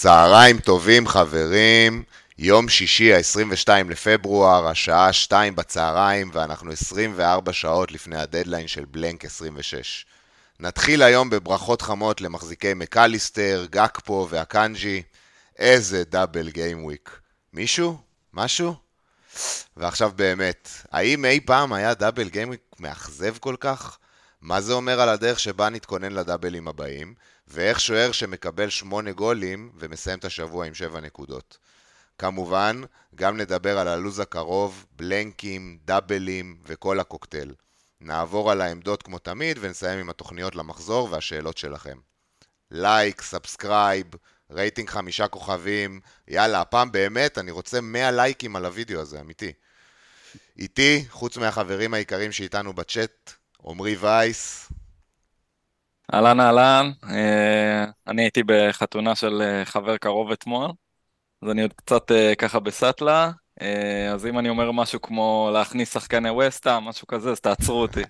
צהריים טובים חברים, יום שישי ה-22 לפברואר, השעה 2 בצהריים ואנחנו 24 שעות לפני הדדליין של בלנק 26. נתחיל היום בברכות חמות למחזיקי מקליסטר, גקפו והקנג'י. איזה דאבל גיים וויק. מישהו? משהו? ועכשיו באמת, האם אי פעם היה דאבל גיים וויק מאכזב כל כך? מה זה אומר על הדרך שבה נתכונן לדאבלים הבאים? ואיך שוער שמקבל 8 גולים ומסיים את השבוע עם 7 נקודות. כמובן, גם נדבר על הלוז הקרוב, בלנקים, דאבלים וכל הקוקטייל. נעבור על העמדות כמו תמיד ונסיים עם התוכניות למחזור והשאלות שלכם. לייק, סאבסקרייב, רייטינג 5 כוכבים. יאללה, הפעם באמת אני רוצה 100 לייקים על הוידאו הזה, אמיתי. איתי, חוץ מהחברים העיקרים שאיתנו בצ'אט, עומרי וייס. אהלן אהלן, אני הייתי בחתונה של חבר קרוב אתמול, אז אני עוד קצת ככה בסטלה, אז אם אני אומר משהו כמו להכניס שחקני ווסטהאם, משהו כזה, אז תעצרו אותי.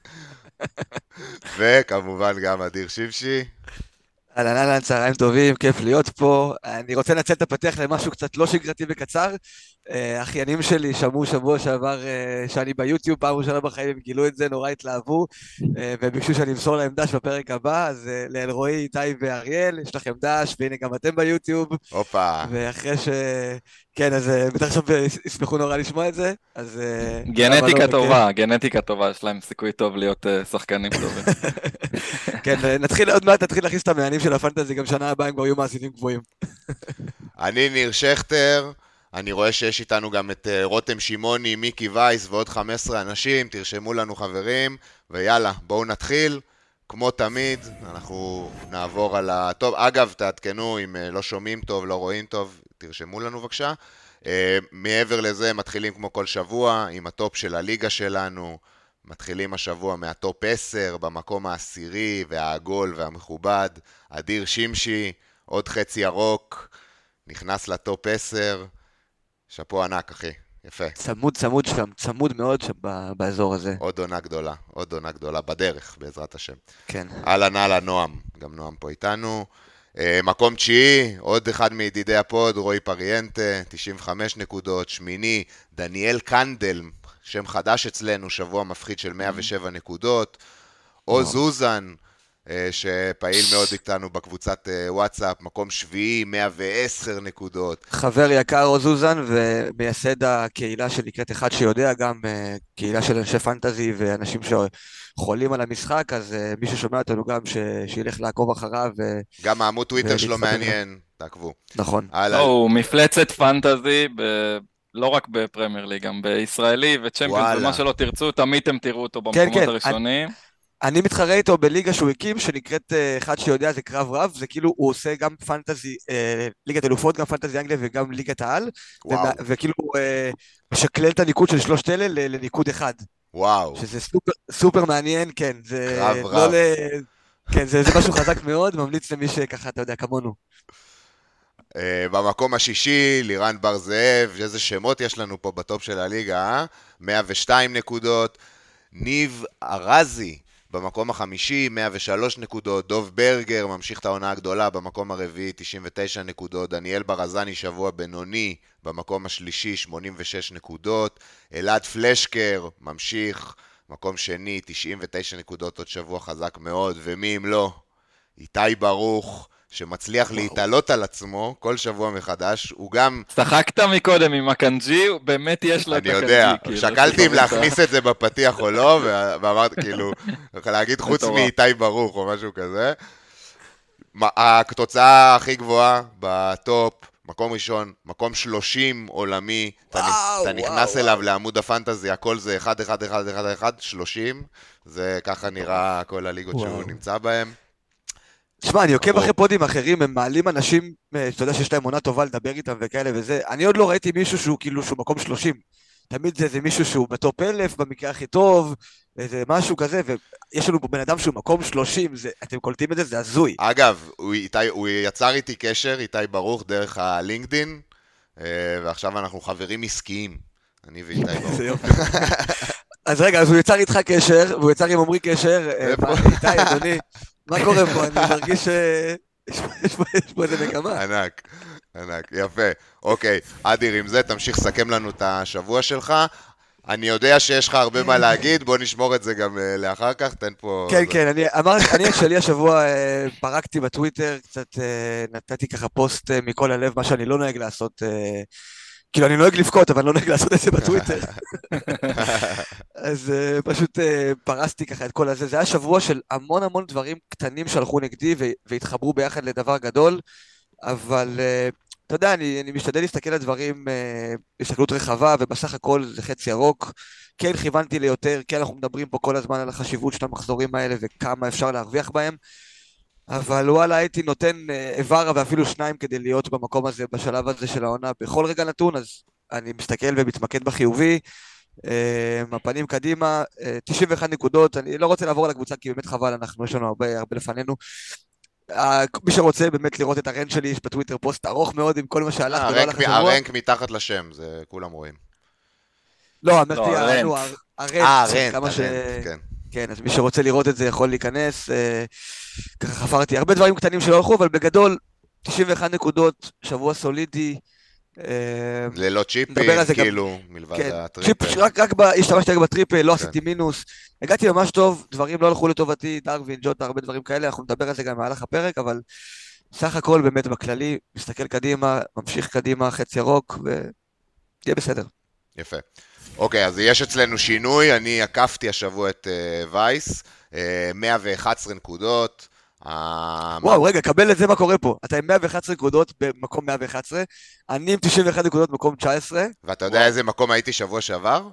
וכמובן גם אדיר שמשי. אהלן אהלן, צהריים טובים, כיף להיות פה. אני רוצה לנצל את הפתח למשהו קצת לא שגרתי וקצר. אחיינים שלי שמעו שבוע שעבר שאני ביוטיוב, פעם ראשונה בחיים הם גילו את זה, נורא התלהבו, וביקשו שאני אמסור להם דש בפרק הבא, אז לאלרועי, איתי ואריאל, יש לכם דש, והנה גם אתם ביוטיוב. הופה. ואחרי כן, אז בטח עכשיו ישמחו נורא לשמוע את זה, אז... גנטיקה טובה, גנטיקה טובה, יש להם סיכוי טוב להיות שחקנים טובים. כן, עוד מעט נתחיל להכניס את המעניינים של הפנטזי, גם שנה הבאה הם כבר יהיו מעשיבים גבוהים. אני ניר שכטר, אני רואה שיש איתנו גם את רותם שמעוני, מיקי וייס ועוד 15 אנשים, תרשמו לנו חברים, ויאללה, בואו נתחיל. כמו תמיד, אנחנו נעבור על הטוב. אגב, תעדכנו אם לא שומעים טוב, לא רואים טוב, תרשמו לנו בבקשה. מעבר לזה, מתחילים כמו כל שבוע עם הטופ של הליגה שלנו. מתחילים השבוע מהטופ 10, במקום העשירי והעגול והמכובד. אדיר שמשי, עוד חצי ירוק, נכנס לטופ 10. שפו ענק, אחי. יפה. צמוד שם, צמוד מאוד שם באזור הזה. עוד עונה גדולה, עוד עונה גדולה בדרך, בעזרת השם. כן. אהלן, נועם, גם נועם פה איתנו. מקום תשיעי, עוד אחד מידידי הפוד, רועי פריאנטה, 95 נקודות. שמיני, דניאל קנדל, שם חדש אצלנו, שבוע מפחיד של 107 נקודות. עוז אוזן, שפעיל מאוד איתנו בקבוצת וואטסאפ, מקום שביעי, 110 נקודות. חבר יקר עוז אוזן, ומייסד הקהילה שנקראת אחד שיודע, גם קהילה של אנשי פנטזי ואנשים שחולים על המשחק, אז מי ששומע אותנו גם שילך לעקוב אחריו. גם העמוד טוויטר שלו מעניין, תעקבו. נכון. הוא מפלצת פנטזי, לא רק בפרמייר ליג, גם בישראלי וצ'מפיונס, ומה שלא תרצו, תמיד אתם תראו אותו במקומות הראשונים. אני מתחרה איתו בליגה שהוא הקים, שנקראת אחד שיודע, זה קרב רב, זה כאילו הוא עושה גם פנטזי, ליגת אלופות, גם פנטזי אנגליה וגם ליגת העל, וכאילו הוא משקלל את הניקוד של שלושת אלה לניקוד אחד. וואו. שזה סופר מעניין, כן. קרב רב. כן, זה משהו חזק מאוד, ממליץ למי שככה, אתה יודע, כמונו. במקום השישי, לירן בר זאב, איזה שמות יש לנו פה בטופ של הליגה, 102 נקודות. ניב ארזי במקום החמישי, 103 נקודות. דוב ברגר ממשיך את העונה הגדולה במקום הרביעי, 99 נקודות. דניאל ברזני שבוע בינוני במקום השלישי, 86 נקודות. אלעד פלשקר ממשיך, מקום שני, 99 נקודות, עוד שבוע חזק מאוד. ומי אם לא? איתי ברוך, שמצליח להתעלות על עצמו כל שבוע מחדש, הוא גם... שחקת מקודם עם הקנג'י, באמת יש לו את הקנג'י. אני יודע, שקלתי אם להכניס את זה בפתיח או לא, ואמרתי כאילו, להגיד חוץ מאיתי ברוך או משהו כזה. התוצאה הכי גבוהה בטופ, מקום ראשון, מקום 30 עולמי, אתה נכנס אליו לעמוד הפנטזי, הכל זה 1, 1, 1, 1, 1, 30, זה ככה נראה כל הליגות שהוא נמצא בהם. תשמע, אני עוקב אחרי פודים אחרים, הם מעלים אנשים, אתה יודע שיש להם עונה טובה לדבר איתם וכאלה וזה, אני עוד לא ראיתי מישהו שהוא כאילו שהוא מקום 30, תמיד זה מישהו שהוא בטופ 1000, במקרה הכי טוב, זה משהו כזה, ויש לנו פה בן אדם שהוא מקום 30, אתם קולטים את זה, זה הזוי. אגב, הוא יצר איתי קשר, איתי ברוך, דרך הלינקדין, ועכשיו אנחנו חברים עסקיים, אני ואיתי ברוך. אז רגע, אז הוא יצר איתך קשר, והוא יצר עם עומרי קשר, איתי, אדוני, מה קורה פה? אני מרגיש יש פה איזה מגמה. ענק, ענק, יפה. אוקיי, אדיר, עם זה תמשיך לסכם לנו את השבוע שלך. אני יודע שיש לך הרבה מה להגיד, בוא נשמור את זה גם לאחר כך, תן פה... כן, כן, אני את שלי השבוע פרקתי בטוויטר, קצת נתתי ככה פוסט מכל הלב, מה שאני לא נוהג לעשות, כאילו אני נוהג לבכות, אבל אני לא נוהג לעשות את זה בטוויטר. אז פשוט פרסתי ככה את כל הזה. זה היה שבוע של המון המון דברים קטנים שהלכו נגדי והתחברו ביחד לדבר גדול, אבל אתה יודע, אני משתדל להסתכל על דברים בהסתכלות רחבה, ובסך הכל זה חץ ירוק. כן, כיוונתי ליותר, כן, אנחנו מדברים פה כל הזמן על החשיבות של המחזורים האלה וכמה אפשר להרוויח בהם, אבל וואלה, הייתי נותן איבר ואפילו שניים כדי להיות במקום הזה, בשלב הזה של העונה, בכל רגע נתון, אז אני מסתכל ומתמקד בחיובי, הפנים קדימה, 91 נקודות, אני לא רוצה לעבור על הקבוצה כי באמת חבל, יש לנו הרבה לפנינו. מי שרוצה באמת לראות את הרנט שלי, יש בטוויטר פוסט ארוך מאוד עם כל מה שהלך ולא הלך השבוע. הרנק מתחת לשם, זה כולם רואים. לא, אמרתי, הרנט, כן. כן, אז מי שרוצה לראות את זה יכול להיכנס, ככה חפרתי הרבה דברים קטנים שלא הלכו, אבל בגדול, 91 נקודות, שבוע סולידי. ללא צ'יפים, כאילו, מלבד הטריפל. רק השתמשתי רק בטריפל, לא עשיתי מינוס. הגעתי ממש טוב, דברים לא הלכו לטובתי, דרווין, ג'וטה, הרבה דברים כאלה, אנחנו נדבר על זה גם במהלך הפרק, אבל סך הכל באמת בכללי, מסתכל קדימה, ממשיך קדימה, חץ ירוק, ויהיה בסדר. יפה. אוקיי, אז יש אצלנו שינוי, אני עקפתי השבוע את וייס, 111 נקודות. וואו, רגע, קבל את זה מה קורה פה. אתה עם 111 נקודות במקום 111, אני עם 91 נקודות במקום 19. ואתה יודע איזה מקום הייתי שבוע שעבר?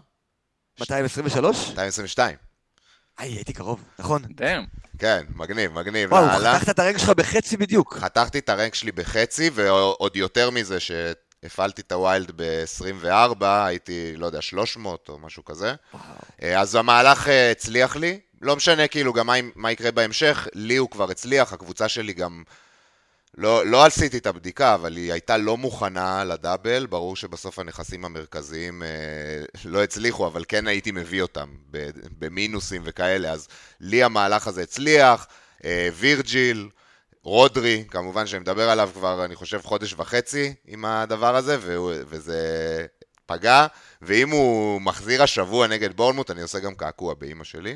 223? 222. הייתי קרוב, נכון. דאם. כן, מגניב. וואו, חתכת את הרנק שלך בחצי בדיוק. חתכתי את הרנק שלי בחצי, ועוד יותר מזה שהפעלתי את הווילד ב-24, הייתי, לא יודע, 300 או משהו כזה. אז המהלך הצליח לי. לא משנה כאילו גם מה יקרה בהמשך, לי הוא כבר הצליח, הקבוצה שלי גם לא עשיתי את הבדיקה, אבל היא הייתה לא מוכנה לדאבל, ברור שבסוף הנכסים המרכזיים לא הצליחו, אבל כן הייתי מביא אותם במינוסים וכאלה, אז לי המהלך הזה הצליח, וירג'יל, רודרי, כמובן שאני מדבר עליו כבר אני חושב חודש וחצי עם הדבר הזה, וזה פגע, ואם הוא מחזיר השבוע נגד בורנמוט, אני עושה גם קעקוע באמא שלי.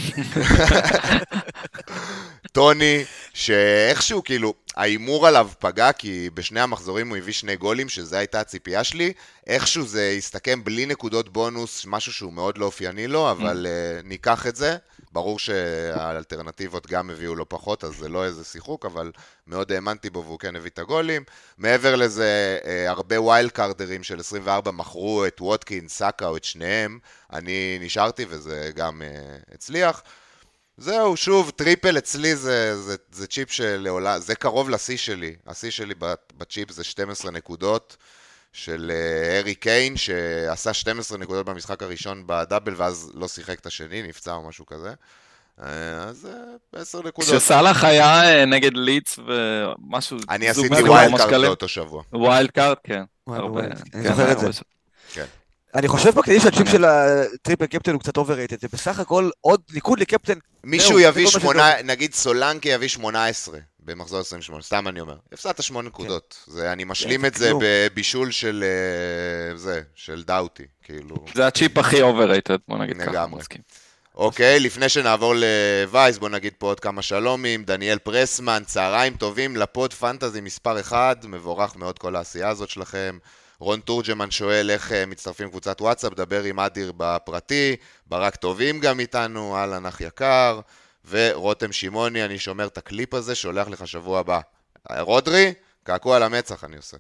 טוני, שאיכשהו כאילו, האימור עליו פגע, כי בשני המחזורים הוא הביא 2 גולים, שזה הייתה הציפייה שלי, איכשהו זה הסתכם בלי נקודות בונוס, משהו שהוא מאוד לא אופייני לו, אבל ניקח את זה. ברור שהאלטרנטיבות גם הביאו לו פחות, אז זה לא איזה שיחוק, אבל מאוד האמנתי בו והוא כן הביא את הגולים. מעבר לזה, הרבה ווילד קארדרים של 24 מכרו את ווטקין, סאקה או את שניהם. אני נשארתי וזה גם הצליח. זהו, שוב, טריפל אצלי זה צ'יפ שלעולה, זה קרוב לשיא שלי. השיא שלי בצ'יפ זה 12 נקודות. של ארי קיין, שעשה 12 נקודות במשחק הראשון בדאבל, ואז לא שיחק את השני, נפצע או משהו כזה. אז 10 נקודות. כשסלאח היה נגד ליץ ומשהו... אני עשיתי ווילד קארד באותו שבוע. ווילד קארד, כן. אני זוכר את זה. אני חושב בקטעים שהצ'יפ של הטריפל קפטן הוא קצת אובררייטד, זה בסך הכל עוד ניקוד לקפטן. מישהו יביא 8, נגיד סולנקי יביא 18 במחזור 28, סתם אני אומר. הפסדת 8 נקודות. אני משלים את זה בבישול של דאוטי, כאילו. זה הצ'יפ הכי אובררייטד, בוא נגיד ככה. לגמרי. אוקיי, לפני שנעבור לווייס, בוא נגיד פה עוד כמה שלומים. דניאל פרסמן, צהריים טובים לפוד פנטזי מספר 1, מבורך מאוד כל העשייה הזאת שלכם. רון תורג'מן שואל איך מצטרפים קבוצת וואטסאפ, דבר עם אדיר בפרטי, ברק טובים גם איתנו, אהלן אח יקר, ורותם שימוני, אני שומר את הקליפ הזה, שולח לך שבוע הבא. רודרי, קעקוע על המצח אני עושה.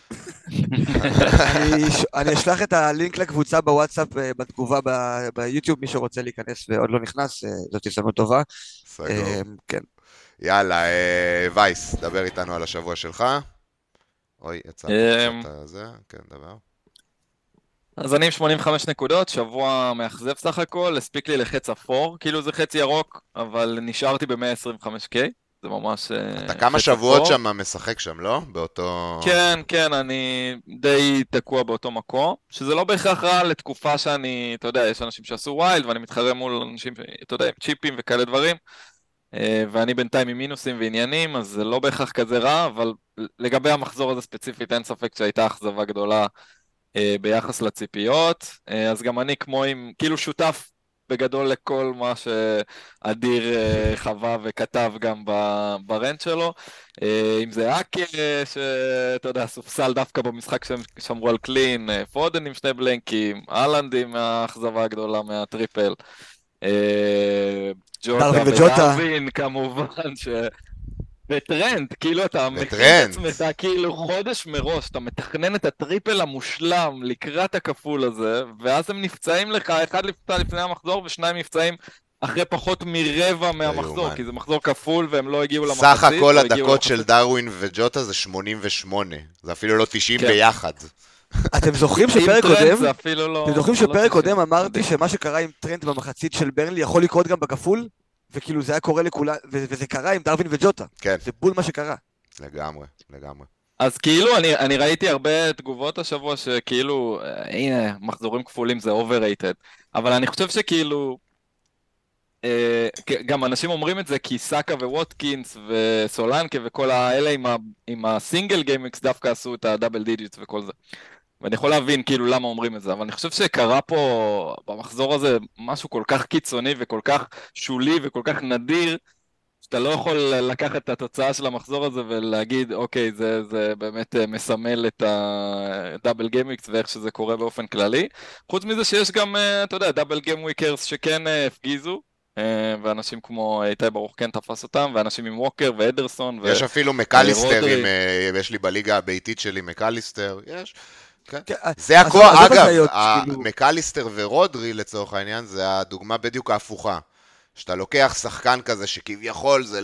אני אשלח את הלינק לקבוצה בוואטסאפ בתגובה ביוטיוב, מי שרוצה להיכנס ועוד לא נכנס, זאת הזדמנות טובה. סגור. כן. יאללה, וייס, דבר איתנו על השבוע שלך. אוי, יצא קצת זה, כן, דבר. אז אני עם 85 נקודות, שבוע מאכזב סך הכל, הספיק לי לחץ אפור, כאילו זה חץ ירוק, אבל נשארתי ב-125K, זה ממש... אתה כמה שבועות שם משחק שם, לא? באותו... כן, כן, אני די תקוע באותו מקום, שזה לא בהכרח רע לתקופה שאני, אתה יודע, יש אנשים שעשו ווילד, ואני מתחרה מול אנשים, אתה יודע, עם צ'יפים וכאלה דברים, ואני בינתיים עם מינוסים ועניינים, אז זה לא בהכרח כזה רע, אבל לגבי המחזור הזה ספציפית, אין ספק שהייתה אכזבה גדולה ביחס לציפיות, אז גם אני כמו עם, כאילו שותף בגדול לכל מה שאדיר חווה וכתב גם ברנט שלו, אם זה אקה, שאתה יודע, סופסל דווקא במשחק שהם שמרו על קלין, פודן עם שני בלנקים, אהלנד עם האכזבה הגדולה מהטריפל, ג'וטה ודרווין כמובן, וטרנד, כאילו אתה מכין את עצמך כאילו חודש מראש, אתה מתכנן את הטריפל המושלם לקראת הכפול הזה, ואז הם נפצעים לך, אחד לפני המחזור ושניים נפצעים אחרי פחות מרבע מהמחזור, כי זה מחזור כפול והם לא הגיעו למחצית. סך הכל הדקות של דרווין וג'וטה זה 88, זה אפילו לא 90 ביחד. אתם זוכרים שפרק קודם אמרתי שמה שקרה עם טרנד במחצית של ברנלי יכול לקרות גם בכפול? וכאילו זה היה קורה לכולם, וזה קרה עם דרווין וג'וטה. כן. זה בול מה שקרה. לגמרי. אז כאילו, אני ראיתי הרבה תגובות השבוע שכאילו, הנה, מחזורים כפולים זה overrated. אבל אני חושב שכאילו, גם אנשים אומרים את זה כי סאקה וווטקינס וסולנקה וכל האלה עם הסינגל גיימקס דווקא עשו את הדאבל דיג'יטס וכל זה. ואני יכול להבין כאילו למה אומרים את זה, אבל אני חושב שקרה פה במחזור הזה משהו כל כך קיצוני וכל כך שולי וכל כך נדיר, שאתה לא יכול לקחת את התוצאה של המחזור הזה ולהגיד, אוקיי, זה באמת מסמל את הדאבל גיימיקס ואיך שזה קורה באופן כללי. חוץ מזה שיש גם, אתה יודע, דאבל גיים וויקרס שכן הפגיזו, ואנשים כמו איתי ברוך כן תפס אותם, ואנשים עם ווקר ואדרסון. יש אפילו מקליסטר, יש לי בליגה הביתית שלי מקליסטר, יש. זה הכל, אגב, מקליסטר ורודרי לצורך העניין, זה הדוגמה בדיוק ההפוכה. שאתה לוקח שחקן כזה שכביכול זה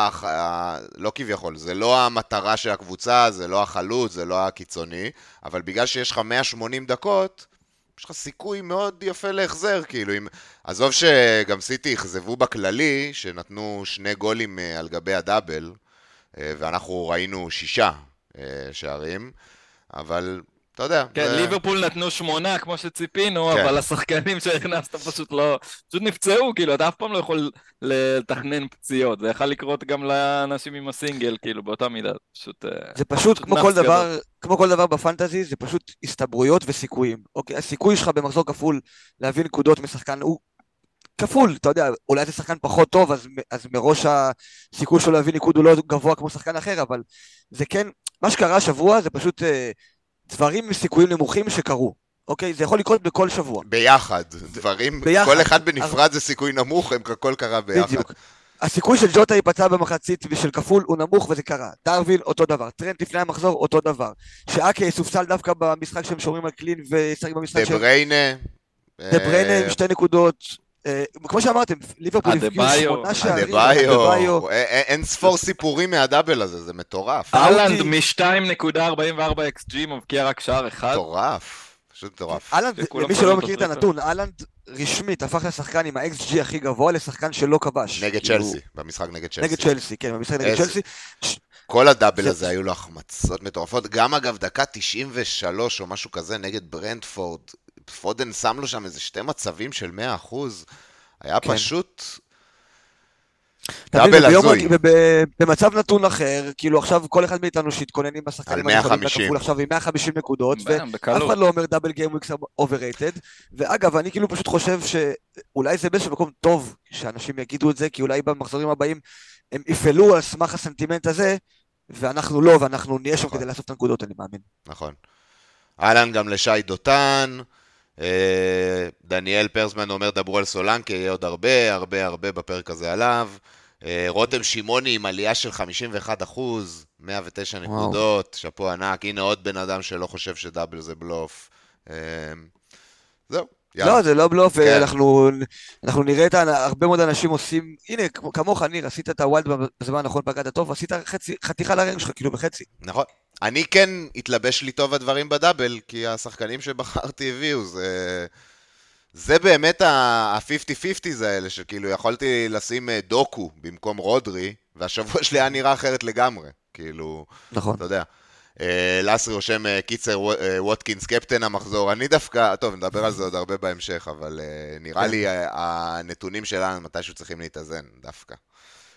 לא כביכול, זה לא המטרה של הקבוצה, זה לא החלוץ, זה לא הקיצוני, אבל בגלל שיש לך 180 דקות, יש לך סיכוי מאוד יפה להחזר, כאילו, עזוב שגם סיטי יחזבו בכללי, שנתנו 2 גולים על גבי הדאבל, ואנחנו ראינו 6 שערים, אבל אתה יודע. כן, ליברפול נתנו 8 כמו שציפינו, אבל השחקנים שהכנסת פשוט נפצעו, כאילו, אתה אף פעם לא יכול לתכנן פציעות, זה יכול לקרות גם לאנשים עם הסינגל, כאילו, באותה מידה, זה פשוט כמו כל דבר בפנטזי, זה פשוט הסתברויות וסיכויים, אוקיי, הסיכוי שלך במחזור כפול להביא נקודות משחקן הוא כפול, אתה יודע, אולי זה שחקן פחות טוב, אז מראש הסיכוי שלו להביא ניקוד הוא לא גבוה כמו שחקן אחר, אבל זה כן, מה שקרה השבוע זה פשוט דברים מסיכויים נמוכים שקרו, אוקיי? זה יכול לקרות בכל שבוע. ביחד, דברים, כל אחד בנפרד זה סיכוי נמוך, הם הכל קרה ביחד. בדיוק. הסיכוי של ג'וטה ייפצע במחצית ושל כפול הוא נמוך וזה קרה. דרווין אותו דבר, טרנד לפני המחזור אותו דבר. שאקה סופסל דווקא במשחק שהם שומרים על קלין ושחק במשחק של... דה בריינה עם 2 נקודות. כמו שאמרתם, ליברפול הפגיעו 8 שערים. אדבאיו, אין ספור סיפורים מהדאבל הזה, זה מטורף. אהלנד מ-2.44 XG מבקיע רק שער אחד. מטורף, פשוט מטורף. אהלנד, למי שלא מכיר את הנתון, אהלנד רשמית הפך לשחקן עם ה-XG הכי גבוה לשחקן שלא כבש. נגד צ'לסי, במשחק נגד צ'לסי. נגד צ'לסי, כן, במשחק נגד צ'לסי. כל הדאבל הזה היו לו החמצות מטורפות, גם אגב דקה 93 או משהו כזה נגד ברנטפורד, פודן שם לו שם איזה 2 מצבים של 100%, היה פשוט דאבל הזוי. במצב נתון אחר, כאילו עכשיו כל אחד מאיתנו שהתכוננים בשחקנים הנכונים לכפול עכשיו עם 150 נקודות, ואף אחד לא אומר דאבל גיים וויקס אובררייטד, ואגב אני כאילו פשוט חושב שאולי זה באיזשהו מקום טוב שאנשים יגידו את זה, כי אולי במחזורים הבאים הם יפעלו על סמך הסנטימנט הזה, ואנחנו לא, ואנחנו נהיה שם כדי לאסוף את הנקודות, אני מאמין. נכון. אהלן גם לשי דותן, דניאל פרסמן אומר דברו על סולנקה, יהיה עוד הרבה בפרק הזה עליו. רותם שימוני עם עלייה של 51%, 109 נקודות, שפו ענק, הנה עוד בן אדם שלא חושב שדאבל זה בלוף. זהו. לא, זה לא בלוף, אנחנו נראה את הרבה מאוד אנשים עושים, הנה, כמוך ניר, עשית את הווילד בזמן הנכון פגעת טוב, עשית חתיכה לרנג שלך, כאילו בחצי. נכון. אני כן התלבש לי טוב הדברים בדאבל, כי השחקנים שבחרתי הביאו, זה באמת ה-50-50 האלה, שכאילו יכולתי לשים דוקו במקום רודרי, והשבוע שלי היה נראה אחרת לגמרי, כאילו, נכון. אתה יודע. לסרי רושם קיצר ווטקינס קפטן המחזור, אני דווקא, טוב נדבר על זה עוד הרבה בהמשך, אבל נראה לי הנתונים שלנו מתישהו צריכים להתאזן דווקא.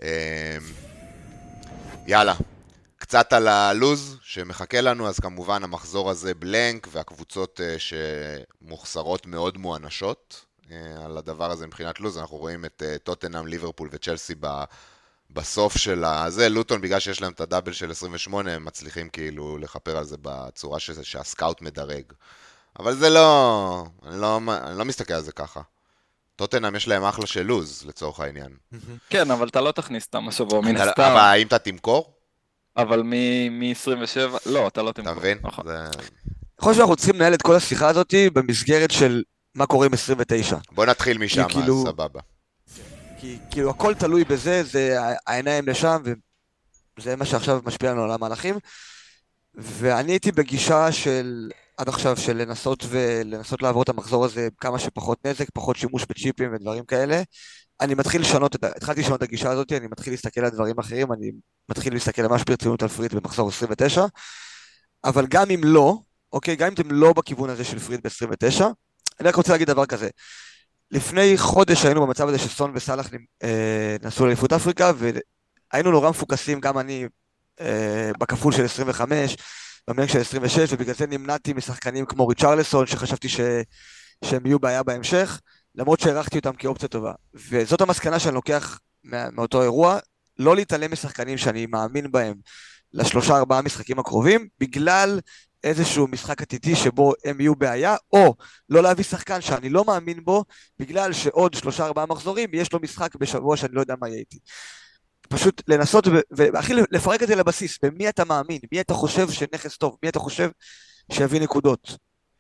יאללה, קצת על הלוז שמחכה לנו, אז כמובן המחזור הזה בלנק, והקבוצות שמוחסרות מאוד מואנשות על הדבר הזה מבחינת לוז. אנחנו רואים את טוטנהאם, ליברפול וצ'לסי בסוף של הזה. לוטון, בגלל שיש להם את הדאבל של 28, הם מצליחים כאילו לחפר על זה בצורה שהסקאוט מדרג. אבל זה לא, אני לא מסתכל על זה ככה. טוטנהאם יש להם אחלה של לוז, לצורך העניין. כן, אבל אתה לא תכניס אותם השבוע, מן הסתם. אבל האם אתה תמכור? אבל מ-27, לא, אתה לא תמכור. אתה מבין? נכון. אני חושב שאנחנו צריכים לנהל את כל השיחה הזאת במסגרת של מה קורה עם 29. בוא נתחיל משם, כאילו- סבבה. כי כאילו הכל תלוי בזה, זה העיניים לשם, וזה מה שעכשיו משפיע לנו על המהלכים. ואני הייתי בגישה של, עד עכשיו, של לנסות לעבור את המחזור הזה כמה שפחות נזק, פחות שימוש בצ'יפים ודברים כאלה. אני התחלתי לשנות את הגישה הזאת, אני מתחיל להסתכל על דברים אחרים, אני מתחיל להסתכל ממש ברצינות על פריד במחזור 29, אבל גם אם לא, אוקיי, גם אם אתם לא בכיוון הזה של פריד ב-29, אני רק רוצה להגיד דבר כזה. לפני חודש היינו במצב הזה שסון וסלאח נסעו לאליפות אפריקה, והיינו נורא מפוקסים, גם אני, בכפול של 25, במנק של 26, ובגלל זה נמנעתי משחקנים כמו ריצ'רלסון, שחשבתי שהם יהיו בעיה בהמשך, למרות שהערכתי אותם כאופציה טובה. וזאת המסקנה שאני לוקח מאותו אירוע, לא להתעלם משחקנים שאני מאמין בהם ל3-4 משחקים הקרובים, בגלל איזשהו משחק עתידי שבו הם יהיו בעיה, או לא להביא שחקן שאני לא מאמין בו, בגלל שעוד 3-4 מחזורים יש לו משחק בשבוע שאני לא יודע מה יהיה איתי. פשוט לנסות והכי לפרק את זה לבסיס, במי אתה מאמין, מי אתה חושב שנכס טוב, מי אתה חושב שיביא נקודות.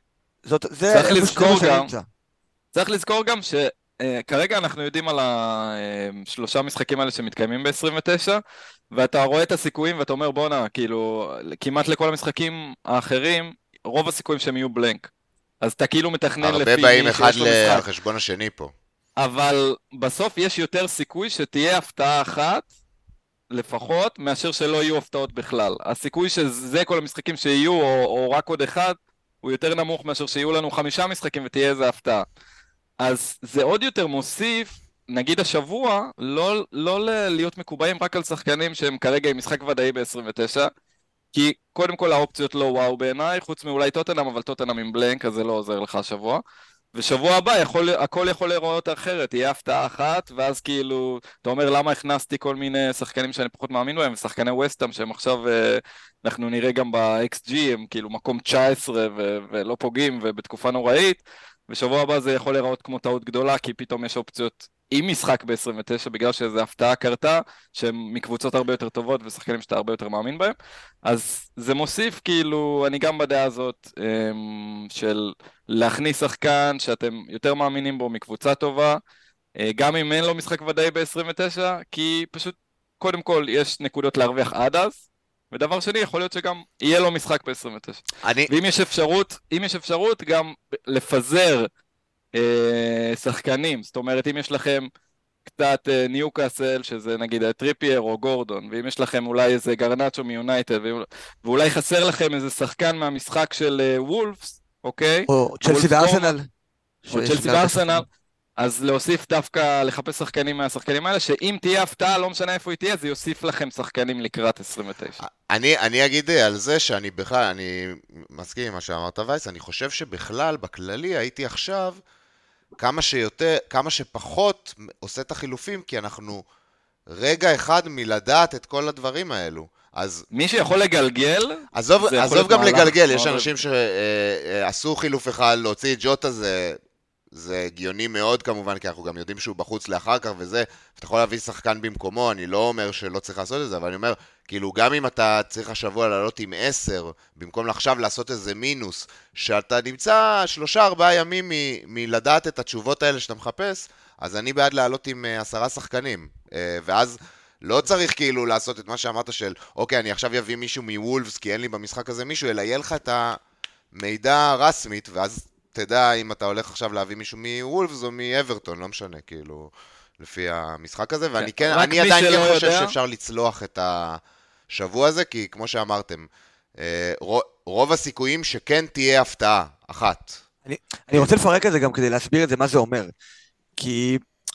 צריך לזכור גם שכרגע אנחנו יודעים על השלושה משחקים האלה שמתקיימים ב-29, ואתה רואה את הסיכויים ואתה אומר בונה, כאילו, כמעט לכל המשחקים האחרים, רוב הסיכויים שהם יהיו בלנק. אז אתה כאילו מתכנן לפי הרבה באים מי אחד שיש לו משחק. לחשבון השני פה. אבל בסוף יש יותר סיכוי שתהיה הפתעה אחת, לפחות, מאשר שלא יהיו הפתעות בכלל. הסיכוי שזה כל המשחקים שיהיו, או רק עוד אחד, הוא יותר נמוך מאשר שיהיו לנו 5 משחקים ותהיה איזה הפתעה. אז זה עוד יותר מוסיף, נגיד השבוע, לא להיות מקובעים רק על שחקנים שהם כרגע עם משחק ודאי ב-29, כי קודם כל האופציות לא וואו בעיניי, חוץ מאולי טוטנהאם, אבל טוטנהאם עם בלנק, אז זה לא עוזר לך השבוע. ושבוע הבא הכל יכול להיראות אחרת, תהיה הפתעה אחת, ואז כאילו, אתה אומר למה הכנסתי כל מיני שחקנים שאני פחות מאמין בהם, ושחקני ווסטהאם שהם עכשיו, אנחנו נראה גם ב-XG, הם כאילו מקום 19 ולא פוגעים ובתקופה נוראית, ושבוע הבא זה יכול להיראות כמו טעות גדולה, כי פתאום יש אופציות עם משחק ב-29, בגלל שזו הפתעה קרתה, שהן מקבוצות הרבה יותר טובות ושחקנים שאתה הרבה יותר מאמין בהם, אז זה מוסיף כאילו, אני גם בדעה הזאת של להכניס שחקן שאתם יותר מאמינים בו מקבוצה טובה, גם אם אין לו משחק ודאי ב-29, כי פשוט קודם כל יש נקודות להרוויח עד אז, ודבר שני יכול להיות שגם יהיה לו משחק ב-29. ואם יש אפשרות גם לפזר שחקנים, זאת אומרת אם יש לכם קצת ניוקאסל, שזה נגיד טריפייר או גורדון, ואם יש לכם אולי איזה גרנצ'ו מיונייטד, ואולי חסר לכם איזה שחקן מהמשחק של וולפס, אוקיי? או צ'לסי וארסנל. או צ'לסי וארסנל, אז להוסיף דווקא, לחפש שחקנים מהשחקנים האלה, שאם תהיה הפתעה, לא משנה איפה היא תהיה, זה יוסיף לכם שחקנים לקראת 29. אני אגיד על זה שאני בכלל, אני מסכים עם מה שאמרת וייס, אני חושב שבכלל, בכללי, הייתי עכשיו כמה שפחות עושה את החילופים, כי אנחנו רגע אחד מלדעת את כל הדברים האלו. אז מי שיכול לגלגל, עזוב גם לגלגל, יש אנשים שעשו חילוף אחד, להוציא את ג'וטה זה הגיוני מאוד כמובן, כי אנחנו גם יודעים שהוא בחוץ לאחר כך וזה, ואתה יכול להביא שחקן במקומו, אני לא אומר שלא צריך לעשות את זה, אבל אני אומר, כאילו גם אם אתה צריך השבוע לעלות עם 10, במקום עכשיו לעשות איזה מינוס, שאתה נמצא 3-4 ימים מלדעת את התשובות האלה שאתה מחפש, אז אני בעד לעלות עם 10 שחקנים, ואז לא צריך כאילו לעשות את מה שאמרת של, אוקיי, אני עכשיו אביא מישהו מוולפס, כי אין לי במשחק הזה מישהו, אלא יהיה לך את המידע רסמית, ואז תדע אם אתה הולך עכשיו להביא מישהו מוולפס או מאברטון, לא משנה, כאילו, לפי המשחק הזה, ואני כן, אני עדיין כן חושב שאפשר לצלוח את השבוע הזה, כי כמו שאמרתם, רוב הסיכויים שכן תהיה הפתעה אחת. אני רוצה לפרק את זה גם כדי להסביר את זה, מה זה אומר. כי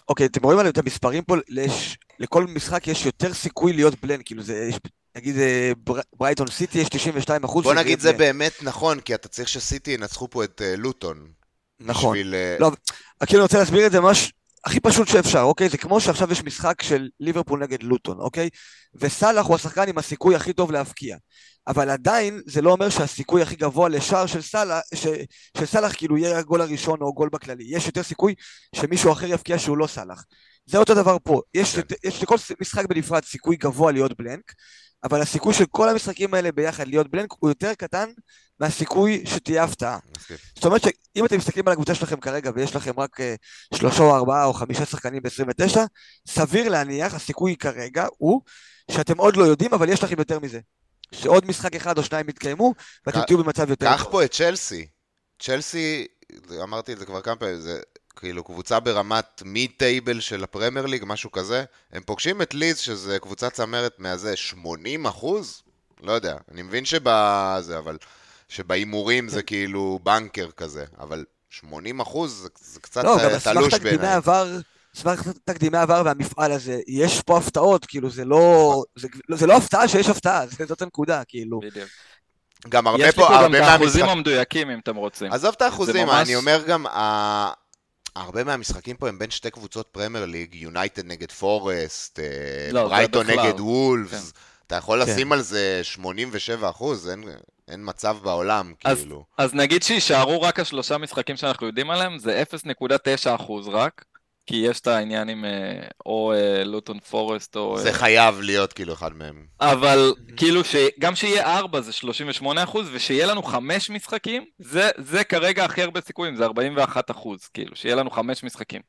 אוקיי, אתם רואים עליהם את המספרים פה, לכל משחק יש יותר סיכוי להיות בלנד, כאילו זה, נגיד ברייטון סיטי יש 92%. בוא נגיד זה באמת נכון, כי אתה צריך שסיטי ינצחו פה את לוטון. נכון. בשביל... לא, כאילו אני רוצה להסביר את זה ממש הכי פשוט שאפשר, אוקיי? זה כמו שעכשיו יש משחק של ליברפול נגד לוטון, אוקיי? וסלאח הוא השחקן עם הסיכוי הכי טוב להבקיע. אבל עדיין זה לא אומר שהסיכוי הכי גבוה לשער של סלאח כאילו יהיה הגול הראשון או גול בכללי. יש יותר סיכוי שמישהו אחר יבקיע שהוא לא סלאח. זה אותו דבר פה. יש לכל משחק בנפרד סיכוי גבוה להיות בלנק, אבל הסיכוי של כל המשחקים האלה ביחד להיות בלנק הוא יותר קטן מהסיכוי שתהיה הפתעה. זאת אומרת שאם אתם מסתכלים על הקבוצה שלכם כרגע ויש לכם רק 3 או 4 או 5 שחקנים ב-29, סביר להניח, הסיכוי כרגע הוא שאתם עוד לא יודעים, אבל יש לכם יותר מזה. שעוד משחק אחד או שניים יתקיימו, ואתם תהיו במצב יותר קח פה את צ'לסי. צ'לסי, אמרתי את זה כבר כמה פעמים, זה כאילו קבוצה ברמת מי-טייבל של הפרמייר ליג, משהו כזה. הם פוגשים את ליז, שזה קבוצה צמרת מהזה 80%? לא יודע, אני מבין שבזה, אבל שבאימורים זה כאילו בנקר כזה, אבל 80% זה קצת תלוש בעיניי. סמך תקדימי עבר והמפעל הזה, יש פה הפתעות, כאילו זה לא הפתעה שיש הפתעה, זאת הנקודה, כאילו. גם הרבה יש לי פה גם את האחוזים מהמשחק... המדויקים אם אתם רוצים. עזוב את האחוזים, אני אומר גם, הרבה מהמשחקים פה הם בין שתי קבוצות פרמייר ליג, יונייטד נגד פורסט, ברייטון נגד וולפס, אתה יכול לשים על זה 87%, אין מצב בעולם, כאילו. אז נגיד שישארו רק השלושה משחקים שאנחנו יודעים עליהם, זה 0.9% רק, כי יש את העניין עם או לוטון פורסט או... זה חייב להיות כאילו אחד מהם. אבל כאילו גם שיהיה 4 זה 38%, ושיהיה לנו 5 משחקים, זה כרגע הכי הרבה סיכויים, זה 41%, כאילו, שיהיה לנו 5 משחקים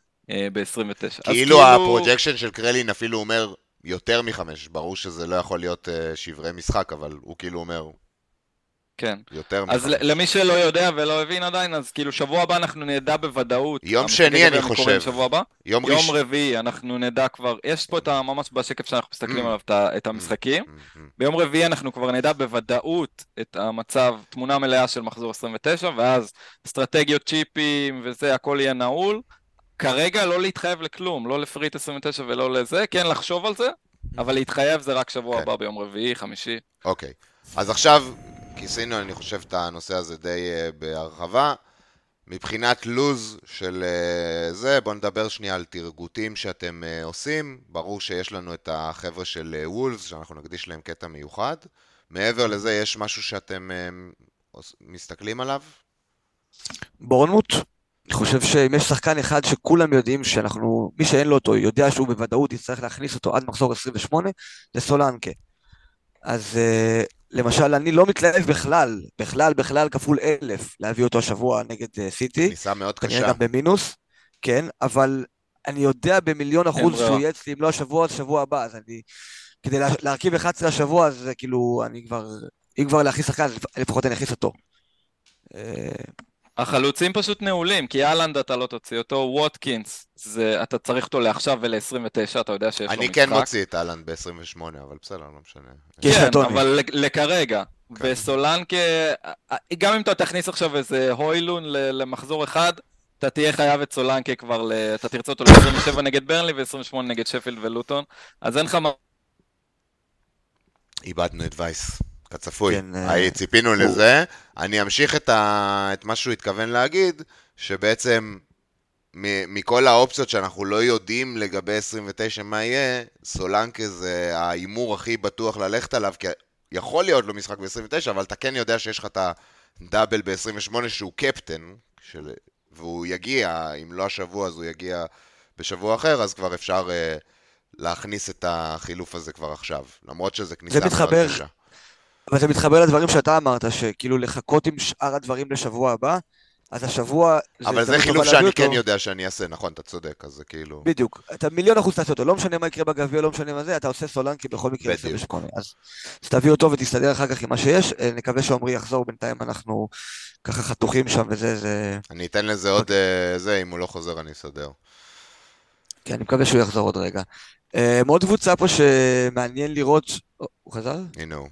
ב-29. כאילו הפרוג'קשן של קרלין אפילו אומר יותר מ5, ברור שזה לא יכול להיות שברי משחק, אבל הוא כאילו אומר... כן. יותר מ5. אז למי שלא יודע ולא הבין עדיין, אז כאילו שבוע הבא אנחנו נדע בוודאות. יום שני אני חושב. שבוע הבא? יום רביעי אנחנו נדע כבר, יש פה ממש בשקף שאנחנו מסתכלים עליו את המשחקים. ביום רביעי אנחנו כבר נדע בוודאות את המצב, תמונה מלאה של מחזור 29, ואז אסטרטגיות צ'יפים וזה, הכל יהיה נעול. כרגע לא להתחייב לכלום, לא לפריט 29 ולא לזה, כן לחשוב על זה, אבל להתחייב זה רק שבוע הבא ביום רביעי, חמישי. אוקיי, אז עכשיו... כיסינו, אני חושב, את הנושא הזה די בהרחבה. מבחינת לוז של זה, בואו נדבר שנייה על תרגותים שאתם עושים. ברור שיש לנו את החבר'ה של וולפס, שאנחנו נקדיש להם קטע מיוחד. מעבר לזה, יש משהו שאתם מסתכלים עליו? בורנמוט. אני חושב שאם יש שחקן אחד שכולם יודעים שאנחנו, מי שאין לו אותו, יודע שהוא בוודאות יצטרך להכניס אותו עד מחזור 28, זה סולנקה. אז... למשל, אני לא מתלהב בכלל כפול 1,000 להביא אותו השבוע נגד סיטי. ניסה מאוד קשה. כנראה גם במינוס, כן, אבל אני יודע ב1,000,000% שהוא יהיה אצלי, אם לא השבוע, אז שבוע הבא, אז אני, כדי להרכיב 11 השבוע, אז כאילו, אם כבר להכניס שחקן, לפחות אני אכניס אותו. החלוצים פשוט נעולים, כי אהלנד אתה לא תוציא אותו, ווטקינס, אתה צריך אותו לעכשיו ול-29, אתה יודע שיש לו משחק. אני כן מוציא את אהלנד ב-28, אבל בסדר, לא משנה. כן, אבל לכרגע. וסולנקה, גם אם אתה תכניס עכשיו איזה הוילון למחזור אחד, אתה תהיה חייב את סולנקה כבר, אתה תרצה אותו ל-27 נגד ברנלי ו-28 נגד שפילד ולוטון, אז אין לך מה... איבדנו את וייס. כצפוי, ציפינו לזה. אני אמשיך את מה שהוא התכוון להגיד, שבעצם מכל האופציות שאנחנו לא יודעים לגבי 29 מה יהיה, סולנקה זה האימור הכי בטוח ללכת עליו, כי יכול להיות לו משחק ב-29, אבל אתה כן יודע שיש לך את הדאבל ב-28 שהוא קפטן, והוא יגיע, אם לא השבוע אז הוא יגיע בשבוע אחר, אז כבר אפשר להכניס את החילוף הזה כבר עכשיו, למרות שזה כניסה מאוד קשה. אבל זה מתחבר לדברים שאתה אמרת, שכאילו לחכות עם שאר הדברים לשבוע הבא, אז השבוע... אבל זה חילוף שאני כן יודע שאני אעשה, נכון, אתה צודק, אז זה כאילו... בדיוק, אתה 1,000,000% תעשה אותו, לא משנה מה יקרה בגביע, לא משנה מה זה, אתה עושה סולנקי בכל מקרה 28, אז תביא אותו ותסתדר אחר כך עם מה שיש, נקווה שעומרי יחזור, בינתיים אנחנו ככה חתוכים שם וזה, זה... אני אתן לזה עוד זה, אם הוא לא חוזר אני אסדר. כן, אני מקווה שהוא יחזור עוד רגע. מאוד קבוצה פה שמעניין לראות... הוא חזר? הנה הוא.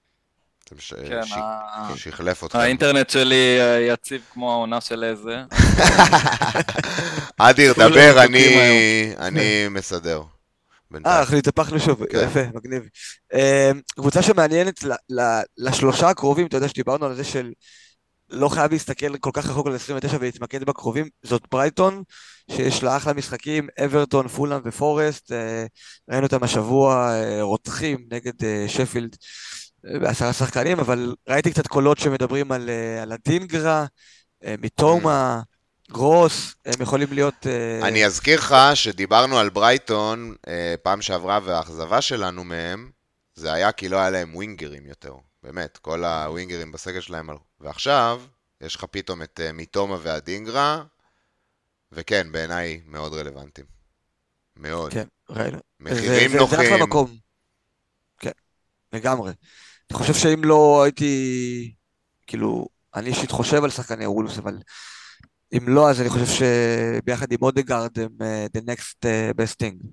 שחלף אותך. האינטרנט שלי יציב כמו העונה של איזה. אדיר, כולם דבר, מתוקים אני מסדר. בינתיים. אנחנו התהפכנו שוב, כן. יפה, מגניב. קבוצה שמעניינת לשלושה הקרובים, אתה יודע שדיברנו על זה של לא חייב להסתכל כל כך רחוק על 29 ולהתמקד בקרובים, זאת ברייטון, שיש לה אחלה משחקים, אברטון, פולאם ופורסט, ראינו אותם השבוע רותחים נגד שפילד ב10 שחקנים, אבל ראיתי קצת קולות שמדברים על הדינגרה, מתומה, גרוס, הם יכולים להיות... אני אזכיר לך שדיברנו על ברייטון פעם שעברה, והאכזבה שלנו מהם, זה היה כי לא היה להם ווינגרים יותר. באמת, כל הווינגרים בסגל שלהם. ועכשיו, יש לך פתאום את מיטומה והדינגרה, וכן, בעיניי מאוד רלוונטיים. מאוד. כן, ראינו. מחירים זה נוחים. אחלה מקום. כן, לגמרי. אני חושב שאם לא הייתי, כאילו, אני אישית חושב על שחקני וולפס, אבל אם לא, אז אני חושב שביחד עם אודגרד הם the next best thing.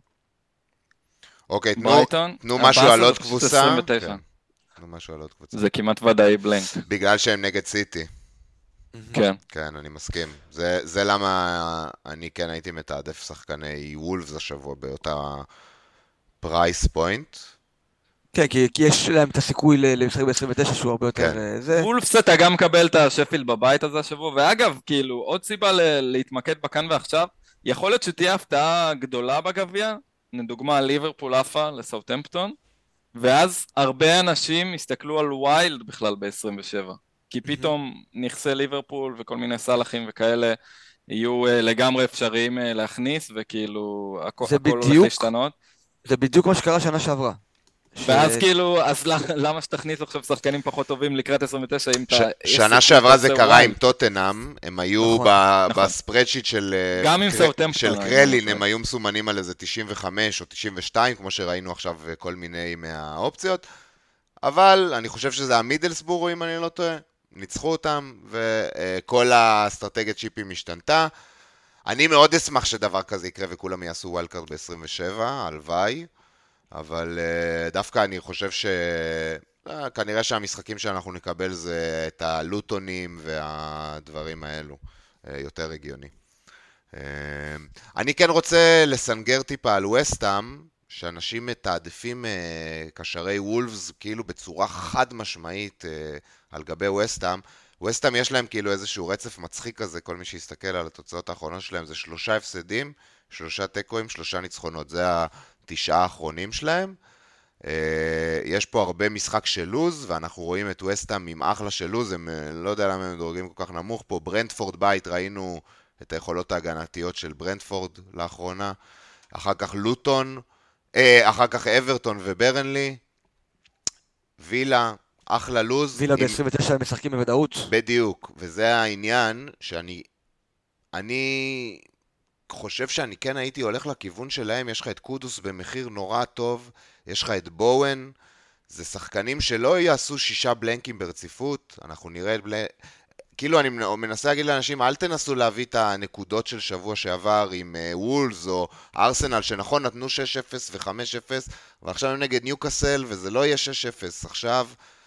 אוקיי, ברייטון, תנו משהו על עוד פשוט קבוצה. 29. כן, תנו משהו על עוד קבוצה. זה כמעט ודאי בלנק. בגלל שהם נגד סיטי. כן. כן, אני מסכים. זה למה אני כן הייתי מתעדף שחקני וולפס השבוע באותה פרייס פוינט. כן, כי יש להם את הסיכוי למשחק ב-29 שהוא הרבה יותר זה. וולפס אתה גם מקבל את השפילד בבית הזה השבוע, ואגב, כאילו, עוד סיבה להתמקד בכאן ועכשיו, יכול להיות שתהיה הפתעה גדולה בגביע, לדוגמה ליברפול עפה לסאות'המפטון, ואז הרבה אנשים יסתכלו על ויילד בכלל ב-27, כי פתאום נכסי ליברפול וכל מיני סלחים וכאלה יהיו לגמרי אפשריים להכניס, וכאילו הכל הולך להשתנות. זה בדיוק מה שקרה שנה שעברה. ואז כאילו, אז למה שתכניס עכשיו שחקנים פחות טובים לקראת 29 אם אתה... שנה שעברה זה קרה עם טוטנאם, הם היו בספרדשיט של קרלין, הם היו מסומנים על איזה 95 או 92, כמו שראינו עכשיו כל מיני מהאופציות, אבל אני חושב שזה המידלסבורו, אם אני לא טועה, ניצחו אותם, וכל האסטרטגיית שיפים השתנתה. אני מאוד אשמח שדבר כזה יקרה וכולם יעשו ווילדקארד ב-27, הלוואי. אבל דווקא אני חושב כנראה שהמשחקים שאנחנו נקבל זה את הלוטונים והדברים האלו, יותר הגיוני. אני כן רוצה לסנגר טיפה על וסטהאם, שאנשים מתעדפים קשרי וולפס כאילו בצורה חד משמעית על גבי וסטהאם. וסטהאם יש להם כאילו איזשהו רצף מצחיק כזה, כל מי שיסתכל על התוצאות האחרונות שלהם זה 3 הפסדים, 3 טקואים, 3 ניצחונות, זה 9 האחרונים שלהם. יש פה הרבה משחק של לוז, ואנחנו רואים את וסטהאם עם אחלה של לוז, הם לא יודע למה הם דורגים כל כך נמוך פה. ברנטפורד בית, ראינו את היכולות ההגנתיות של ברנטפורד לאחרונה. אחר כך לוטון, אחר כך אברטון וברנלי. וילה, אחלה לוז. וילה ב-29 הם משחקים בוודאות. בדיוק, וזה העניין אני חושב שאני כן הייתי הולך לכיוון שלהם. יש לך את קודוס במחיר נורא טוב, יש לך את בואן, זה שחקנים שלא יעשו 6 בלנקים ברציפות, אנחנו נראה כאילו אני מנסה להגיד לאנשים, אל תנסו להביא את הנקודות של שבוע שעבר עם וולס או ארסנל, שנכון נתנו 6-0 ו-5-0, ועכשיו הם נגד ניוקאסל, וזה לא יהיה 6-0 עכשיו,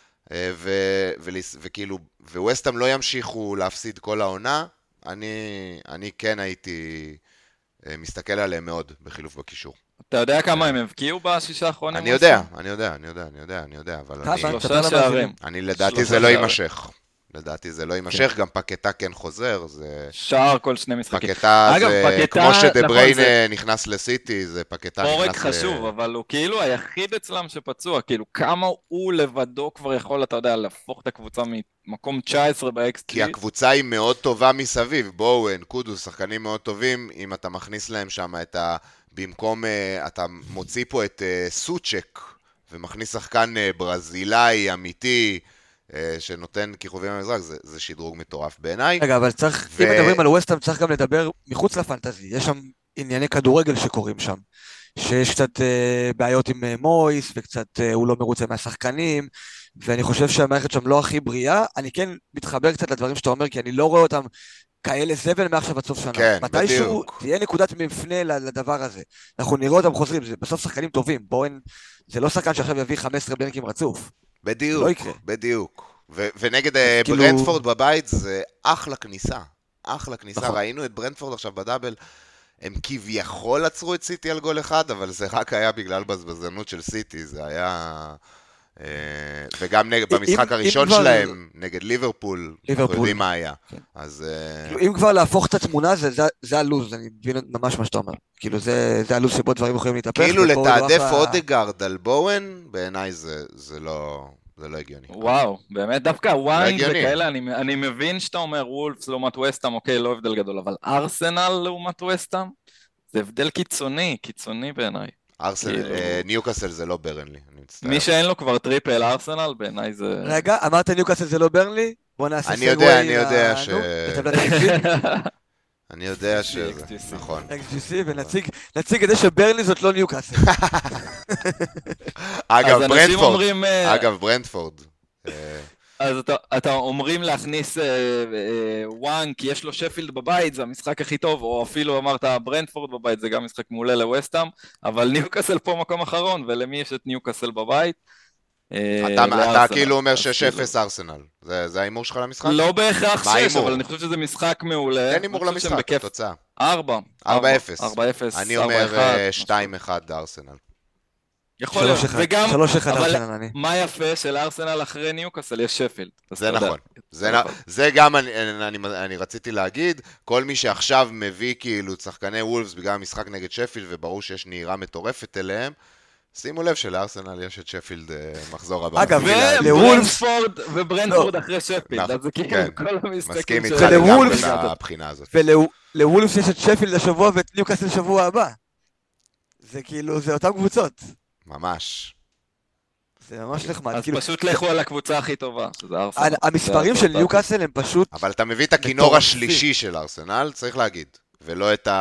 וכאילו, וווסטהאם לא ימשיכו להפסיד כל העונה. אני כן הייתי מסתכל עליהם מאוד בחילוף בקישור. אתה יודע כמה הם הבקיעו ב6 האחרונים? אני יודע, אבל 3 שערים. לדעתי זה לא יימשך. לדעתי זה לא יימשך, גם פקטה כן חוזר, זה... שער כל 2 משחקים. פקטה זה, כמו שדבריין נכנס לסיטי, זה פקטה נכנס... פורק חשוב, אבל הוא כאילו היחיד אצלם שפצוע, כאילו כמה הוא לבדו כבר יכול, אתה יודע, להפוך את הקבוצה ממקום 19 ב-XG. כי הקבוצה היא מאוד טובה מסביב, בואוין, קודוס, שחקנים מאוד טובים, אם אתה מכניס להם שם את במקום, אתה מוציא פה את סוצ'ק, ומכניס שחקן ברזילאי, אמיתי, שנותן כיכובים במזרק, זה שדרוג מטורף בעיניי. רגע, אבל צריך, אם מדברים על ווסטהאם, צריך גם לדבר מחוץ לפנטזי. יש שם ענייני כדורגל שקורים שם, שיש קצת בעיות עם מויס, וקצת הוא לא מרוצה מהשחקנים, ואני חושב שהמערכת שם לא הכי בריאה. אני כן מתחבר קצת לדברים שאתה אומר, כי אני לא רואה אותם כאלה זבל מעכשיו עד סוף שנה. כן, מתישהו בדיוק. תהיה נקודת מפנה לדבר הזה. אנחנו נראה אותם חוזרים, זה בסוף שחקנים טובים. בואן, זה לא שחקן שעכשיו יביא 15 בלנקים רצוף. בדיוק, לא יקרה. בדיוק. ונגד כאילו... ברנטפורד בבית זה אחלה כניסה. אחלה כניסה, נכון. ראינו את ברנטפורד עכשיו בדאבל, הם כביכול עצרו את סיטי על גול אחד, אבל זה רק היה בגלל בזבזנות של סיטי, זה היה... וגם במשחק הראשון כבר- שלהם, נגד ליברפול, אנחנו ליברפול. יודעים מה היה. כן. אז כאילו, אם כבר להפוך את התמונה, זה הלוז, אני מבין ממש מה שאתה אומר. כאילו, זה הלוז שבו דברים יכולים להתהפך. כאילו ופה לתעדף לא אודגארד על בואן, בעיניי זה לא הגיוני. וואו, באמת דווקא וואנג הגיוני. וכאלה, אני מבין שאתה אומר וולפס לעומת וסטאם, אוקיי, לא הבדל גדול, אבל ארסנל לעומת וסטאם, זה הבדל קיצוני בעיניי. כאילו- ניוקאסל זה לא ברנלי, אני מצטער. מי שאין לו כבר טריפל ארסנל, בעיניי זה... רגע, אמרת ניוקאסל זה לא ברנלי? בוא נעשה אני יודע לטבלת ה-XG. אני יודע שזה, XGC. נכון. XGC, ונציג את זה שברנלי זאת לא ניוקאסל. אגב, אז אנשים ברנטפורד, אומרים... אגב, ברנטפורד. אז אתה אומרים להכניס וואן, כי יש לו שפילד בבית, זה המשחק הכי טוב, או אפילו אמרת ברנטפורד בבית, זה גם משחק מעולה לווסטהאם, אבל ניוקאסל פה מקום אחרון, ולמי יש את ניוקאסל בבית? אתה כאילו אומר אז 6-0 כאילו- ארסנל, זה ההימור שלך למשחק? לא בהכרח מה 6, ההימור? אבל אני חושב שזה משחק מעולה. תן הימור למשחק, תוצאה. 4. 4-0. 4-0. אני אומר 4-1. 2-1 ארסנל. יכול להיות, 3-1 וגם, 3-1 אבל ארסנל אני. מה יפה של ארסנל אחרי ניוקאסל יש שפילד. אז זה אתה יודע. נכון. זה גם אני רציתי להגיד, כל מי שעכשיו מביא כאילו שחקני וולפס בגלל המשחק נגד שפילד, וברור שיש נהירה מטורפת אליהם, שימו לב שלארסנל יש את שפילד מחזור הבא. אגב, לוולפס- וברנדפורד אחרי שפילד, נכון, אז זה כאילו כן. כל המשחקים מסכים איתך שלהם. לגמרי ולוולפס- מהבחינה הזאת. ולוולפס יש את שפילד השבוע ואת ניוקאסל שבוע הבא. זה כאילו, זה אותן קבוצות. ממש. זה ממש נחמד. אז כאילו, פשוט לכו על הקבוצה הכי טובה, שזה ארסנל. המספרים זה של התוצאה. ניוקאסל הם פשוט... אבל אתה מביא את הכינור מטורפים. השלישי של ארסנל, צריך להגיד, ולא את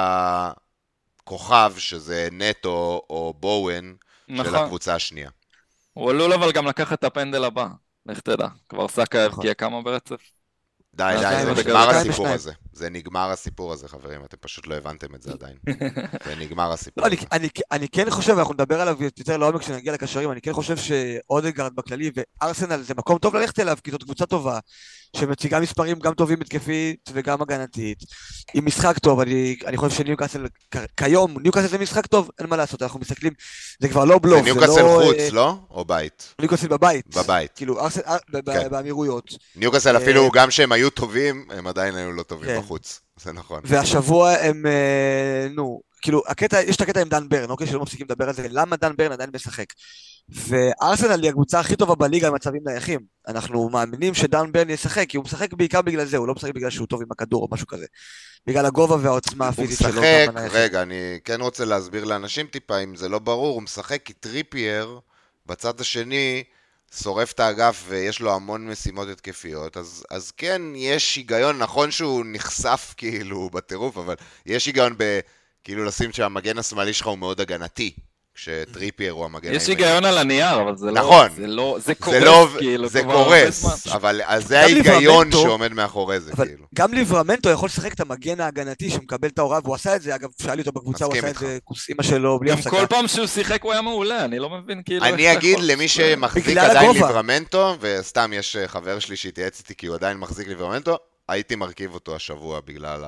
הכוכב שזה נטו או בואן של נכון. הקבוצה השנייה. הוא עלול אבל גם לקחת את הפנדל הבא. לך תדע. כבר סאקה הבקיע כמה ברצף? די, שתיים זה ושתיים. נגמר שתיים הסיפור ושתיים. הזה. זה נגמר הסיפור הזה, חברים, אתם פשוט לא הבנתם את זה עדיין. זה נגמר הסיפור לא, הזה. אני כן חושב, ואנחנו נדבר עליו יותר לעומק כשנגיע לקשרים, אני כן חושב שאודגרד בכללי וארסנל זה מקום טוב ללכת אליו, כי זאת קבוצה טובה, שמציגה מספרים גם טובים התקפית וגם הגנתית, עם משחק טוב, אני חושב שניוקאסל, כיום, ניוקאסל זה משחק טוב, אין מה לעשות, אנחנו מסתכלים, זה כבר לא זה בלוף, ניוקאסל חוץ, לא? או בית? ניוקאסל בבית, בבית. כאילו, כן. באמירויות, ניוקאסל אפילו, גם שהם היו טובים, הם עדיין היו לא טובים כן. בחוץ. זה נכון. והשבוע הם, כאילו, יש את הקטע עם דן ברן, אוקיי, שלא מפסיקים לדבר על זה, למה דן ברן עדיין משחק. וארסנל היא הקבוצה הכי טובה בליגה עם מצבים נייחים. אנחנו מאמינים שדן ברן ישחק, כי הוא משחק בעיקר בגלל זה, הוא לא משחק בגלל שהוא טוב עם הכדור או משהו כזה. בגלל הגובה והעוצמה הוא הפיזית שלו. משחק, גם בנייחים. רגע, אני כן רוצה להסביר לאנשים טיפה, אם זה לא ברור, הוא משחק כי טריפייר, בצד השני, שורף את האגף ויש לו המון משימות התקפיות, אז כן, יש היגיון, נכון שהוא נחשף כאילו בטירוף, אבל יש היגיון כאילו לשים שהמגן השמאלי שלך הוא מאוד הגנתי, כשטריפייר הוא המגן יש הימני. היגיון על הנייר, אבל זה לא... נכון. זה זה לא, קורס, כאילו. זה כבר הרבה קורס, זמן. אבל אז זה גם ההיגיון ליברמנטו- שעומד מאחורי זה, אבל כאילו. גם ליברמנטו יכול לשחק את המגן ההגנתי שמקבל את ההוראה, והוא עשה את זה, אגב, שאלי אותו בקבוצה, הוא מסכים עשה את איתך. זה כוס אימא שלו, בלי גם הפסקה. כל פעם שהוא שיחק הוא היה מעולה, אני לא מבין כאילו... איך אני אתה אגיד יכול- למי שמחזיק בגלל עדיין הגובה. ליברמנטו, וסתם יש חבר שלי שהתייעץ איתי כי הוא עדיין מחזיק ליברמנטו, הייתי מרכיב אותו השבוע בגלל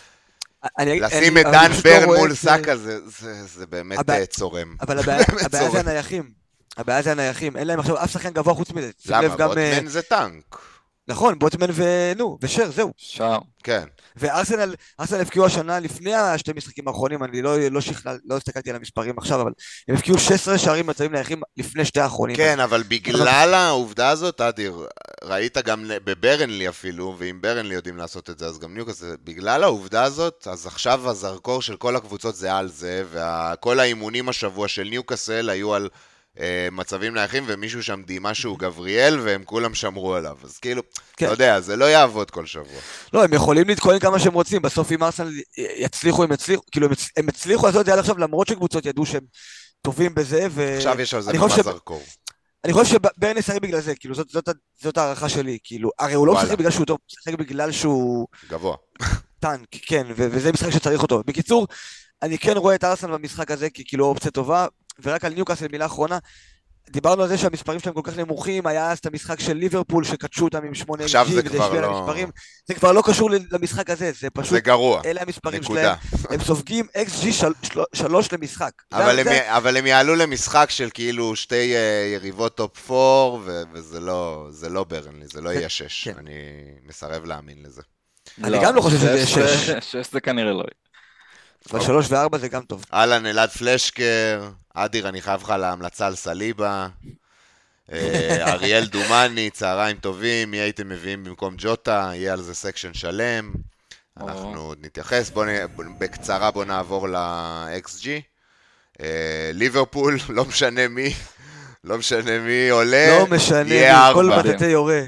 לשים את אני דן פשוט לא ברן רואה מול את- סאקה זה באמת הבעיה- צורם. אבל הבעיה זה צורם. הנייחים. הבעיה זה הנייחים, אין להם עכשיו אף שחקן גבוה חוץ מזה. שים למה? לב גם, בוטמן זה טנק. נכון, בוטמן ושר, זהו. שער. כן. וארסנל הבקיעו השנה לפני השתי משחקים האחרונים, אני לא הסתכלתי על המספרים עכשיו, אבל הם הבקיעו 16 שערים מצבים נייחים לפני שתי האחרונים. כן, אבל בגלל העובדה הזאת, אדיר, ראית גם בברנלי אפילו, ואם ברנלי יודעים לעשות את זה, אז גם ניוקאסל, בגלל העובדה הזאת, אז עכשיו הזרקור של כל הקבוצות זה על זה, וכל האימונים השבוע של ניוקאסל היו על מצבים נייחים, ומישהו שם דיימה שהוא גבריאל, והם כולם שמרו עליו. אז כאילו, כן. אתה יודע, זה לא יעבוד כל שבוע. לא, הם יכולים להתכונן כמה שהם רוצים, בסוף אם ארסנל יצליחו, כאילו הם הצליחו לעשות את זה עד עכשיו, למרות שקבוצות ידעו שהם טובים בזה, עכשיו יש על זה אני ממש חושב זרקור. אני חושב שברן ישחק בגלל זה, כאילו זאת הערכה שלי, כאילו, הרי הוא לא וואלה. משחק בגלל שהוא טוב, הוא משחק בגלל שהוא גבוה. טנק, כן, וזה משחק שצריך אותו. בקיצור, אני כן רואה את ארסנל במשחק הזה ככאילו אופציה טובה, ורק על ניוקאסל מילה אחרונה, דיברנו על זה שהמספרים שלהם כל כך נמוכים, היה אז את המשחק של ליברפול שקדשו אותם עם 8 עכשיו XG זה וזה כבר השפיע על לא... המספרים, זה כבר לא קשור למשחק הזה, זה זה פשוט, גרוע, אלה המספרים נקודה. שלהם, הם סופגים XG 3 למשחק. אבל הם יעלו למשחק של כאילו שתי יריבות טופ 4, וזה לא ברנלי, זה לא יהיה 6. כן. אני מסרב להאמין לזה. אני גם לא חושב שזה יהיה 6. 6 זה כנראה לא יהיה. אבל 3 ו-4 זה גם טוב. אהלן אלעד פלשקר, אדיר אני חייב לך להמלצה על סליבה, אריאל דומני, צהריים טובים, מי הייתם מביאים במקום ג'וטה, יהיה על זה סקשן שלם, אנחנו עוד נתייחס, בקצרה בוא נעבור ל-XG, ליברפול, לא משנה מי עולה, לא משנה, יהיה כל 4. מטאטא יורה.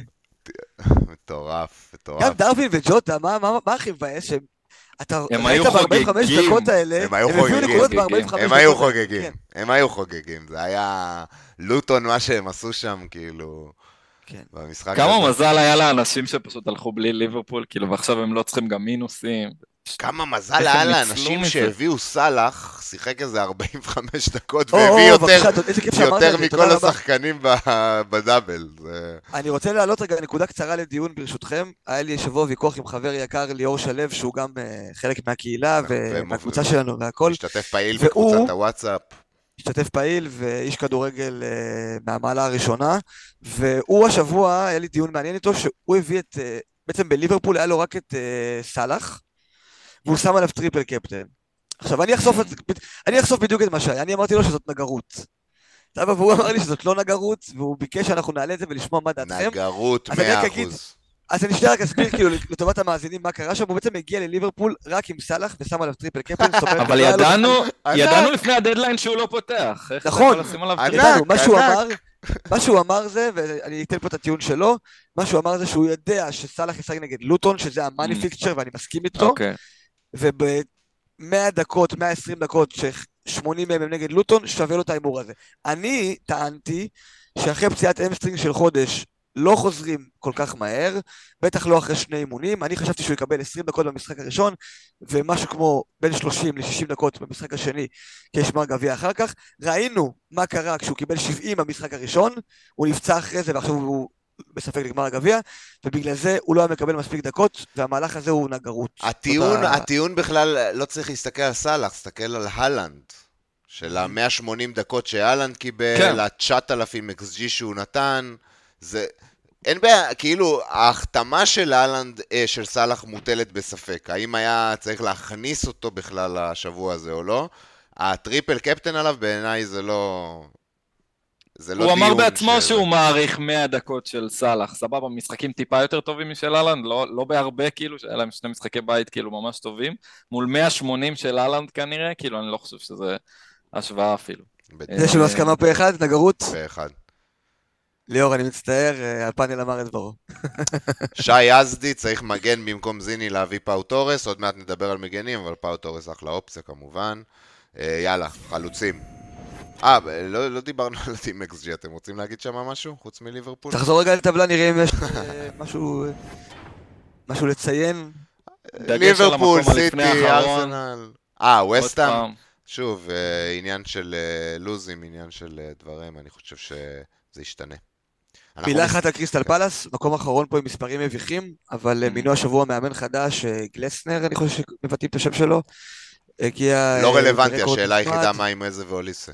מטורף. גם דרווין וג'וטה, מה הכי מבאס שהם... אתה הם ראית היו ב-45 חוגגים. דקות האלה, הם היו הביאו חוגגים. נקודות ב-45 דקות. הם היו חוגגים, זה היה לוטון מה שהם עשו שם, כאילו, כן. במשחק כמה הזה. מזל היה לאנשים שפשוט הלכו בלי ליברפול, כאילו, ועכשיו הם לא צריכים גם מינוסים. כמה מזל איך היה הם ניצלו לאנשים מזה. שהביאו סלאח, שיחק איזה 45 דקות, והביא יותר מכל השחקנים בדאבל. אני רוצה להעלות רגע נקודה קצרה לדיון ברשותכם. היה לי שבוע ויכוח עם חבר יקר ליאור שלו, שהוא גם חלק מהקהילה ומהקבוצה שלנו והכל. משתתף פעיל בקבוצת הוואטסאפ. משתתף פעיל ואיש כדורגל מהמעלה הראשונה, והוא השבוע, היה לי דיון מעניין איתו, שהוא הביא את, בעצם בליברפול היה לו רק את סלאח, והוא שם עליו טריפל קפטן. עכשיו, אני אחשוף בדיוק את מה שהיה, אני אמרתי לו שזאת נגרות. והוא אמר לי שזאת לא נגרות, והוא ביקש שאנחנו נעלה את זה ולשמוע מה דעתכם. נגרות 100%. אז אני רק אסביר כאילו לטובת המאזינים מה קרה שם, הוא בעצם הגיע לליברפול רק עם סלאח ושם עליו טריפל קפטן. אבל ידענו לפני הדדליין שהוא לא פותח. נכון, ידענו, מה שהוא אמר זה, ואני אתן פה את הטיעון שלו, מה שהוא אמר זה שהוא יודע שסלאח ישחק נגד לוטון, שזה המאני פיקצ'ר ואני מסכים איתו, וב-100 דקות, 120 דקות, ש-80 מהם הם נגד לוטון, שווה לו את האימור הזה. אני טענתי שאחרי פציעת אמסטרינג של חודש, לא חוזרים כל כך מהר, בטח לא אחרי 2 אימונים, אני חשבתי שהוא יקבל 20 דקות במשחק הראשון, ומשהו כמו בין 30 ל-60 דקות במשחק השני, כשמר גביע אחר כך. ראינו מה קרה כשהוא קיבל 70 במשחק הראשון, הוא נפצע אחרי זה ועכשיו הוא בספק לגמר הגביע, ובגלל זה הוא לא היה מקבל מספיק דקות, והמהלך הזה הוא נגרות. הטיעון בכלל לא צריך להסתכל על סלאח, להסתכל על הלנד. של ה-180 דקות שהלנד קיבל, ה-9,000 XG שהוא נתן, זה... אין בעיה, כאילו, ההחתמה של הלנד, של סלאח מוטלת בספק. האם היה צריך להכניס אותו בכלל לשבוע הזה או לא? הטריפל קפטן עליו בעיניי זה לא... הוא אמר בעצמו שהוא מעריך 100 דקות של סלאח, סבבה, משחקים טיפה יותר טובים משל הלנד, לא בהרבה כאילו, שהיה להם 2 משחקי בית כאילו ממש טובים, מול 180 של הלנד כנראה, כאילו אני לא חושב שזה השוואה אפילו. יש לנו הסכמה פה אחד, נגרות? פה אחד. ליאור, אני מצטער, הפאנל אמר את דברו. שי יזדי צריך מגן במקום זיני להביא פאו טורס, עוד מעט נדבר על מגנים, אבל פאו טורס אחלה אופציה כמובן. יאללה, חלוצים. לא דיברנו על הטים XG, אתם רוצים להגיד שם משהו חוץ מליברפול? תחזור רגע לטבלה, נראה אם יש משהו לציין. ליברפול, סיטי, ארסנל. ווסטהאם. שוב, עניין של לוזים, עניין של דברים, אני חושב שזה ישתנה. מילה אחת על קריסטל פלאס, מקום אחרון פה עם מספרים מביכים, אבל מינו השבוע מאמן חדש, גלסנר, אני חושב שמבטאים את השם שלו. לא רלוונטי, השאלה היחידה מה עם איזה ואוליסה.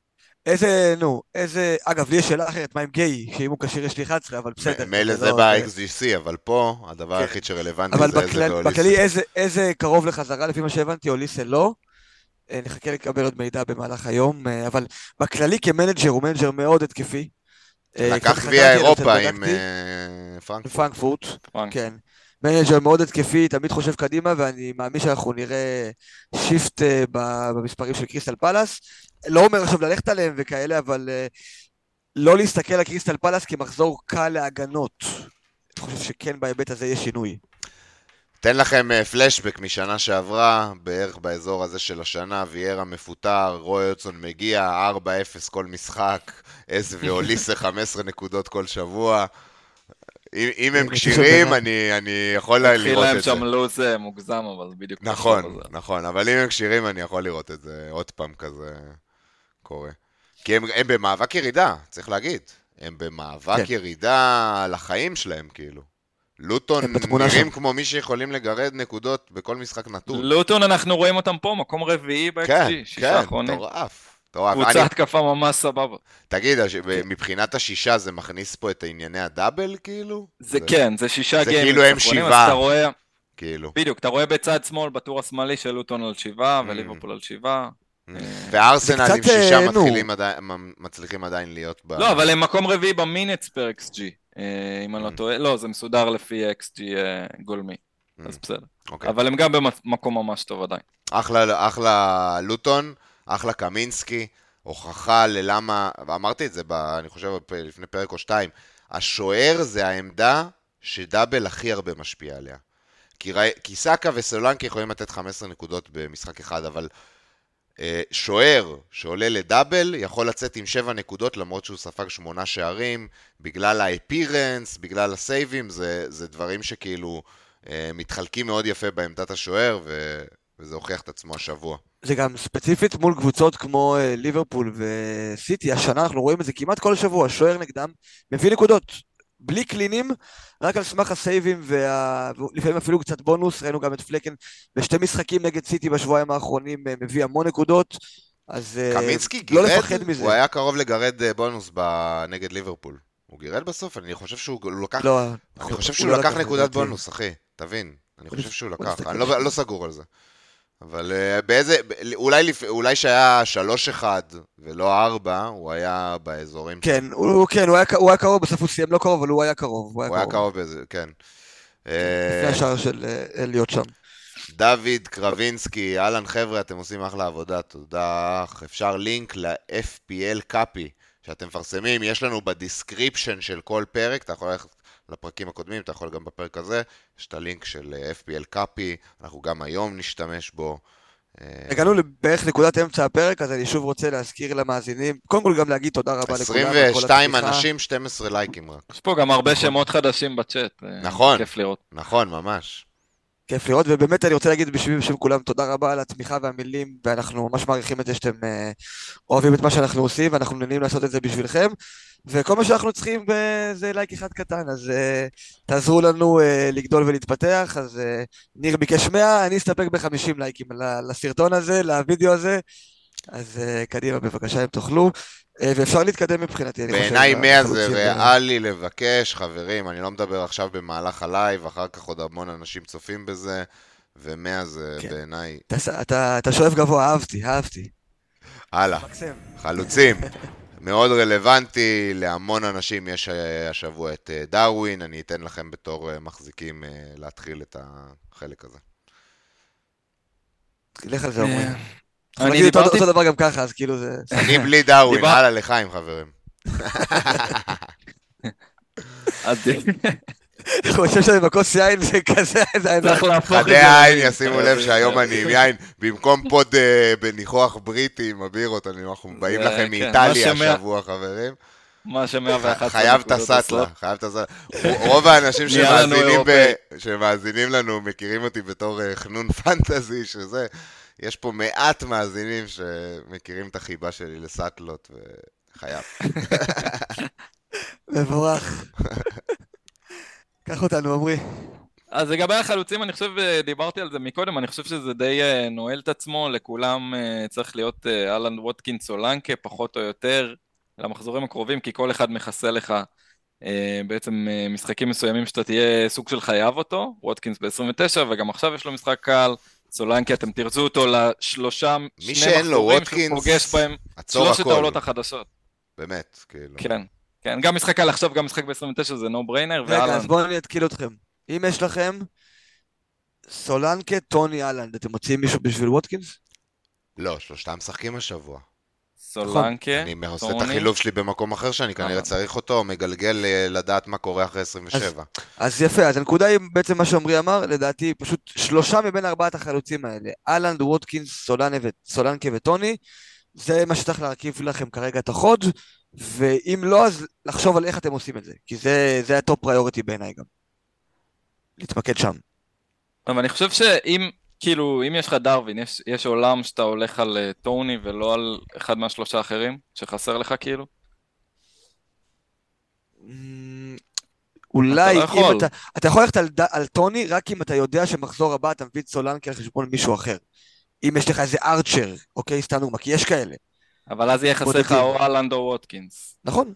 אגב, לי יש שאלה אחרת, מה עם גיי, שאם הוא קשיר יש לי 11, אבל בסדר. מילא זה ב-XGC, אבל פה, הדבר היחיד שרלוונטי זה איזה ואוליסה. אבל בכללי, איזה קרוב לחזרה, לפי מה שהבנתי, אוליסה לא. נחכה לקבל עוד מידע במהלך היום, אבל בכללי כמנג'ר, הוא מנג'ר מאוד התקפי. לקח גביע אירופה עם פרנקפורט. כן. מנג'ר מאוד התקפי, תמיד חושב קדימה, ואני מאמין שאנחנו נראה שיפט במספרים של קריסטל פלאס. לא אומר עכשיו ללכת עליהם וכאלה, אבל לא להסתכל על קריסטל פלאס כמחזור קל להגנות. אני חושב שכן בהיבט הזה יש שינוי. תן לכם פלשבק משנה שעברה, בערך באזור הזה של השנה, ויירה מפוטר, רוי יוצון מגיע, 4-0 כל משחק, אס ואוליסה 15 נקודות כל שבוע. אם הם קשירים, אני יכול לראות את זה. התחיל להם שם לוז מוגזם, אבל בדיוק... נכון, אבל אם הם קשירים, אני יכול לראות את זה עוד פעם כזה קורה. כי הם במאבק ירידה, צריך להגיד. הם במאבק כן. ירידה לחיים שלהם, כאילו. לוטון הם בתמונה שם. נראים כמו מי שיכולים לגרד נקודות בכל משחק נתון. לוטון אנחנו רואים אותם פה, מקום רביעי כן, ב-XG, שישה כן, האחרונים. מטורף. קבוצה התקפה ממש סבבה. תגיד, מבחינת השישה זה מכניס פה את ענייני הדאבל, כאילו? זה כן, זה 6 גיימים. זה כאילו הם אחרונים, אז 7. אתה רואה, כאילו. בדיוק, אתה רואה בצד שמאל, בטור השמאלי של לוטון על 7, וליברפול על 7. וארסנל זה עם קצת, 6 נו. מצליחים עדיין להיות ב... לא, אבל הם מקום רביעי במינטס פר XG, אם אני לא טועה. לא, זה מסודר לפי XG גולמי, אז בסדר. אוקיי. אבל הם גם במקום ממש טוב עדיין. אחלה לוטון, אחלה קמינסקי, הוכחה ללמה, ואמרתי את זה, אני חושב לפני פרק או 2, השוער זה העמדה שדאבל הכי הרבה משפיע עליה. כי סאקה וסולנקי יכולים לתת 15 נקודות במשחק אחד, אבל שוער שעולה לדאבל יכול לצאת עם 7 נקודות למרות שהוא ספג 8 שערים, בגלל האפירנס, בגלל הסייבים, זה דברים שכאילו מתחלקים מאוד יפה בעמדת השוער, וזה הוכיח את עצמו השבוע. זה גם ספציפית מול קבוצות כמו ליברפול וסיטי, השנה אנחנו רואים את זה כמעט כל שבוע, שוער נגדם מביא נקודות, בלי קלינים, רק על סמך הסייבים, ולפעמים אפילו קצת בונוס, ראינו גם את פלקן בשתי משחקים נגד סיטי בשבועיים האחרונים, מביא המון נקודות, אז קמינסקי לא גירד, לפחד מזה. הוא היה קרוב לגרד בונוס נגד ליברפול. הוא גירד בסוף, אני חושב שהוא לקח... לא, אני חושב שהוא לקח נקודת בונוס, אחי, תבין. אני חושב שהוא לקח, אני לא סגור על זה. אבל באיזה, אולי שהיה 3-1 ולא 4, הוא היה באזורים... כן, הוא היה קרוב, בסוף הוא סיים לא קרוב, אבל הוא היה קרוב. הוא היה קרוב בזה, כן. לפני השער של להיות שם. דוד קרבינסקי, אהלן חבר'ה, אתם עושים אחלה עבודה, תודה. אפשר לינק ל-FPL קאפי שאתם מפרסמים, יש לנו בדיסקריפשן של כל פרק, אתה יכול ללכת לפרקים הקודמים, אתה יכול גם בפרק הזה, יש את הלינק של FPL קאפי, אנחנו גם היום נשתמש בו. הגענו בערך נקודת אמצע הפרק, אז אני שוב רוצה להזכיר למאזינים, קודם כל גם להגיד תודה רבה לכולם. 22 אנשים, 12 לייקים רק. יש פה גם הרבה שמות חדשים בצ'אט. נכון. כיף לראות. נכון, ממש. כיף לראות, ובאמת אני רוצה להגיד בשם כולם תודה רבה על התמיכה והמילים, ואנחנו ממש מעריכים את זה שאתם אוהבים את מה שאנחנו עושים, ואנחנו נהנים לעשות את זה בשבילכם, וכל מה שאנחנו צריכים זה לייק אחד קטן, אז תעזרו לנו לגדול ולהתפתח, אז ניר ביקש 100, אני אסתפק ב50 לייקים לסרטון הזה, לוידאו הזה, אז קדימה בבקשה אם תוכלו, ואפשר להתקדם מבחינתי. בעיניי 100 זה ריאלי לבקש, חברים, אני לא מדבר עכשיו במהלך הלייב, אחר כך עוד המון אנשים צופים בזה, ו100 זה בעיניי... אתה שואף גבוה, אהבתי. הלאה, חלוצים. מאוד רלוונטי, להמון אנשים יש השבוע את דרווין, אני אתן לכם בתור מחזיקים להתחיל את החלק הזה. לך על זה אומרים. אני דיברתי... אותו דבר גם ככה, אז כאילו זה... אני בלי דרווין, הלאה לחיים חברים. אני חושב שאני בכוס יין זה כזה... חדי העין ישימו לב שהיום אני עם יין, במקום פוד בניחוח בריטי עם הבירות, אנחנו באים לכם מאיטליה השבוע חברים. מה ש111 חייב את הסטלה, חייב את הסטלה. רוב האנשים שמאזינים לנו מכירים אותי בתור חנון פנטזי, שזה, יש פה מעט מאזינים שמכירים את החיבה שלי לסטלות, וחייב. מבורך. קח אותנו, עמרי. אז לגבי החלוצים, אני חושב, דיברתי על זה מקודם, אני חושב שזה די נועל את עצמו, לכולם צריך להיות אלן ווטקינס או לנקה, פחות או יותר, למחזורים הקרובים, כי כל אחד מכסה לך בעצם משחקים מסוימים שאתה תהיה סוג של חייב אותו, ווטקינס ב-29, וגם עכשיו יש לו משחק קל, סולנקי, אתם תרצו אותו לשלושה, שני מחזורים שהוא פוגש בהם, שלושת העולות החדשות. באמת, כאילו. כן. כן, גם משחק על עכשיו, גם משחק ב-29 זה נו בריינר. רגע, אז בואו אני אתקיל אתכם. אם יש לכם סולנקה, טוני אלנד, אתם מוצאים מישהו בשביל ווטקינס? לא, שלושתם משחקים השבוע. סולנקה, אני עושה את החילוב שלי במקום אחר שאני כנראה צריך אותו, מגלגל לדעת מה קורה אחרי 27. אז יפה, אז הנקודה היא בעצם מה שעמרי אמר, לדעתי פשוט 3 מבין 4 החלוצים האלה, אלנד, ווטקינס, סולנקה וטוני, זה מה שצריך להרכיב לכם כרגע את החוד, ואם לא, אז לחשוב על איך אתם עושים את זה, כי זה הטופ פריוריטי בעיניי גם. להתמקד שם. אבל אני חושב שאם כאילו, אם יש לך דרווין, יש עולם שאתה הולך על טוני ולא על אחד מהשלושה האחרים, שחסר לך כאילו? אמ, אתה לא אולי אם יכול. אתה יכול ללכת על טוני רק אם אתה יודע שמחזור הבא אתה מביא את סולנקי על חשבון מישהו אחר. אם יש לך איזה ארצ'ר, אוקיי, סתם דוגמה, כי יש כאלה, אבל אז יהיה חסר לך בודדים. או אהלנד או ווטקינס. נכון?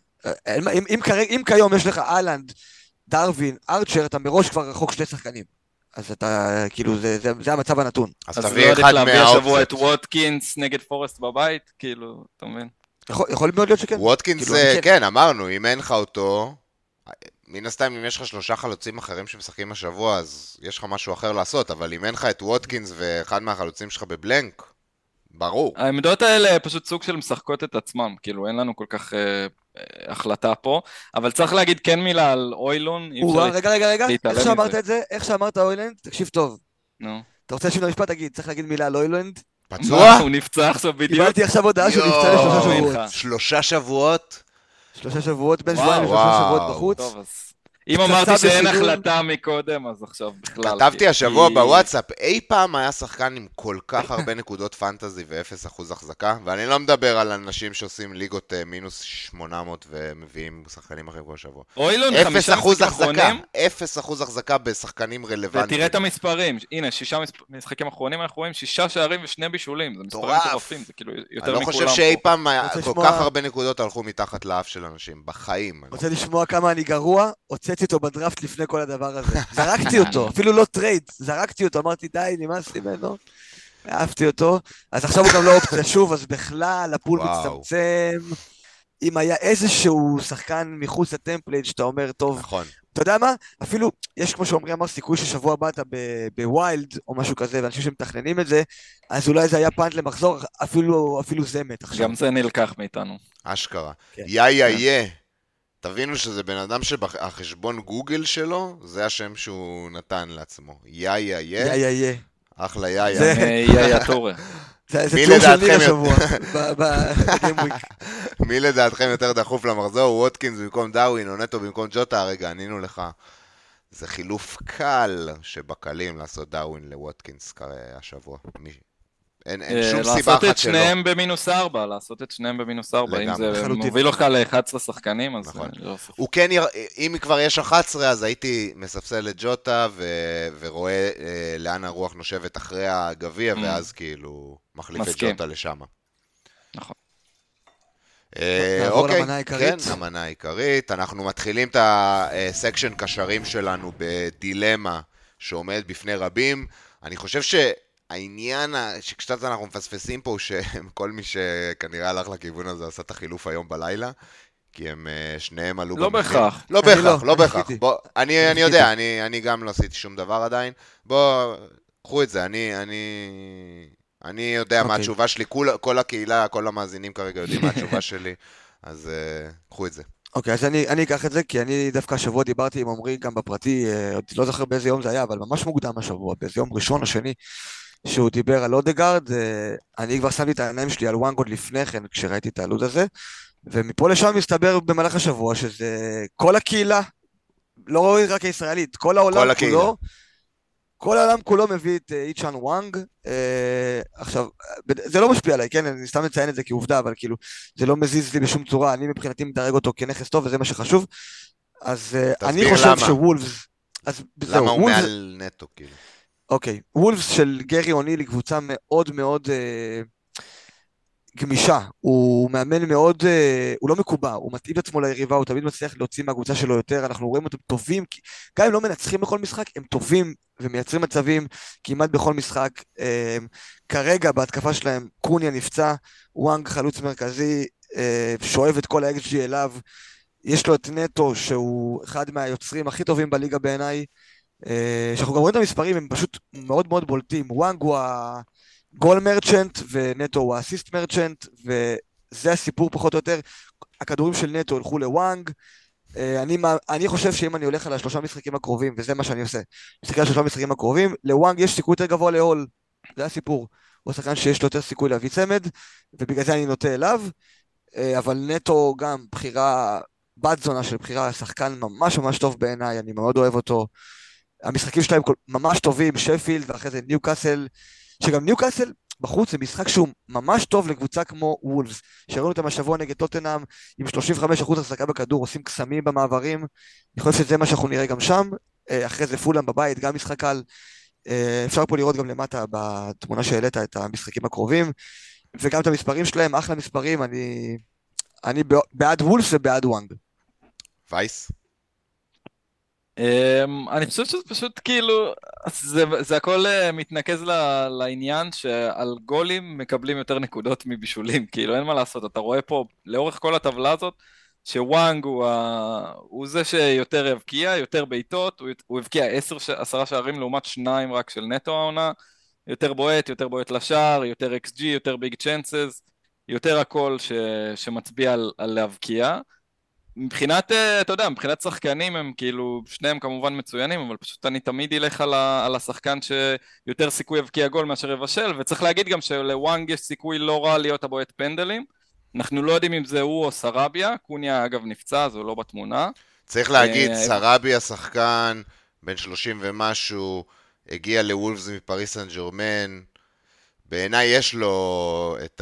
אם כיום יש לך אהלנד, דרווין, ארצ'ר, אתה מראש כבר רחוק שני שחקנים. אז אתה, כאילו, זה המצב הנתון. אז אז לא תביא עדיף אחד להביא השבוע את מהאופציות. ווטקינס נגד פורסט בבית? כאילו, אתה מבין? יכול מאוד להיות שכן. ווטקינס, כאילו, אני כן, אמרנו, אם אין לך אותו, מן הסתם אם יש לך שלושה חלוצים אחרים שמשחקים השבוע, אז יש לך משהו אחר לעשות, אבל אם אין לך את ווטקינס ואחד מהחלוצים שלך בבלנק, ברור. העמדות האלה פשוט סוג של משחקות את עצמם, כאילו אין לנו כל כך החלטה פה, אבל צריך להגיד כן מילה על אוילון, אי אפשר רגע, להתעלם איך שאמרת מזה. את זה, איך שאמרת אוילנד, תקשיב טוב. נו. אתה רוצה לשאול המשפט, תגיד, צריך להגיד מילה על אוילנד? פצוע? מה, הוא נפצע עכשיו בדיוק? קיבלתי עכשיו הודעה שהוא נפצע יואו, לשלושה מאמין שבועות. לך. 3 שבועות? 3 שבועות, בין וואו, שבועיים לשלושה שבועות וואו. בחוץ. טוב, אז אם פצצה אמרתי שאין בשידור. החלטה מקודם, אז עכשיו בכלל. כתבתי השבוע כי- בוואטסאפ, אי פעם היה שחקן עם כל כך הרבה נקודות פנטזי ו-0% החזקה, ואני לא מדבר על אנשים שעושים ליגות מינוס 800 ומביאים שחקנים אחרים כל שבוע. אוילון 0% 5 משחקים החזקה, אחרונים, 0% החזקה בשחקנים רלוונטיים. ותראה את המספרים, הנה, 6 משחקים אחרונים אנחנו רואים 6 שערים ו2 בישולים, זה מספרים מטורף. מטורפים, זה כאילו אני יותר לא מכולם חושב פה. שאי פעם רוצה כל לשמוע- כך הרבה נקודות הלכו מתחת לאף של אנשים, בחיים. רוצה לשמוע כמה אני גרוע? הוצאתי אותו בדראפט לפני כל הדבר הזה. זרקתי אותו, אפילו לא טרייד, זרקתי אותו, אמרתי די, נמאס לי ממנו. אהבתי אותו, אז עכשיו הוא גם לא אופציה שוב, אז בכלל הפול וואו. מצטמצם. אם היה איזשהו שחקן מחוץ לטמפלייט שאתה אומר, טוב, נכון. אתה יודע מה? אפילו, יש כמו שעומרי אמר, סיכוי ששבוע הבא אתה בווילד או משהו כזה, ואנשים שמתכננים את זה, אז אולי זה היה פאנט למחזור, אפילו זה מת עכשיו. גם זה נלקח מאיתנו. אשכרה. כן. יא. תבינו שזה בן אדם שהחשבון גוגל שלו, זה השם שהוא נתן לעצמו. יא. אחלה יא. זה- יאיה טורה. זה מי ציור של לדעתכם ניר יותר- השבוע, בגיימוויק. מי לדעתכם יותר דחוף למחזור? ווטקינס במקום דאווין או נטו במקום ג'וטה? רגע, ענינו לך. זה חילוף קל שבקלים לעשות דאווין לווטקינס השבוע. אין שום סיבה לעשות את אחת שלא. שניהם במינוס 4, לעשות את שניהם במינוס 4, אם לגמרי. זה לחלוטין. מוביל אותך ל-11 שחקנים, אז נכון. לא עושה. הוא כן, אם כבר יש 11, אז הייתי מספסל את ג'וטה ורואה לאן הרוח נושבת אחרי הגביע, ואז כאילו מחליף את מסכים. ג'וטה לשם. נכון. נעבור אוקיי, למנה העיקרית. כן, המנה העיקרית. אנחנו מתחילים את הסקשן קשרים שלנו בדילמה שעומד בפני רבים. אני חושב שהעניין שקצת אנחנו מפספסים פה הוא שכל מי שכנראה הלך לכיוון הזה עשה את החילוף היום בלילה, כי הם שניהם עלו לא במחיר. בהכרח. לא אני בהכרח, לא, לא אני בהכרח. חיכיתי. בוא, אני אני יודע, אני גם לא עשיתי שום דבר עדיין. בוא, קחו את זה, אני יודע מה אוקיי. התשובה שלי, כל הקהילה, כל המאזינים כרגע יודעים מה התשובה שלי, אז קחו את זה. אוקיי, אז אני אקח את זה, כי אני דווקא השבוע דיברתי עם עמרי גם בפרטי, עוד לא זוכר באיזה יום זה היה, אבל ממש מוקדם השבוע, באיזה יום ראשון או שני, שהוא דיבר על אודגרד, אני כבר שמתי את העיניים שלי על וואנג עוד לפני כן, כשראיתי את העלות הזה, ומפה לשם מסתבר במהלך השבוע שזה כל הקהילה, לא רק הישראלית, כל העולם כל הקהילה. כולו, כל העולם כולו מביא את איצ'אן וואנג. עכשיו, זה לא משפיע עליי, כן? אני סתם מציין את זה כעובדה, אבל כאילו, זה לא מזיז לי בשום צורה, אני מבחינתי מדרג אותו כנכס טוב, וזה מה שחשוב. אז אני תסביר חושב למה. שוולפס, אז זהו, למה הוא וולפס, מעל נטו, כאילו? אוקיי, וולפס של גרי אוניל היא קבוצה מאוד מאוד גמישה, הוא מאמן מאוד, הוא לא מקובע, הוא מתאים את עצמו ליריבה, הוא תמיד מצליח להוציא מהקבוצה שלו יותר, אנחנו רואים אותם טובים, גם אם לא מנצחים בכל משחק, הם טובים ומייצרים מצבים כמעט בכל משחק. כרגע בהתקפה שלהם קוניה נפצע, וואנג חלוץ מרכזי, שואב את כל ה-XG אליו, יש לו את נטו שהוא אחד מהיוצרים הכי טובים בליגה בעיניי, שאנחנו גם רואים את המספרים, הם פשוט מאוד מאוד בולטים, וואנג הוא גול מרצ'נט ונטו הוא אסיסט מרצ'נט, וזה הסיפור פחות או יותר. הכדורים של נטו הלכו לוואנג. אני חושב שאם אני הולך על השלושה משחקים הקרובים, וזה מה שאני עושה, מסתכל על שלושה משחקים הקרובים, לוואנג יש סיכוי יותר גבוה להול, זה הסיפור. הוא השחקן שיש לו יותר סיכוי להביא צמד, ובגלל זה אני נוטה אליו, אבל נטו גם בחירה, בת זונה של בחירה, שחקן ממש ממש טוב בעיניי, אני מאוד אוהב אותו. המשחקים שלהם ממש טובים, שפילד, ואחרי זה ניוקאסל, שגם ניוקאסל בחוץ זה משחק שהוא ממש טוב לקבוצה כמו וולפס, שראינו אותם השבוע נגד טוטנהאם, עם 35% החזקה בכדור, עושים קסמים במעברים, אני חושב שזה מה שאנחנו נראה גם שם, אחרי זה פולאם בבית, גם משחק קל, אפשר פה לראות גם למטה בתמונה שהעלית את המשחקים הקרובים, וגם את המספרים שלהם, אחלה מספרים, אני בעד וולפס ובעד וואנג. וייס? אני חושב שזה פשוט כאילו, זה הכל מתנקז לעניין שעל גולים מקבלים יותר נקודות מבישולים, כאילו אין מה לעשות, אתה רואה פה לאורך כל הטבלה הזאת, שוואנג הוא זה שיותר הבקיע, יותר בעיטות, הוא הבקיע 10 שערים לעומת 2 רק של נטו העונה, יותר בועט לשער, יותר XG, יותר ביג צ'אנסס, יותר הכל שמצביע על להבקיע. מבחינת, אתה יודע, מבחינת שחקנים הם כאילו, שניהם כמובן מצוינים, אבל פשוט אני תמיד אלך על השחקן שיותר סיכוי הבקיע גול מאשר יבשל, וצריך להגיד גם שלוואנג יש סיכוי לא רע להיות הבועט פנדלים, אנחנו לא יודעים אם זה הוא או סרביה, קוניה אגב נפצע, אז הוא לא בתמונה. צריך להגיד, סרביה שחקן, בן 30 ומשהו, הגיע לוולפס מפריס סן ג'רמן, בעיניי יש לו את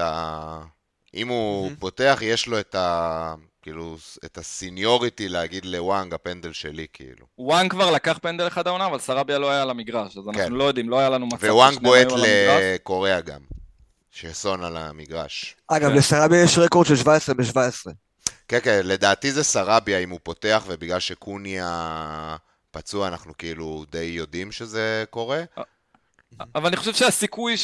אם הוא פותח, יש לו כאילו, את הסיניוריטי להגיד לוואנג, הפנדל שלי, כאילו. וואנג כבר לקח פנדל אחד העונה, אבל סרביה לא היה על המגרש, אז אנחנו לא יודעים, לא היה לנו מצב ווואנג בועט לקוריאה גם, שסון על המגרש. אגב, לסרביה יש רקורד של 17 ב-17. כן, לדעתי זה סרביה אם הוא פותח, ובגלל שקוניה פצוע, אנחנו כאילו די יודעים שזה קורה. אבל אני חושב שהסיכוי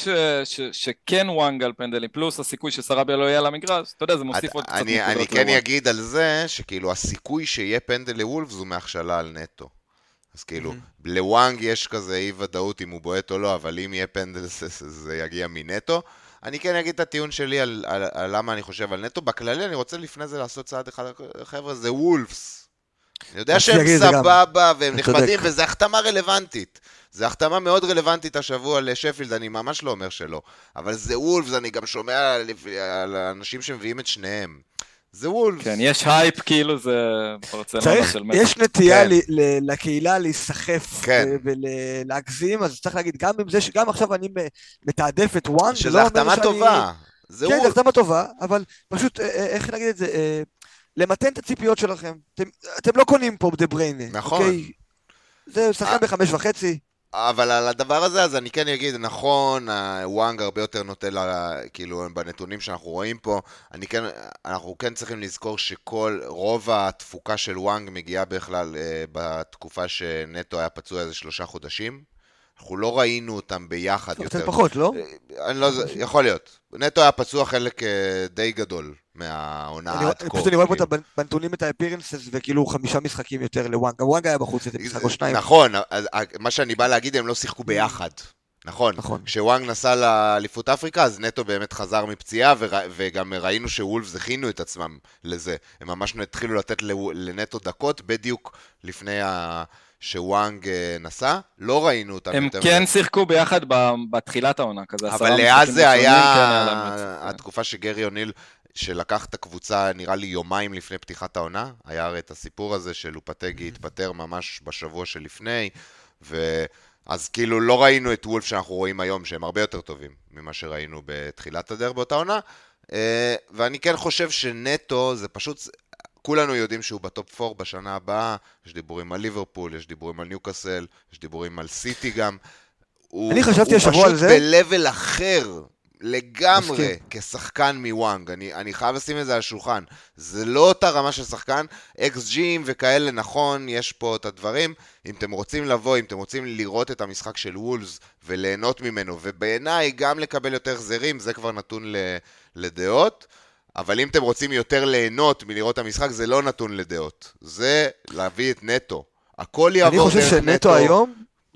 שכן וואנג על פנדלים, פלוס הסיכוי שסרביה לא יהיה על המגרש, אתה יודע, זה מוסיף עוד קצת נקודות לוואנג. אני כן אגיד על זה, שכאילו הסיכוי שיהיה פנדל לוולפס הוא מהכשלה על נטו. אז כאילו, לוואנג יש כזה אי ודאות אם הוא בועט או לא, אבל אם יהיה פנדל זה יגיע מנטו. אני כן אגיד את הטיעון שלי על למה אני חושב על נטו. בכללי אני רוצה לפני זה לעשות צעד אחד, חבר'ה, זה וולפס. אני יודע שהם סבבה והם נכבדים, וזו החתמה רלוונטית. זו החתמה מאוד רלוונטית השבוע לשפילד, אני ממש לא אומר שלא. אבל זה וולפס, אני גם שומע על אנשים שמביאים את שניהם. זה וולפס. כן, יש הייפ, כאילו זה ברצלונה של מסי. יש נטייה לקהילה להיסחף ולהגזים, אז צריך להגיד, גם עם זה שגם עכשיו אני מתעדף את וואן, שזה החתמה טובה. כן, זה החתמה טובה, אבל פשוט, איך נגיד את זה, למתן את הציפיות שלכם. אתם לא קונים פה דה בריינה. נכון. זה שחקן ב5.5. אבל על הדבר הזה, אז אני כן אגיד, נכון, וואנג הרבה יותר נוטה, כאילו, בנתונים שאנחנו רואים פה, אנחנו כן צריכים לזכור רוב התפוקה של וואנג מגיעה בכלל בתקופה שנטו היה פצוע איזה 3 חודשים. אנחנו לא ראינו אותם ביחד יותר. קצת פחות, לא? יכול להיות. נטו היה פצוע חלק די גדול מהעונה עד כה. פשוט אני רואה פה בנתונים את האפירנסס וכאילו 5 משחקים יותר לוואנג. וואנג היה בחוץ איזה משחק או 2. נכון, מה שאני בא להגיד, הם לא שיחקו ביחד. נכון. כשוואנג נסע לאליפות אפריקה, אז נטו באמת חזר מפציעה, וגם ראינו שוולפס הכינו את עצמם לזה. הם ממש התחילו לתת לנטו דקות, בדיוק לפני שוואנג נסע, לא ראינו אותם הם כן שיחקו ביחד בתחילת העונה, כזה. אבל ליד זה היה התקופה שגרי אוניל, שלקח את הקבוצה נראה לי יומיים לפני פתיחת העונה, היה הרי את הסיפור הזה שלופטגי התפטר ממש בשבוע שלפני, אז כאילו לא ראינו את וולף שאנחנו רואים היום, שהם הרבה יותר טובים ממה שראינו בתחילת הדרך באותה עונה, ואני כן חושב שנטו זה פשוט, כולנו יודעים שהוא בטופ 4 בשנה הבאה, יש דיבורים על ליברפול, יש דיבורים על ניוקאסל, יש דיבורים על סיטי גם, אני חשבתי השבוע על זה, הוא פשוט בלבל אחר, לגמרי, כשחקן מוואנג, אני חייב לשים את זה על השולחן, זה לא אותה רמה של שחקן, XG'ים וכאלה, נכון, יש פה את הדברים, אם אתם רוצים לבוא, אם אתם רוצים לראות את המשחק של וולפס וליהנות ממנו, ובעיניי גם לקבל יותר החזרים, זה כבר נתון לדעות, אבל אם אתם רוצים יותר ליהנות מלראות את המשחק, זה לא נתון לדעות, זה להביא את נטו, הכל יעבור דרך נטו. אני חושב שנטו היום,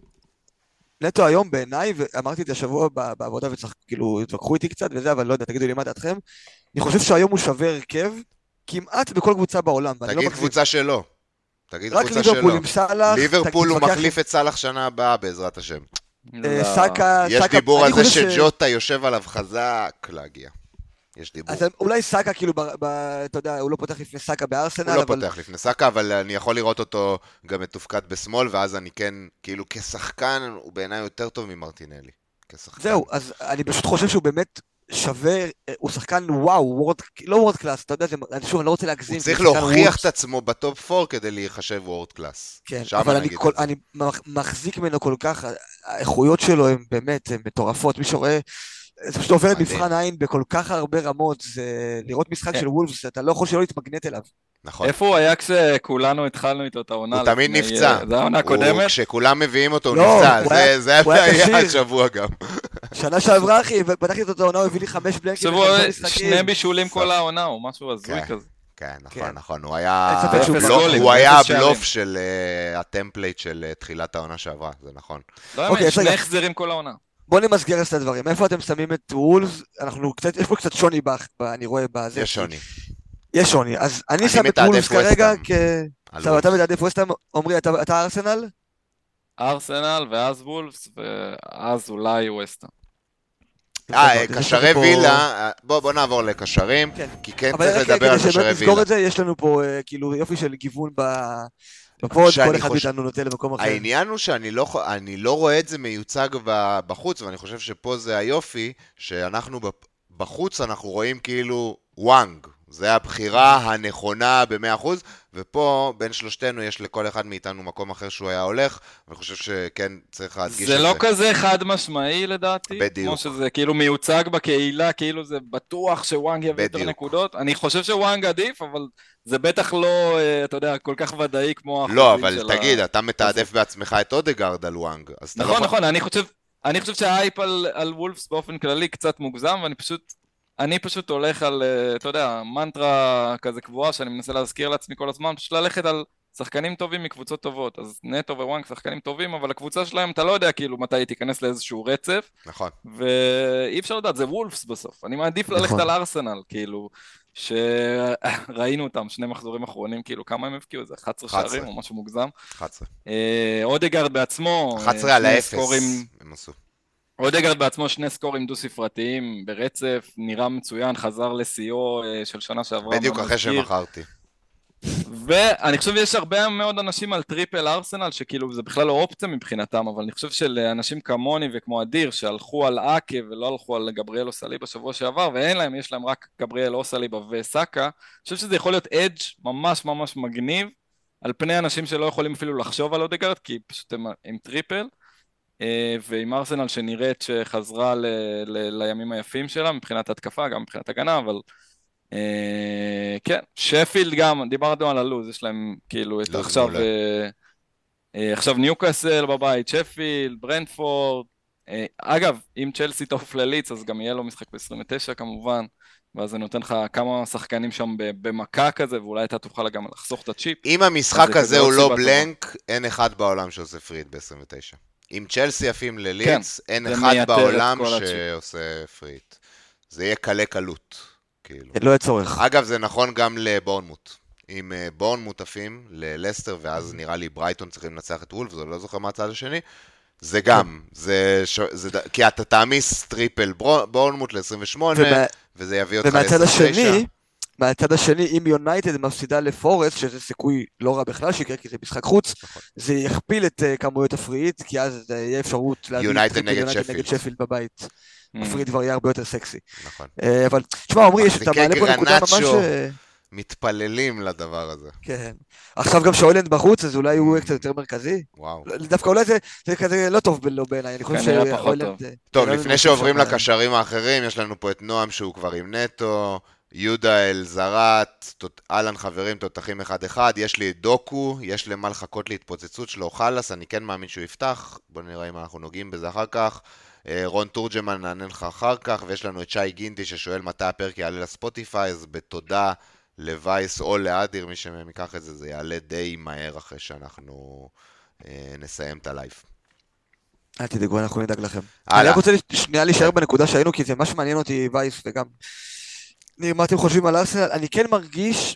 נטו היום בעיניי, ואמרתי את זה השבוע בעבודה וכאילו התווכחו איתי קצת וזה, אבל לא יודע, תגידו לי מה דעתכם, אני חושב שהיום הוא שווה הרכב כמעט בכל קבוצה בעולם. תגיד קבוצה שלו. תגיד קבוצה שלו. ליברפול הוא מחליף את סלח שנה הבאה בעזרת השם. סאקה, יש דיבור על זה שג'וטה יושב עליו חזק להגיע. יש דיבור. אז אולי סאקה, כאילו, אתה יודע, הוא לא פותח לפני סאקה בארסנל, הוא לא אבל... פותח לפני סאקה, אבל אני יכול לראות אותו גם מתופקד בשמאל, ואז אני כן, כאילו כשחקן, הוא בעיניי יותר טוב ממרטינלי. כשחקן. זהו, אז אני פשוט חושב שהוא באמת שווה, הוא שחקן וואו, לא וורד קלאס, אתה יודע, שוב, אני לא רוצה להגזים. הוא צריך להוכיח את עצמו בטופ 4 כדי להיחשב וורד קלאס. כן, אבל אני מחזיק ממנו כל כך, האיכויות שלו הן באמת מטורפות, מי שרואה, זה פשוט עובר את מבחן העין בכל כך הרבה רמות, זה לראות משחק של וולפס, אתה לא יכול שלא להתמגנט אליו. נכון. איפה הוא היה כשכולנו התחלנו איתו את העונה? הוא תמיד נפצע. זה העונה הקודמת? כשכולם מביאים אותו הוא נפצע, זה היה השבוע גם. שנה שעברה אחי, פתחתי את העונה, הוא הביא לי 5 בלנקים. שני בישולים כל העונה, או משהו הזוי כזה. כן, נכון, הוא היה הבלוף של הטמפלייט של תחילת העונה שעברה, זה נכון. לא האמת, שני החזרים כל העונה. בוא נמסגר את הדברים, איפה אתם שמים את וולפס? יש פה קצת שוני, אני רואה בזה. יש שוני, אז אני שם את וולפס כרגע אתה מתעדף ווסטהאם, עומרי, אתה ארסנל? ארסנל ואז וולפס, ואז אולי ווסטהאם. קשרי וילה, בוא נעבור לקשרים, כי כן צריך לדבר על קשרי וילה. את זה, יש לנו פה כאילו יופי של גיוון בפוד, כל אחד מאיתנו נוטה למקום אחר. העניין הוא שאני לא רואה את זה מיוצג בחוץ, ואני חושב שפה זה היופי, שאנחנו בחוץ אנחנו רואים כאילו וואנג, זה הבחירה הנכונה ב-100%, ופה בין שלושתנו יש לכל אחד מאיתנו מקום אחר שהוא היה הולך, ואני חושב שכן צריך להדגיש את זה. זה לא כזה חד משמעי לדעתי, בדיוק. כמו שזה כאילו מיוצג בקהילה, כאילו זה בטוח שוואנג יביא יותר נקודות, אני חושב שוואנג עדיף, אבל זה בטח לא, אתה יודע, כל כך ודאי כמו לא, אבל תגיד, אתה מתעדף בעצמך את אודגרד על וואנג. נכון, אני חושב שהאייפ על וולפס באופן כללי קצת מוגזם, אני פשוט הולך על, אתה יודע, מנטרה כזה קבועה שאני מנסה להזכיר לעצמי כל הזמן, פשוט ללכת על שחקנים טובים מקבוצות טובות, אז נטו ווואנג שחקנים טובים, אבל הקבוצה שלהם אתה לא יודע כאילו מתי היא תיכנס לאיזשהו רצף, נכון. ואי אפשר לדעת, זה וולפס בסוף, אני מעדיף ללכת על ארסנל, כאילו, שראינו אותם, 2 מחזורים אחרונים, כאילו כמה הם הבקיעו, זה 11 שערים או משהו מוגזם. 11. אודגרד בעצמו, 11 על האפס, הם עשו. אודגרד בעצמו 2 סקורים דו-ספרתיים ברצף, נראה מצוין, חזר לסיוע של שנה שעברה. בדיוק אחרי שמכרתי. ואני חושב שיש הרבה מאוד אנשים על טריפל ארסנל, שכאילו זה בכלל לא אופציה מבחינתם, אבל אני חושב שלאנשים כמוני וכמו אדיר, שהלכו על אקה ולא הלכו על גבריאל אוסליבה בשבוע שעבר, ואין להם, יש להם רק גבריאל אוסליבה וסאקה, אני חושב שזה יכול להיות אדג' ממש ממש מגניב, על פני אנשים שלא יכולים אפילו לחשוב על אודגרד, כי פשוט הם עם טריפל, ועם ארסנל שנראית שחזרה לימים היפים שלה, מבחינת התקפה, גם מבחינת הגנה, אבל כן, שפילד גם, דיברנו על הלוז, יש להם כאילו את עכשיו ניוקאסל בבית, שפילד, ברנטפורד, אגב, אם צ'לסי תעוף לליץ, אז גם יהיה לו משחק ב-29 כמובן, ואז זה נותן לך כמה שחקנים שם במכה כזה, ואולי אתה תוכל גם לחסוך את הצ'יפ. אם המשחק הזה הוא לא בלנק, אין אחד בעולם שעושה פריד ב-29. אם צ'לסי יפים לליץ, אין אחד בעולם שעושה פריד. זה יהיה קלה קלות. לא יהיה צורך. אגב, זה נכון גם לבורנמוט. אם בורנמוט עפים ללסטר, ואז נראה לי ברייטון צריכים לנצח את וולף, זה לא זוכר מהצד השני, זה גם, כי אתה תעמיס טריפל בורנמוט ל-28, וזה יביא אותך ל-29. מהצד השני, אם יונייטד מפסידה לפורסט, שזה סיכוי לא רע בכלל שיקרה, כי זה משחק חוץ, זה יכפיל את כמויות הפריט, כי אז יהיה אפשרות להביא יונייטד נגד שפילד בבית. הפריט כבר יהיה הרבה יותר סקסי. נכון. אבל, תשמע, עמרי, אתה מעלה פה נקודה ממש... מתפללים לדבר הזה. כן. עכשיו גם שאולנד בחוץ, אז אולי הוא קצת יותר מרכזי. וואו. דווקא אולי זה כזה לא טוב בעיניי. אני חושב שאולנד... טוב, לפני שעוברים לקשרים האחרים, יש לנו פה את נועם שהוא כבר עם נטו, יהודה אלזרת, אלן חברים, תותחים 1-1, יש לי את דוקו, יש למה לחכות להתפוצצות שלו חלס, אני כן מאמין שהוא יפתח, בוא נראה אם אנחנו נוגעים בזה אחר כך. רון תורג'מן נענה לך אחר כך, ויש לנו את שי גינדי ששואל מתי הפרק יעלה לספוטיפיי, אז בתודה לווייס או לאדיר, מי שמיקח את זה, זה יעלה די מהר אחרי שאנחנו נסיים את הלייב. אל תדאגו, אנחנו נדאג לכם. אני רק רוצה שנייה להישאר בנקודה שהיינו, כי זה ממש מעניין אותי וייס, וגם מה אתם חושבים על ארסנל. אני כן מרגיש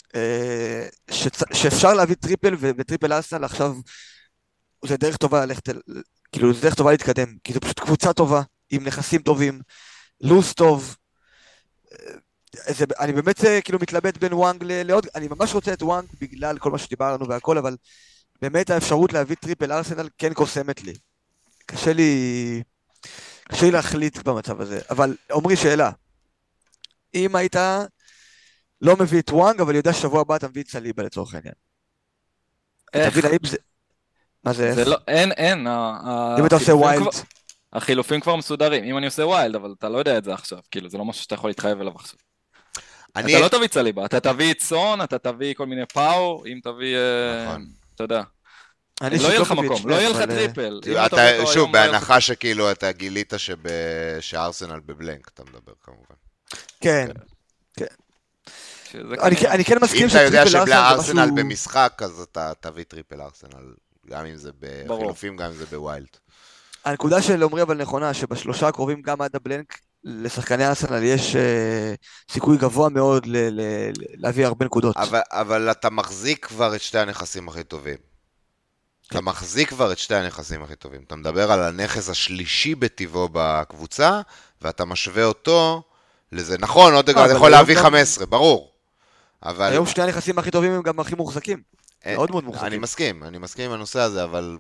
שאפשר להביא טריפל, וטריפל ארסנל עכשיו זה דרך טובה ללכת, כאילו זה דרך טובה להתקדם, כי זו פשוט קבוצה טובה, עם נכסים טובים, לוס טוב, אני באמת כאילו מתלבט בין וואנג לעוד, אני ממש רוצה את וואנג בגלל כל מה שדיברנו והכל, אבל באמת האפשרות להביא טריפל ארסנל כן קוסמת לי. קשה לי, קשה לי להחליט במצב הזה. אבל עומרי, שאלה, אם היית לא מביא את וואנג, אבל יודע ששבוע הבא אתה מביא את סליבה לצורך העניין. אתה מבין, איך? האם זה... מה זה איך? זה לא, אין, אם אתה עושה ויילד... החילופים כבר מסודרים, אם אני עושה ויילד, אבל אתה לא יודע את זה עכשיו, כאילו, זה לא משהו שאתה יכול להתחייב אליו עכשיו. אתה לא תביא צליבה, אתה תביא את סון, אתה תביא כל מיני פאו, אם תביא, אתה יודע. לא יהיה לך מקום, לא יהיה לך טריפל. שוב, בהנחה שכאילו אתה גילית שארסנל בבלנק, אתה מדבר כמובן. כן, כן. אני כן מסכים שטריפל ארסנל זה משהו... אם אתה יודע שבארסנל במשחק, אז אתה תביא טריפל ארסנל, גם אם זה בחילופים, גם אם זה בוויילד. הנקודה של עומרי אבל נכונה, שבשלושה הקרובים גם עד הבלנק, לשחקני ארסנל יש סיכוי גבוה מאוד להביא הרבה נקודות. אבל אתה מחזיק כבר את שתי הנכסים הכי טובים. אתה מחזיק כבר את שתי הנכסים הכי טובים. אתה מדבר על הנכס השלישי בטבעו בקבוצה, ואתה משווה אותו לזה. נכון, אודגרד יכול להביא 15, ברור. היום שתי הנכסים הכי טובים הם גם הכי מוחזקים. מאוד מאוד מוחזקים. אני מסכים עם הנושא הזה, אבל...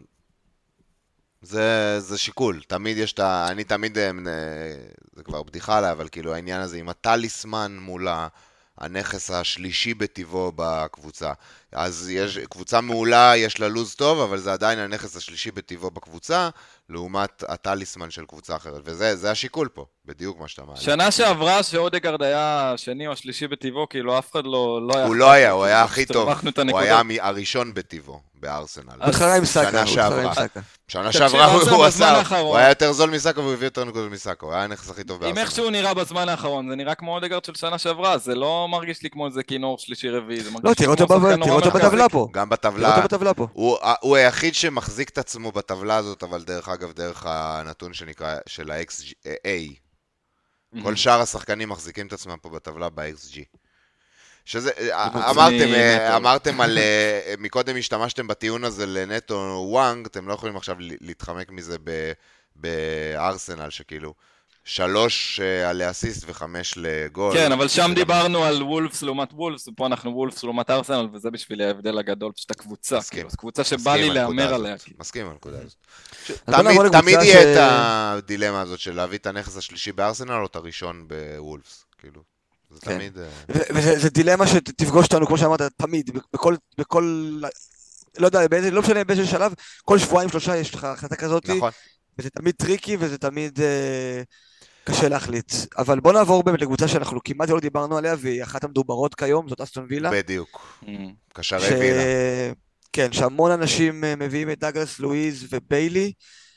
זה שיקול, תמיד יש אני תמיד, זה כבר בדיחה עליי, אבל כאילו העניין הזה עם הטליסמן מול הנכס השלישי בטבעו בקבוצה. אז יש, קבוצה מעולה, יש לה לוז טוב, אבל זה עדיין הנכס השלישי בטבעו בקבוצה, לעומת הטליסמן של קבוצה אחרת. וזה השיקול פה, בדיוק מה שאתה מעלה. שנה שעברה שאודגרד היה שני או שלישי בטבעו, כאילו אף אחד לא היה... הוא לא היה, הוא היה הכי טוב. הוא היה הראשון בטבעו, בארסנל. אחרי עם סאקה. שנה שעברה הוא היה יותר זול מסאקה והוא הביא יותר נקודות מסאקה, הוא היה הנכס הכי טוב בארסנל. אם איכשהו נראה בזמן האחרון, זה נראה כמו אודגרד של שנה שעברה, זה לא מרגיש לי כמו איזה כינור שלישי רביעי, זה מרגיש לי כמו שחקן נורא מרכזי. בטבלה פה. גם בטבלה. הוא היחיד שמחזיק את עצמו בטבלה הזאת, אבל דרך אגב, דרך הנתון שנקרא של ה-XA. כל שאר השחקנים מחזיקים את עצמם פה בטבלה ב-XG. שזה, אמרתם על, מקודם השתמשתם בטיעון הזה לנטו וואנג, אתם לא יכולים עכשיו להתחמק מזה בארסנל, שכאילו 3 על אסיסט ו5 לגול. כן, אבל שם דיברנו על וולפס לעומת וולפס, ופה אנחנו וולפס לעומת ארסנל, וזה בשביל ההבדל הגדול, פשוט הקבוצה, כאילו, זו קבוצה שבא לי להאמר עליה. מסכים על הנקודה הזאת. תמיד יהיה את הדילמה הזאת של להביא את הנכס השלישי בארסנל, או את הראשון בוולפס, כאילו. זה תמיד... וזה דילמה שתפגוש אותנו, כמו שאמרת, תמיד, בכל... לא יודע, לא משנה באיזה שלב, כל שבועיים שלושה יש לך החלטה כזאת. נכון. וזה תמיד טריקי, וזה תמיד קשה להחליט. אבל בוא נעבור באמת לקבוצה שאנחנו כמעט לא דיברנו עליה, והיא אחת המדוברות כיום, זאת אסטון וילה. בדיוק. קשרי וילה. כן, שהמון אנשים מביאים את דאגלס לואיז וביילי.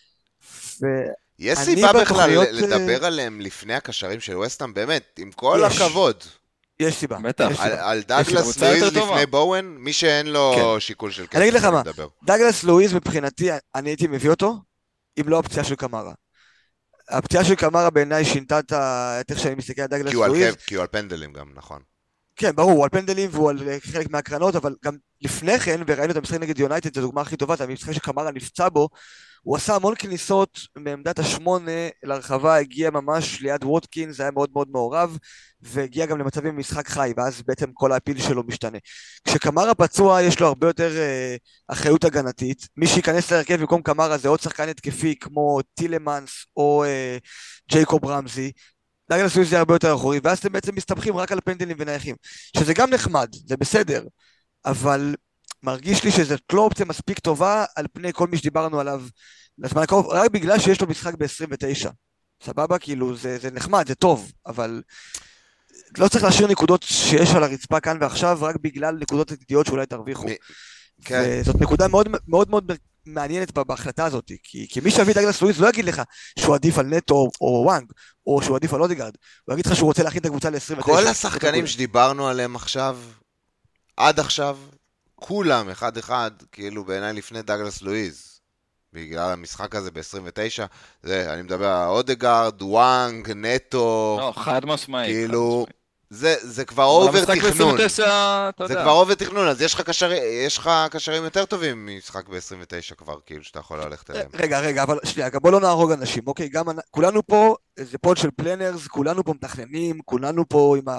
יש סיבה בכלל לדבר עליהם לפני הקשרים של ווסטהאם, באמת, עם כל הכבוד. יש סיבה. על דאגלס לואיז לפני בואוין, מי שאין לו שיקול של כסף. אני אגיד לך מה, דאגלס לואיז מבחינתי, אני הייתי מביא אותו, אם לא הפציעה של קמרה. הפציעה של קמרה בעיניי שינתה את איך שאני מסתכל על דאגלס לואיז. כי הוא על פנדלים גם, נכון. כן, ברור, הוא על פנדלים והוא על חלק מהקרנות, אבל גם לפני כן, וראינו את המשחק נגד יונייטד, זו הדוגמה הכי טובה, זה המשחק שקמרה נפצע בו, הוא עשה המון כניסות מעמדת 8 לרחבה, הגיע ממש ליד ווטקין, זה היה מאוד מאוד מעורב, והגיע גם למצבים במשחק חי, ואז בעצם כל הפיל שלו משתנה. כשקמרה פצוע, יש לו הרבה יותר אחריות הגנתית, מי שייכנס להרכב במקום קמרה זה עוד שחקן התקפי, כמו טילמנס או ג'ייקוב רמזי, דאגלס לואיז זה הרבה יותר אחורי, ואז אתם בעצם מסתבכים רק על פנדלים ונייחים, שזה גם נחמד, זה בסדר, אבל מרגיש לי שזאת לא אופציה מספיק טובה על פני כל מי שדיברנו עליו לזמן הקרוב, רק בגלל שיש לו משחק ב-29. סבבה? כאילו, זה נחמד, זה טוב, אבל לא צריך להשאיר נקודות שיש על הרצפה כאן ועכשיו, רק בגלל נקודות עתידיות שאולי תרוויחו. זאת נקודה מאוד מאוד מאוד מעניינת בהחלטה הזאת, כי מי שהביא דאגלס לואיז לא יגיד לך שהוא עדיף על נטו או וואנג, או שהוא עדיף על אודגרד, הוא יגיד לך שהוא רוצה להכין את הקבוצה ל-29. כל השחקנים שדיברנו עליהם עכשיו, עד עכשיו, כולם אחד כאילו בעיניי לפני דאגלס לואיז, בגלל המשחק הזה ב-29, אני מדבר על אודגרד, וואנג, נטו, לא, חד משמעי. כאילו, זה כבר אבל אובר המשחק תכנון. ב-29, אתה זה יודע. כבר אובר תכנון, אז יש לך קשרים יותר טובים ממשחק ב-29 כבר, כאילו, שאתה יכול ללכת אליהם. רגע, אבל שנייה, גם בוא לא נהרוג אנשים, אוקיי? גם כולנו פה, זה פוד של פלנרס, כולנו פה מתכננים, כולנו פה עם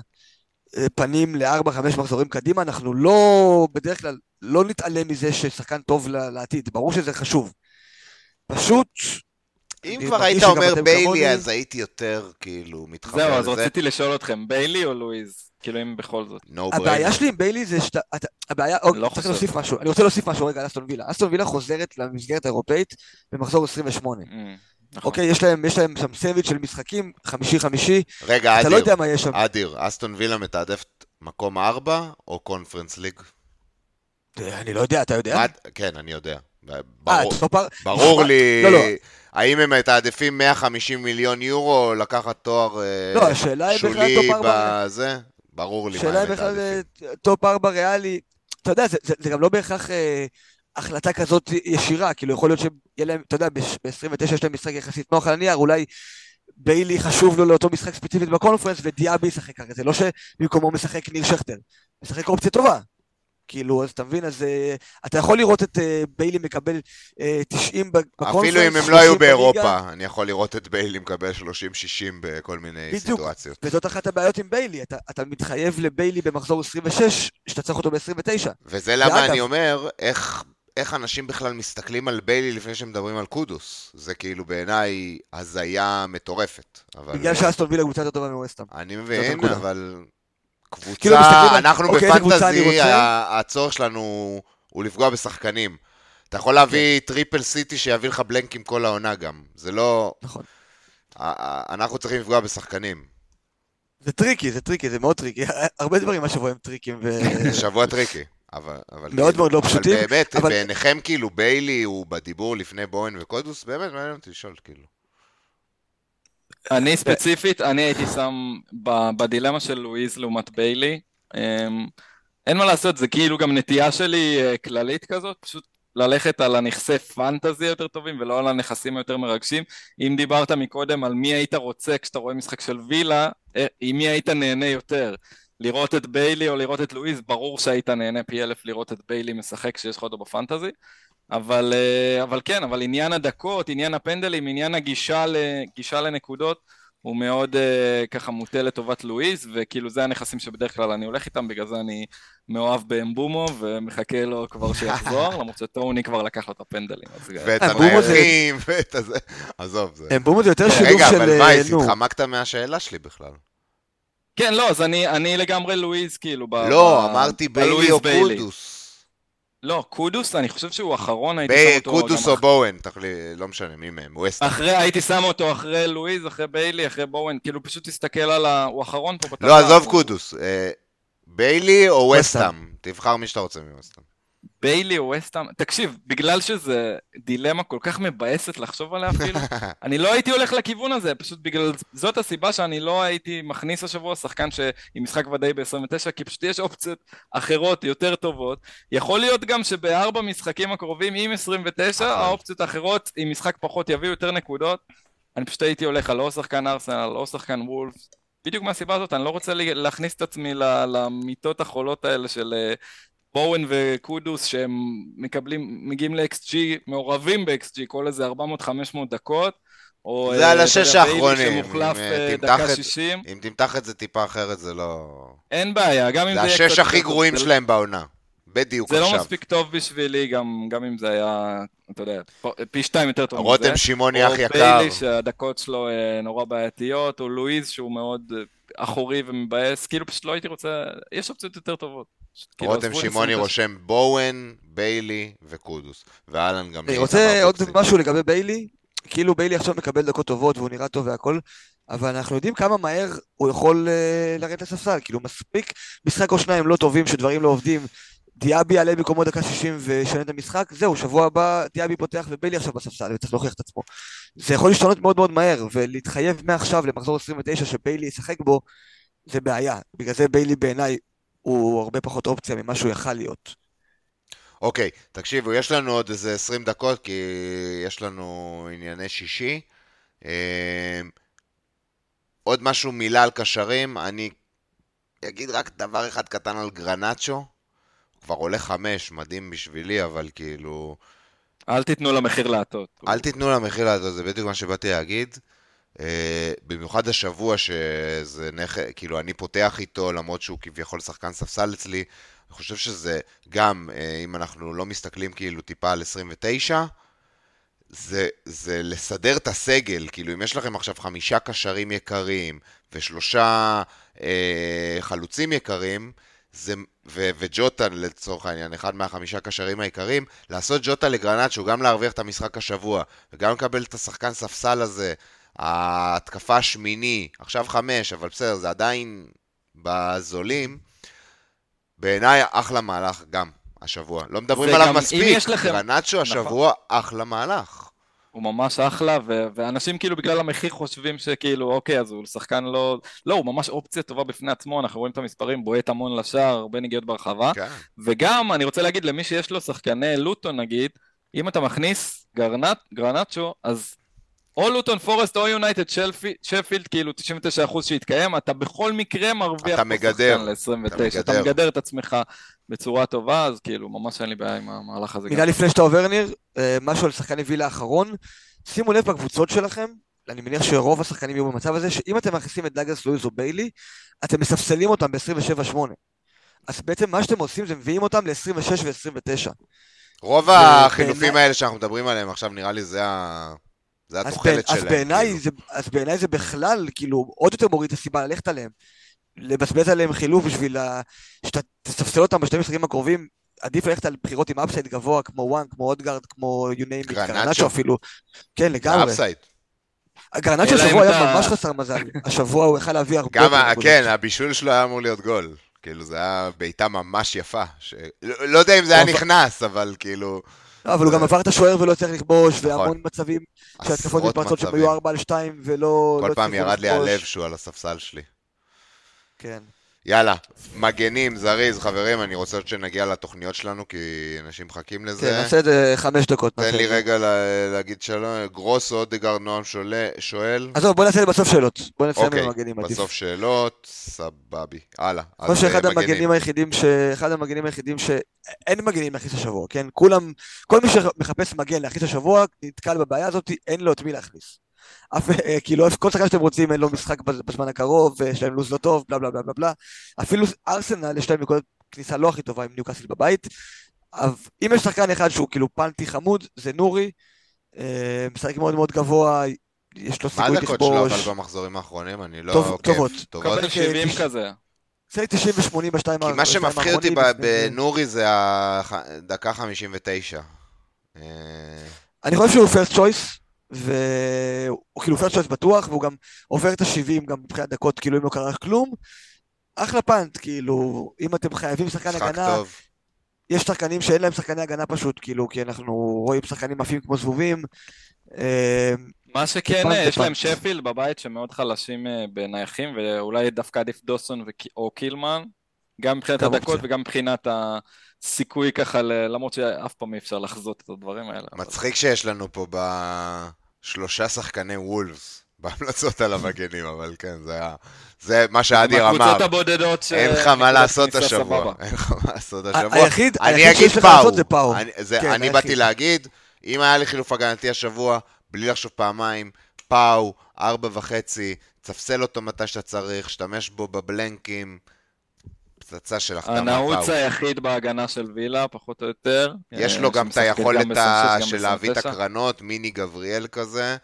הפנים ל4-5 מחזורים קדימה, אנחנו לא, בדרך כלל, לא נתעלם מזה ששחקן טוב לעתיד, ברור שזה חשוב. פשוט, אם אני כבר מרגיש היית שגם אומר אתם ביילי, כמוני- אז הייתי יותר, כאילו, מתחבר זהו, לזה. אז רציתי לשאול אתכם, ביילי או לואיז? כאילו אם בכל זאת. No הבעיה brainer. שלי עם ביילי זה שאתה... הבעיה... לא צריך חושב. להוסיף משהו. אני רוצה להוסיף משהו רגע על אסטון וילה. אסטון וילה חוזרת למסגרת האירופאית במחזור 28. נכון. אוקיי, יש להם שם סנדוויץ' של משחקים, חמישי. רגע, אתה לא יודע מה יש שם. אדיר, אסטון וילה מתעדפת מקום 4 או קונפרנס ליג? אני לא יודע, אתה יודע? כן, אני יודע. טופר... ברור לי, לא. האם הם מתעדפים 150 מיליון יורו או לקחת תואר לא, השאלה היא בכלל שולי טופ 4... בזה? ברור לי מה השאלה הם היא בכלל מתעדפים. טופ 4 ריאלי. אתה יודע, זה גם לא בהכרח החלטה כזאת ישירה, כאילו יכול להיות שיהיה להם, אתה יודע, ב-29 יש להם משחק יחסית נוח על הנייר, אולי ביילי חשוב לו לאותו משחק ספציפית בקונפרנס, ודיאבי ישחק כרגע, זה לא שבמקומו משחק ניר שכטר, משחק אופציה טובה. כאילו, אז אתה מבין, אז אתה יכול לראות את ביילי מקבל 90 בקונפרנס, אפילו אם הם לא היו באירופה, אני יכול לראות את ביילי מקבל 30-60 בכל מיני סיטואציות. וזאת אחת הבעיות עם ביילי, אתה מתחייב לביילי במחזור 26, שאתה צריך אותו ב-29. וזה למה אני אומר, איך אנשים בכלל מסתכלים על ביילי לפני שמדברים על קודוס. זה כאילו בעיניי הזיה מטורפת. בגלל שאסטון וילה קבוצה יותר טובה מווסטהאם. אני מבין, אבל כאילו קבוצה, אנחנו אוקיי, בפנטזי, הצורך שלנו הוא לפגוע בשחקנים. אתה יכול להביא טריפל סיטי שיביא לך בלנקים כל העונה גם. זה לא... נכון. אנחנו צריכים לפגוע בשחקנים. זה טריקי, זה מאוד טריקי. הרבה דברים השבוע הם טריקים. שבוע טריקי. מאוד מאוד לא פשוטים. אבל באמת, בעיניכם כאילו ביילי הוא בדיבור לפני בוהן וקודוס, באמת מעניין אותי לשאול כאילו. אני ספציפית, אני הייתי שם בדילמה של לואיז לעומת ביילי. אין מה לעשות, זה כאילו גם נטייה שלי כללית כזאת, פשוט ללכת על הנכסי פנטזי יותר טובים ולא על הנכסים היותר מרגשים. אם דיברת מקודם על מי היית רוצה כשאתה רואה משחק של וילה, עם מי היית נהנה יותר? לראות את ביילי או לראות את לואיז, ברור שהיית נהנה פי אלף לראות את ביילי משחק כשיש לך אותו בפנטזי, אבל כן, אבל עניין הדקות, עניין הפנדלים, עניין הגישה לנקודות, הוא מאוד ככה מוטה לטובת לואיז, וכאילו זה הנכסים שבדרך כלל אני הולך איתם, בגלל זה אני מאוהב באמבומו, ומחכה לו כבר שיחזור, למרות שטוני כבר לקח לו את הפנדלים. ואת המאחים, ואת הזה, עזוב זה. אמבומו זה יותר שילוב של... רגע, אבל וייס, התחמקת מהשאלה שלי בכלל. כן, לא, אז אני לגמרי לואיז, כאילו, לא, אמרתי ביילי או קודוס. לא, קודוס, אני חושב שהוא אחרון, הייתי שם אותו... קודוס או בואן, לא משנה, מי מהם, ווסטהאם. הייתי שם אותו אחרי לואיז, אחרי ביילי, אחרי בואן, כאילו פשוט תסתכל על הוא אחרון פה בטבלה. לא, עזוב קודוס, ביילי או ווסטהאם, תבחר מי שאתה רוצה מווסטהאם. ביילי או ווסטהאם, תקשיב, בגלל שזה דילמה כל כך מבאסת לחשוב עליה אפילו, אני לא הייתי הולך לכיוון הזה, פשוט בגלל זאת הסיבה שאני לא הייתי מכניס השבוע שחקן עם משחק ודאי ב-29, כי פשוט יש אופציות אחרות יותר טובות. יכול להיות גם שבארבע משחקים הקרובים עם 29, האופציות האחרות עם משחק פחות יביאו יותר נקודות. אני פשוט הייתי הולך על או שחקן ארסנל, או שחקן וולפס, בדיוק מהסיבה הזאת, אני לא רוצה להכניס את עצמי למיטות החולות האלה של... בואן וקודוס שהם מגיעים ל-XG, מעורבים ב-XG, כל איזה 400-500 דקות, זה על השש האחרונים, שמוחלף דקה 60. אם תמתח את זה טיפה אחרת זה לא... אין בעיה, גם אם זה השש הכי גרועים שלהם בעונה, בדיוק עכשיו. זה לא מספיק טוב בשבילי, גם אם זה היה, אתה יודע, פי 2 יותר טוב מזה. רותם שמעוני אח יקר. או ביילי שהדקות שלו נורא בעייתיות, או לואיז שהוא מאוד אחורי ומבאס, כאילו פשוט לא הייתי רוצה, יש אופציות יותר טובות. רותם שמעוני רושם בואן, ביילי וקודוס, ואלן גם... אני רוצה עוד משהו לגבי ביילי, כאילו ביילי עכשיו מקבל דקות טובות והוא נראה טוב והכל, אבל אנחנו יודעים כמה מהר הוא יכול לרדת לספסל, כאילו מספיק משחק או שניים לא טובים שדברים לא עובדים, דיאבי יעלה במקומו דקה 60 ושנה את המשחק, זהו, שבוע הבא דיאבי פותח וביילי עכשיו בספסל וצריך להוכיח את עצמו. זה יכול להשתנות מאוד מאוד מהר, ולהתחייב מעכשיו למחזור 29 שביילי ישחק בו, זה בעיה. בגלל זה ביילי בעיניי הוא הרבה פחות אופציה ממה שהוא יכל להיות. אוקיי, תקשיבו, יש לנו עוד איזה 20 דקות, כי יש לנו ענייני שישי. עוד משהו מילה על קשרים, אני אגיד רק דבר אחד קטן על גרנצ'ו, הוא כבר עולה 5, מדהים בשבילי, אבל כאילו... אל תיתנו למחיר להטות. אל תיתנו למחיר להטות, זה בדיוק מה שבאתי להגיד. במיוחד השבוע שזה כאילו אני פותח איתו, למרות שהוא כביכול שחקן ספסל אצלי, אני חושב שזה גם, אם אנחנו לא מסתכלים כאילו טיפה על 29, זה לסדר את הסגל, כאילו אם יש לכם עכשיו 5 קשרים יקרים ו3 חלוצים יקרים, וג'וטה לצורך העניין, אחד מה5 קשרים העיקרים, לעשות ג'וטה לגרנצ'ו, גם להרוויח את המשחק השבוע, וגם לקבל את השחקן ספסל הזה, ההתקפה השמיני, עכשיו 5, אבל בסדר, זה עדיין בזולים, בעיניי אחלה מהלך גם השבוע. לא מדברים עליו מספיק, גרנצ'ו השבוע אחלה מהלך. הוא ממש אחלה, ואנשים כאילו בגלל המחיר חושבים שכאילו, אוקיי, אז הוא שחקן לא, הוא ממש אופציה טובה בפני עצמו, אנחנו רואים את המספרים, בועט המון לשער, הרבה נגיעות ברחבה, וגם אני רוצה להגיד למי שיש לו שחקני לוטון נגיד, אם אתה מכניס גרנצ'ו, אז או לוטון פורסט או יונייטד שפילד, כאילו 99% שהתקיים, אתה בכל מקרה מרוויח פה שחקן ל-29, אתה מגדר את עצמך בצורה טובה, אז כאילו ממש אין לי בעיה עם המהלך הזה. מילה לפני שאתה עובר ניר, משהו על שחקני וילה האחרון, שימו לב בקבוצות שלכם, אני מניח שרוב השחקנים יהיו במצב הזה, שאם אתם מכניסים את דאגלס לואיז או ביילי, אתם מספסלים אותם ב-27-8, אז בעצם מה שאתם עושים זה מביאים אותם ל-26 ו-29. רוב החילופים האלה שאנחנו מדברים עליהם עכשיו נראה לי זה התוחלת שלהם. אז בעיניי זה בכלל, כאילו, עוד יותר מוריד את הסיבה ללכת עליהם, לבזבז עליהם חילוף בשביל שאתה תספסל אותם בשתי משחקים הקרובים, עדיף ללכת על בחירות עם אפסייד גבוה, כמו וואן, כמו אודגרד, כמו יוניים, גרנצ'ו אפילו. כן, לגמרי. גרנצ'ו השבוע היה ממש חסר מזל. השבוע הוא יכל להביא הרבה. כן, הבישול שלו היה אמור להיות גול. כאילו, זה היה בעיטה ממש יפה. לא יודע אם זה היה נכנס, אבל כאילו... אבל הוא גם עבר את השוער ולא צריך לכבוש, והמון מצבים שהתקפות מתפרצות שהם היו 4-2 ולא... כל פעם ירד לי הלב שהוא על הספסל שלי. כן. יאללה, מגנים, זריז, חברים, אני רוצה שנגיע לתוכניות שלנו, כי אנשים מחכים לזה. כן, נעשה את זה 5 דקות. תן לי רגע להגיד שלום, גרוס, אודגרד, נועם שואל. אז בוא נעשה בסוף שאלות. בוא נעשה במגנים עדיף. בסוף שאלות, סבבי. הלאה. כמו שאחד המגנים היחידים אין מגנים להכניס השבוע, כן? כל מי שמחפש מגן להכניס השבוע, נתקל בבעיה הזאת, אין לו את מי להכניס. כאילו, כל שחקן שאתם רוצים אין לו משחק בזמן הקרוב, יש להם לוז לא טוב, בלה בלה בלה בלה. אפילו ארסנל יש להם נקודת כניסה לא הכי טובה עם ניוקאסל בבית. אם יש שחקן אחד שהוא כאילו פנטי חמוד, זה נורי, משחק מאוד מאוד גבוה, יש לו סיכוי לכבוש. מה הדקות שלו אבל במחזורים האחרונים? אני לא עוקב. טובות. קבל 70 כזה. זה 90 ו-80 בשתיים האחרונים. כי מה שמפחיד אותי בנורי זה הדקה 59. אני חושב שהוא first choice, והוא כאילו first choice בטוח, והוא גם עובר את ה-70 גם מבחינת דקות, כאילו אם לא קרה כלום. אחלה פנט, כאילו, אם אתם חייבים שחקן הגנה, יש שחקנים שאין להם שחקני הגנה פשוט, כאילו, כי אנחנו רואים שחקנים עפים כמו זבובים. מה שכן, יש להם שפילד בבית שמאוד חלשים בנייחים, ואולי דווקא עדיף דוסון או קילמן, גם מבחינת הדקות וגם מבחינת הסיכוי ככה, למרות שאף פעם אי אפשר לחזות את הדברים האלה. מצחיק שיש לנו פה בשלושה שחקני וולפס, בהמלצות על המגנים, אבל כן, זה מה שאדיר אמר. הקבוצות הבודדות אין לך מה לעשות השבוע. אין לך מה לעשות השבוע. היחיד שיש לך לעשות זה פאו. אני באתי להגיד, אם היה לי חילוף הגנתי השבוע, בלי לחשוב פעמיים, פאו, 4.5, תפסל אותו מתי שאתה צריך, שתמש בו בבלנקים, פצצה של החתמה פאו. הנעוץ היחיד בהגנה של וילה, פחות או יותר. יש לו גם את היכולת של להביא את הקרנות, מיני גבריאל כזה.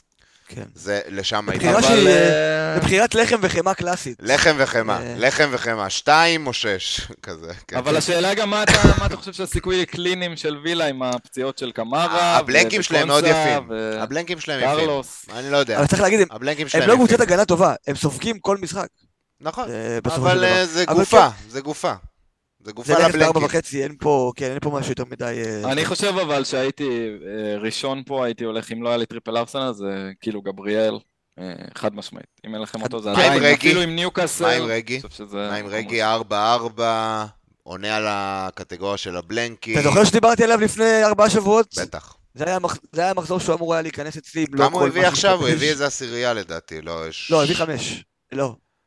זה לשם הייתה. לבחירת לחם וחמה קלאסית. לחם וחמה, 2 או 6, כזה. אבל השאלה גם מה אתה חושב שהסיכוי קלינים של וילה עם הפציעות של קמרה, הבלנקים שלהם מאוד יפים. הבלנקים שלהם יפים. אני לא יודע. אבל צריך להגיד, הם לא קבוצת הגנה טובה, הם סופגים כל משחק. נכון, אבל זה גופה, זה גופה. זה גופה לבלנקים. אין פה משהו יותר מדי... אני חושב אבל שהייתי ראשון פה, הייתי הולך, אם לא היה לי טריפל ארסנל, זה כאילו גבריאל, חד משמעית. אם אין לכם אותו, זה עדיין, אפילו עם ניוקאסל. מה עם רגי? 4-4, עונה על הקטגוריה של הבלנקים. אתה זוכר שדיברתי עליו לפני 4 שבועות? בטח. זה היה מחזור שהוא אמור היה להיכנס אצלי. כמה הוא הביא עכשיו? הוא הביא איזה 10 לדעתי, לא, לא, הביא 5. לא.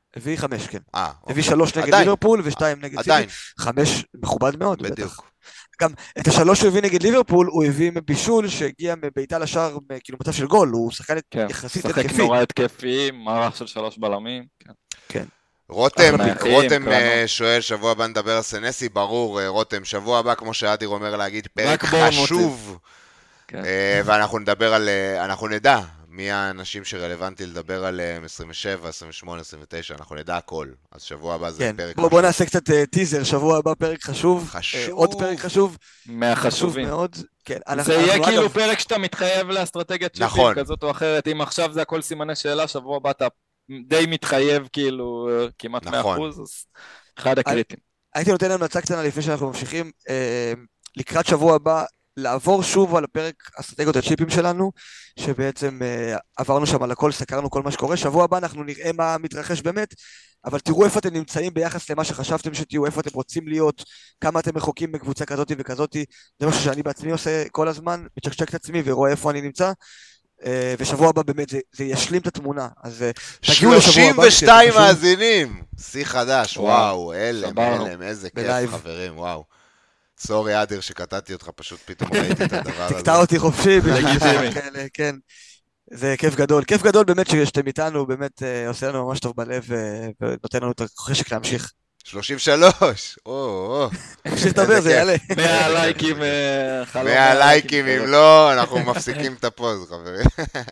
הביא 5, כן. הביא אוקיי. 3 נגד עדיין. ליברפול ו2 נגד סיטי. עדיין. 5 מכובד מאוד, בטח. בדיוק. גם את ה3 שהוא הביא נגד ליברפול, הוא הביא מבישול שהגיע מביתה לשער, כאילו מצב של גול, הוא שחקן כן, יחסית שחק התקפי. נורא התקפי, מערך של 3 בלמים. כן. כן. רותם קרנות. שואל, שבוע הבא נדבר על סנסי, ברור, רותם, שבוע הבא, כמו שאדיר אומר להגיד, פרק רק בורנמוט. חשוב, כן. ואנחנו נדבר על, אנחנו נדע מי האנשים שרלוונטי לדבר עליהם, 27, 28, 29, אנחנו נדע הכל, אז שבוע הבא זה כן. פרק חשוב. בוא נעשה קצת טיזר, שבוע הבא פרק חשוב. חשוב. עוד פרק חשוב. מהחשובים. חשוב מאוד. כן. זה יהיה כאילו פרק שאתה מתחייב לאסטרטגיית שיפים נכון. כזאת או אחרת, אם עכשיו זה הכל סימני שאלה, שבוע הבא אתה די מתחייב כאילו כמעט 100%, נכון. אז אחד הקריטים. הייתי נותן לנו הצעה קטנה לפני שאנחנו ממשיכים, לקראת שבוע הבא, לעבור שוב על הפרק אסטרטגיות הצ'יפים שלנו, שבעצם עברנו שם על הכל, סקרנו כל מה שקורה. שבוע הבא אנחנו נראה מה מתרחש באמת, אבל תראו איפה אתם נמצאים ביחס למה שחשבתם שתהיו, איפה אתם רוצים להיות, כמה אתם רחוקים בקבוצה כזאת וכזאת. זה משהו שאני בעצמי עושה כל הזמן, מצ'קצ'ק את עצמי ורואה איפה אני נמצא. ושבוע הבא באמת זה ישלים את התמונה, אז תגיעו לשבוע הבא. 32 מאזינים, שיא חדש, וואו, אלם, איזה בלייב. כיף חברים, וואו. סורי אדיר שקטעתי אותך, פשוט פתאום ראיתי את הדבר הזה. תקטע אותי חופשי, לגיטימי. כן. זה כיף גדול, כיף גדול באמת שאתם איתנו, באמת עושה לנו ממש טוב בלב ונותן לנו את החשק להמשיך. 33, או. תמשיך לדבר, זה יעלה. 100 לייקים, 100 לייקים, אם לא, אנחנו מפסיקים את הפוז, חברים.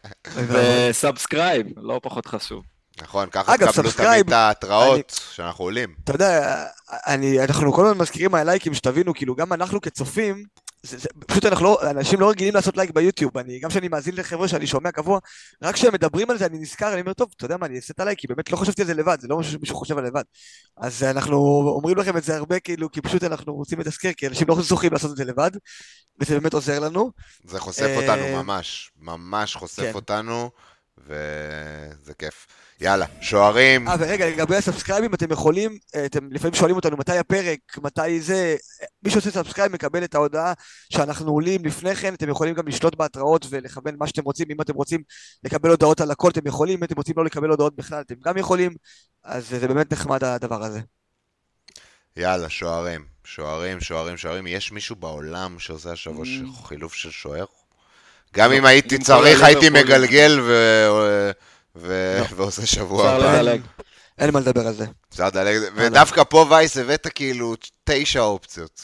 וסאבסקרייב, לא פחות חשוב. נכון, ככה אגב, תקבלו סאבסקרייב, תמיד את ההתראות שאנחנו עולים. אתה יודע, אנחנו כל הזמן מזכירים מהלייקים שתבינו, כאילו גם אנחנו כצופים, פשוט אנשים לא רגילים לעשות לייק ביוטיוב, גם כשאני מאזין לחבר'ה שאני שומע קבוע, רק כשהם מדברים על זה אני נזכר, אני אומר, טוב, אתה יודע מה, אני אעשה את הלייק, כי באמת לא חשבתי על זה לבד, זה לא משהו שמישהו חושב על לבד. אז אנחנו אומרים לכם את זה הרבה, כאילו, כי פשוט אנחנו רוצים לתזכר, כי אנשים לא זוכים לעשות את זה לבד, וזה באמת עוזר לנו. זה חושף אותנו ממש חושף אותנו, וזה כיף. יאללה, שוערים. ורגע, לגבי הסאבסקרייבים, אתם יכולים, אתם לפעמים שואלים אותנו מתי הפרק, מתי זה, מי שעושה סאבסקרייב מקבל את ההודעה שאנחנו עולים לפני כן, אתם יכולים גם לשלוט בהתראות ולכוון מה שאתם רוצים, אם אתם רוצים לקבל הודעות על הכל, אתם יכולים, אם אתם רוצים לא לקבל הודעות בכלל, אתם גם יכולים, אז זה באמת נחמד הדבר הזה. יאללה, שוערים. יש מישהו בעולם שעושה השבוע חילוף של שוער? גם אם הייתי צריך, הייתי מגלגל ועושה שבוע הבא. אין מה לדבר על זה. ודווקא פה וייס הבאת כאילו 9 אופציות.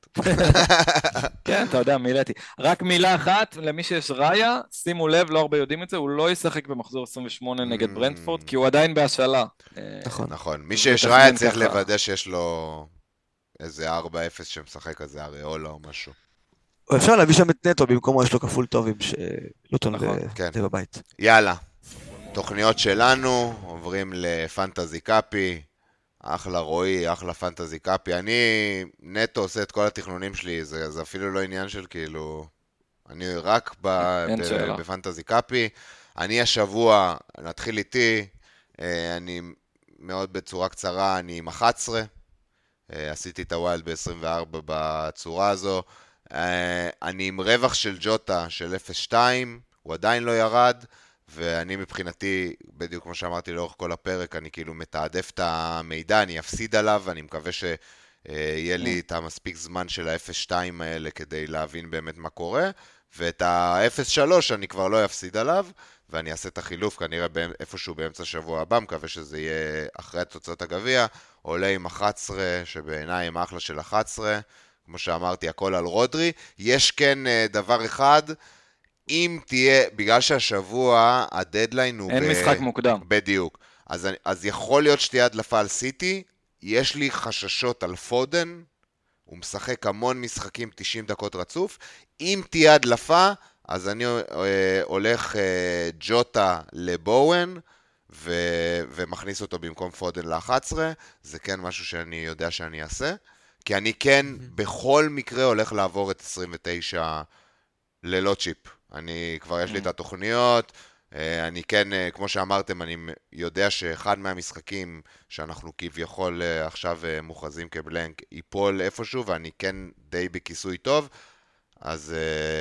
כן, אתה יודע, מילאתי. רק מילה אחת, למי שיש ראיה, שימו לב, לא הרבה יודעים את זה, הוא לא ישחק במחזור 28 נגד ברנטפורד, כי הוא עדיין בהשאלה. נכון. מי שיש ראיה צריך לוודא שיש לו איזה 4-0 שמשחק כזה, אריולה או משהו. או אפשר להביא שם את נטו, במקומו יש לו כפול טובים שלוטון זה בבית. יאללה, תוכניות שלנו, עוברים לפנטזי קאפי, אחלה רועי, אחלה פנטזי קאפי, אני נטו עושה את כל התכנונים שלי, זה אפילו לא עניין של כאילו, אני רק בפנטזי קאפי, אני השבוע, נתחיל איתי, אני מאוד בצורה קצרה, אני עם 11, עשיתי את הווילד ב-24 בצורה הזו, אני עם רווח של ג'וטה של 0.2, הוא עדיין לא ירד, ואני מבחינתי, בדיוק כמו שאמרתי לאורך כל הפרק, אני כאילו מתעדף את המידע, אני אפסיד עליו, אני מקווה שיהיה לי את המספיק זמן של ה-0.2 האלה כדי להבין באמת מה קורה, ואת ה-0.3 אני כבר לא אפסיד עליו, ואני אעשה את החילוף כנראה איפשהו באמצע שבוע הבא, מקווה שזה יהיה אחרי תוצאות הגביע, עולה עם 11, שבעיניי הם אחלה של 11, כמו שאמרתי, הכל על רודרי. יש כן דבר אחד, אם תהיה, בגלל שהשבוע הדדליין הוא... אין משחק מוקדם. בדיוק. אז יכול להיות שתהיה הדלפה על סיטי, יש לי חששות על פודן, הוא משחק המון משחקים 90 דקות רצוף, אם תהיה הדלפה, אז אני הולך ג'וטה לבואן, ומכניס אותו במקום פודן ל-11, זה כן משהו שאני יודע שאני אעשה, כי אני כן בכל מקרה הולך לעבור את 29 ללא צ'יפ. אני כבר יש לי את התוכניות, אני כן, כמו שאמרתם, אני יודע שאחד מהמשחקים שאנחנו כביכול עכשיו מוכרזים כבלנק ייפול איפשהו, ואני כן די בכיסוי טוב, אז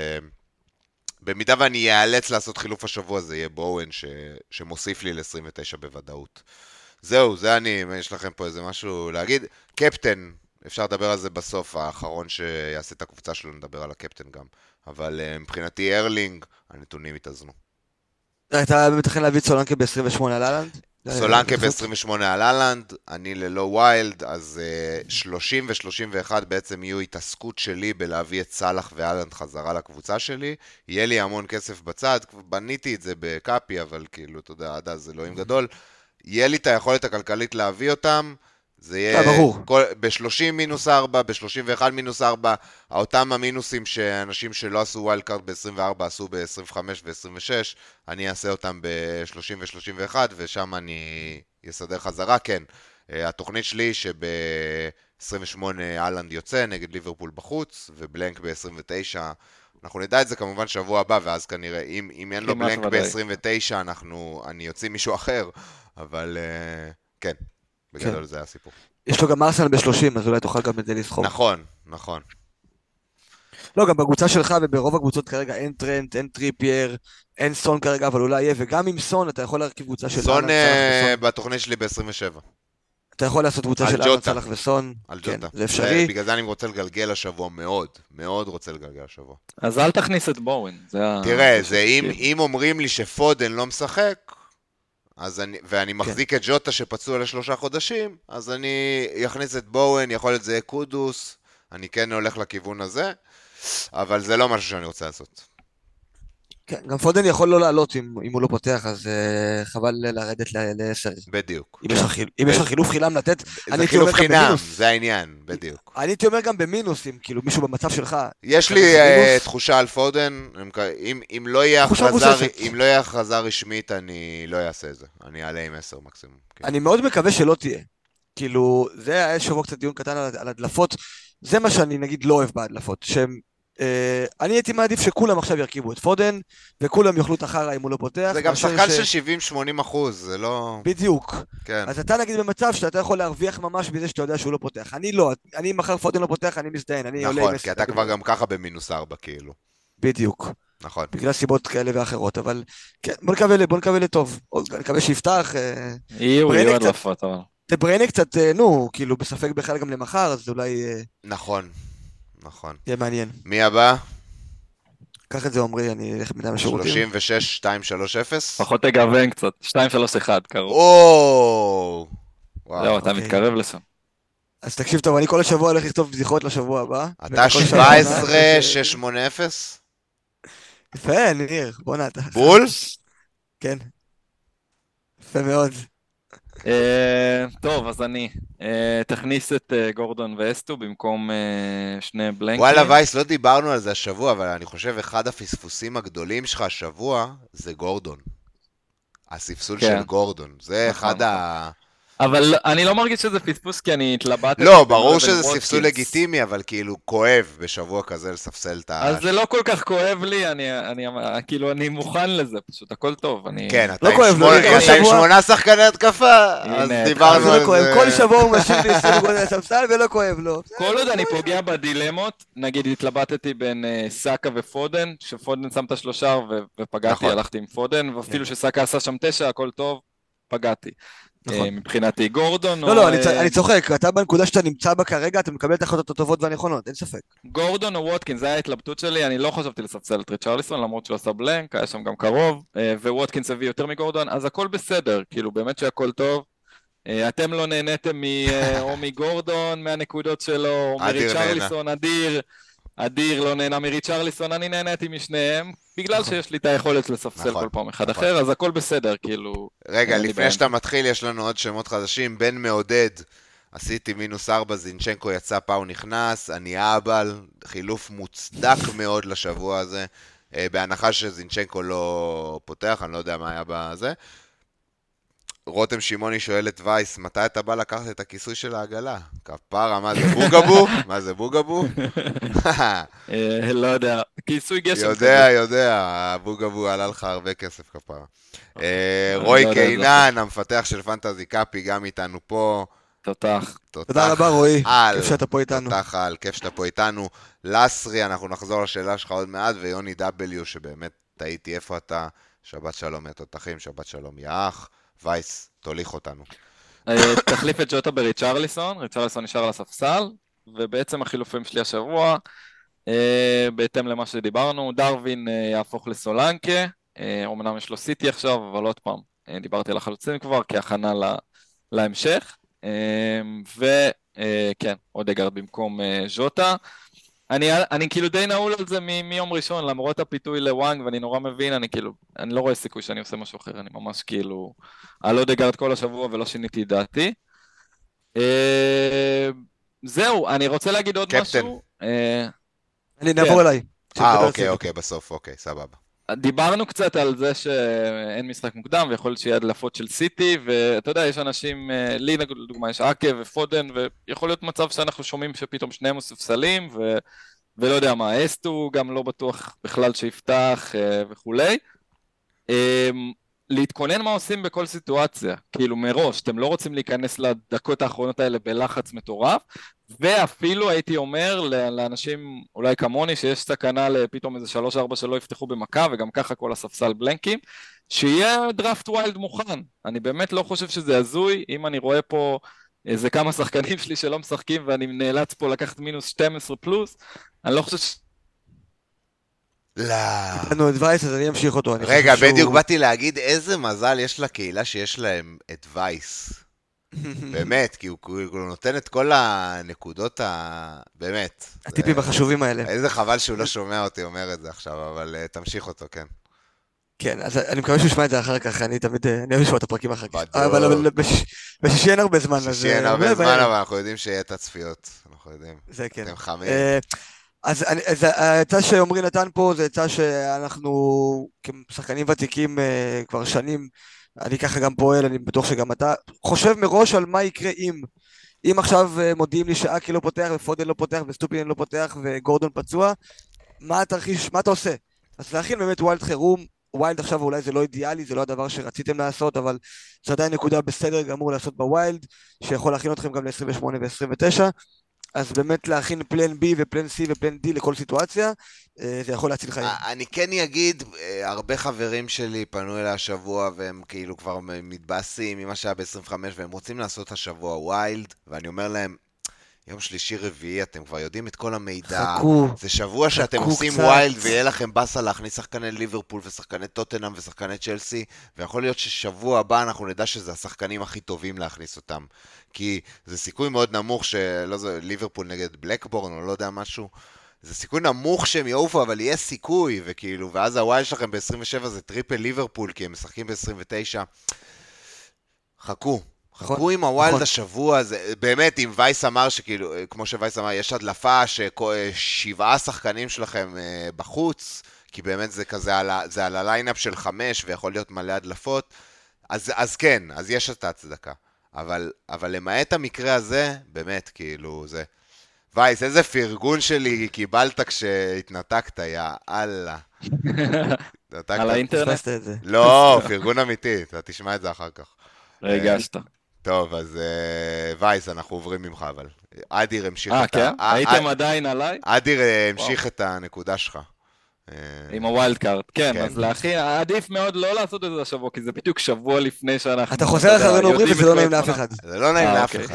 במידה ואני אאלץ לעשות חילוף השבוע, זה יהיה בואוין שמוסיף לי ל-29 בוודאות. זהו, זה אני, אם יש לכם פה איזה משהו להגיד. קפטן, אפשר לדבר על זה בסוף, האחרון שיעשה את הקבוצה שלו, נדבר על הקפטן גם. אבל מבחינתי ארלינג, הנתונים התאזנו. אתה מתכן להביא את סולנקה ב-28 על אהלנד? סולנקה ב-28 על אהלנד, אני ללא ויילד, אז 30 ו-31 בעצם יהיו התעסקות שלי בלהביא את סלאח ואהלנד חזרה לקבוצה שלי. יהיה לי המון כסף בצד, בניתי את זה בקאפי, אבל כאילו, אתה יודע, עד אז זה אלוהים גדול. יהיה לי את היכולת הכלכלית להביא אותם, זה יהיה ב-30 מינוס 4, ב-31 מינוס 4, אותם המינוסים שאנשים שלא עשו ווילד קארד ב-24 עשו ב-25 ו-26, אני אעשה אותם ב-30 ו-31, ושם אני אסדר חזרה. כן, התוכנית שלי שב-28 אהלנד יוצא נגד ליברפול בחוץ, ובלנק ב-29, אנחנו נדע את זה כמובן שבוע הבא, ואז כנראה, אם אין לו בלנק ב-29, אני יוצא מישהו אחר, אבל כן, בגדול זה הסיפור. יש לו גם ארסנל ב-30, אז אולי תוכל גם את זה לסחור. נכון, נכון. לא, גם בקבוצה שלך וברוב הקבוצות כרגע אין טרנט, אין טריפייר, אין סון כרגע, אבל אולי יהיה, וגם עם סון אתה יכול להרכיב קבוצה של סון בתוכנית שלי ב-27. אתה יכול לעשות קבוצה של אהלנד, סלאח וסון, כן, זה אפשרי. בגלל זה אני רוצה לגלגל השבוע מאוד, מאוד רוצה לגלגל השבוע. אז אל תכניס את בורן. תראה, אם אומרים לי שפודן לא משחק, ואני מחזיק את ג'וטה שפצוע ל3 חודשים, אז אני אכניס את בורן, יכול להיות זה קודוס, אני כן הולך לכיוון הזה, אבל זה לא משהו שאני רוצה לעשות. כן, גם פודן יכול לא לעלות אם הוא לא פותח, אז חבל לרדת ל-10. בדיוק. אם יש לך חילוף חינם לתת, זה חילוף חינם, זה העניין, בדיוק. אני הייתי אומר גם במינוסים, כאילו מישהו במצב שלך. יש לי תחושה על פודן, אם לא יהיה הכרזה רשמית, אני לא אעשה את זה. אני אעלה עם 10 מקסימום. אני מאוד מקווה שלא תהיה. כאילו, זה היה שבוע קצת דיון קטן על הדלפות, זה מה שאני נגיד לא אוהב בהדלפות, אני הייתי מעדיף שכולם עכשיו ירכיבו את פודן, וכולם יאכלו את החרה אם הוא לא פותח. זה גם שחקן של 70-80%, זה לא... בדיוק. כן. אז אתה נגיד במצב שאתה יכול להרוויח ממש בזה שאתה יודע שהוא לא פותח. אני לא, אני מחר פודן לא פותח, אני מזדיין. נכון, כי אתה כבר גם ככה במינוס 4 כאילו. בדיוק. נכון. בגלל סיבות כאלה ואחרות, אבל כן, בוא נקווה לטוב. נקווה שיפתח. יהיו הדלפות, אבל. בריינה קצת, כאילו בספק בכלל גם למחר, אז אולי... נכון. נכון. יהיה מעניין. מי הבא? קח את זה עומרי, אני אלך מדם לשירותים. 36-2-3-0? פחות תגוון קצת, 2-3-1 קרוב. וואו. זהו, אתה מתקרב לשם. אז תקשיב טוב, אני כל השבוע הולך לכתוב בדיחות לשבוע הבא. אתה 17-6-8-0? יפה, ניר, בוא נעתה. בול? כן. יפה מאוד. טוב, אז אני תכניס את גורדון ואסטו במקום שני בלנקים. וואלה וייס, לא דיברנו על זה השבוע, אבל אני חושב אחד הפספוסים הגדולים שלך השבוע זה גורדון. הספסול של גורדון, זה אחד אבל אני לא מרגיש שזה פספוס כי אני התלבטתי. לא, ברור שזה ספסול לגיטימי, אבל כאילו כואב בשבוע כזה לספסל את אז זה לא כל כך כואב לי, אני מוכן לזה, פשוט הכל טוב. כן, אתה עם 8 שחקני התקפה, אז דיברנו על זה. כל שבוע הוא משאיר לי 20 גול לספסל ולא כואב לו. כל עוד אני פוגע בדילמות, נגיד התלבטתי בין סאקה ופודן, שפודן שם את השלושה ופגעתי, הלכתי עם פודן, ואפילו שסאקה עשה שם 9, הכל טוב, פגעתי. מבחינתי גורדון לא, אני צוחק, אתה בנקודה שאתה נמצא בה כרגע, אתה מקבל את ההחלטות הטובות והנכונות, אין ספק. גורדון או ווטקינס, זה היה ההתלבטות שלי, אני לא חשבתי לספסל את ריצ'רליסון, למרות שהוא עשה בלנק, היה שם גם קרוב, וווטקינס הביא יותר מגורדון, אז הכל בסדר, כאילו באמת שהכל טוב. אתם לא נהניתם או מגורדון, מהנקודות שלו, או מריצ'רליסון, אדיר לא נהנה מריצ'רליסון, אני נהניתי משניהם, בגלל שיש לי את היכולת לספסל כל פעם אחד אחר, אז הכל בסדר, כאילו... רגע, לפני שאתה מתחיל, יש לנו עוד שמות חדשים, בן מעודד, עשיתי -4, זינצ'נקו יצא, פאו נכנס, אני אבל, חילוף מוצדק מאוד לשבוע הזה, בהנחה שזינצ'נקו לא פותח, אני לא יודע מה היה בזה. רותם שמעוני שואל את וייס, מתי אתה בא לקחת את הכיסוי של העגלה? כפרה, מה זה בוגבו? מה זה בוגבו? לא יודע, כיסוי גשם. יודע, בוגבו עלה לך הרבה כסף כפרה. רוי קינן, המפתח של פנטזי קאפי, גם איתנו פה. תותח. תודה רבה רועי, כיף שאתה פה איתנו. תותח על, כיף שאתה פה איתנו. לסרי, אנחנו נחזור לשאלה שלך עוד מעט, ויוני W, שבאמת טעיתי איפה אתה. שבת שלום יא תותחים, שבת שלום יא אח. וייס, תוליך אותנו. תחליף את ג'וטה בריצ'רליסון, ריצ'רליסון נשאר על הספסל, ובעצם החילופים שלי השבוע, בהתאם למה שדיברנו, דרווין יהפוך לסולנקה, אומנם יש לו סיטי עכשיו, אבל עוד פעם, דיברתי על החלוצים כבר, כהכנה להמשך, וכן, אודגרד במקום ז'וטה. אני כאילו די נעול על זה מיום ראשון, למרות הפיתוי לוואנג, ואני נורא מבין, אני לא רואה סיכוי שאני עושה משהו אחר, אני ממש כאילו על אודגרד כל השבוע ולא שיניתי את דעתי. זהו, אני רוצה להגיד עוד קפטן. משהו. אני נעבור אליי. אוקיי, בסוף, אוקיי, סבבה. דיברנו קצת על זה שאין משחק מוקדם, ויכול להיות שיהיה הדלפות של סיטי, ואתה יודע, יש אנשים, לי לדוגמה, יש אקה ופודן, ויכול להיות מצב שאנחנו שומעים שפתאום שניהם מספסלים, ולא יודע מה, אסטו גם לא בטוח בכלל שיפתח וכולי. להתכונן מה עושים בכל סיטואציה, כאילו מראש, אתם לא רוצים להיכנס לדקות האחרונות האלה בלחץ מטורף, ואפילו הייתי אומר לאנשים אולי כמוני שיש סכנה לפתאום איזה 3-4 שלא יפתחו במכה, וגם ככה כל הספסל בלנקים, שיהיה דראפט ויילד מוכן. אני באמת לא חושב שזה הזוי, אם אני רואה פה איזה כמה שחקנים שלי שלא משחקים ואני נאלץ פה לקחת מינוס 12 פלוס, אני לא חושב לא. נתנו את וייס, אז אני אמשיך אותו. רגע, בדיוק באתי להגיד איזה מזל יש לקהילה שיש להם את וייס. באמת, כי הוא נותן את כל הנקודות באמת. הטיפים החשובים האלה. איזה חבל שהוא לא שומע אותי אומר את זה עכשיו, אבל תמשיך אותו, כן. כן, אז אני מקווה שהוא ישמע את זה אחר כך, אני תמיד, אני אוהב לשמוע את הפרקים אחר כך. בדיוק. אבל בשישי אין הרבה זמן. בשישי אין הרבה זמן, אבל אנחנו יודעים שיהיה את הצפיות. אנחנו יודעים. זה כן. אתם חמים. אז העצה שעומרי נתן פה, זה עצה שאנחנו כשחקנים ותיקים כבר שנים, אני ככה גם פועל, אני בטוח שגם אתה, חושב מראש על מה יקרה אם עכשיו מודיעים לי שאקי לא פותח ופודן לא פותח וסטופינן לא פותח וגורדון פצוע, מה התרחיש, מה אתה עושה? אז להכין באמת ווילד חירום, ווילד עכשיו אולי זה לא אידיאלי, זה לא הדבר שרציתם לעשות, אבל זה עדיין נקודה בסדר גמור לעשות בווילד, שיכול להכין אתכם גם ל-28 ו-29, אז באמת להכין פלן B ופלן C ופלן D לכל סיטואציה, זה יכול להציל חיים. אני כן אגיד, הרבה חברים שלי פנו אליי השבוע, והם כאילו כבר מתבאסים ממה שהיה ב-25, והם רוצים לעשות השבוע ווילד, ואני אומר להם, יום שלישי רביעי, אתם כבר יודעים את כל המידע. חכו. זה שבוע שאתם עושים קצת. ווילד, ויהיה לכם בסה להכניס שחקני ליברפול ושחקני טוטנהאם ושחקני צ'לסי, ויכול להיות ששבוע הבא אנחנו נדע שזה השחקנים הכי טובים להכניס אותם. כי זה סיכוי מאוד נמוך שלא זה, ליברפול נגד בלקבורן או לא יודע משהו. זה סיכוי נמוך שהם יעופו, אבל יהיה סיכוי, וכאילו, ואז הווילד שלכם ב-27 זה טריפל ליברפול, כי הם משחקים ב-29. חכו עם הווילד השבוע, זה, באמת, אם וייס אמר שכאילו, כמו שווייס אמר, יש הדלפה ש7 שחקנים שלכם בחוץ, כי באמת זה כזה, זה על הליינאפ של 5, ויכול להיות מלא הדלפות, אז כן, אז יש את ההצדקה. אבל למעט המקרה הזה, באמת, כאילו, זה... וייס, איזה פרגון שלי קיבלת כשהתנתקת, יא אללה. על האינטרנט? לא, פרגון אמיתי, אתה תשמע את זה אחר כך. רגשת. טוב, אז וייס, אנחנו עוברים ממך, אבל אדיר המשיך את כן? הייתם עדיין עליי? אדיר המשיך את הנקודה שלך. עם הווילד קארט, כן, אז להכין, עדיף מאוד לא לעשות את זה השבוע, כי זה בדיוק שבוע לפני שאנחנו... אתה חוזר אחרינו אומרים וזה לא נעים לאף אחד. זה לא נעים לאף אחד.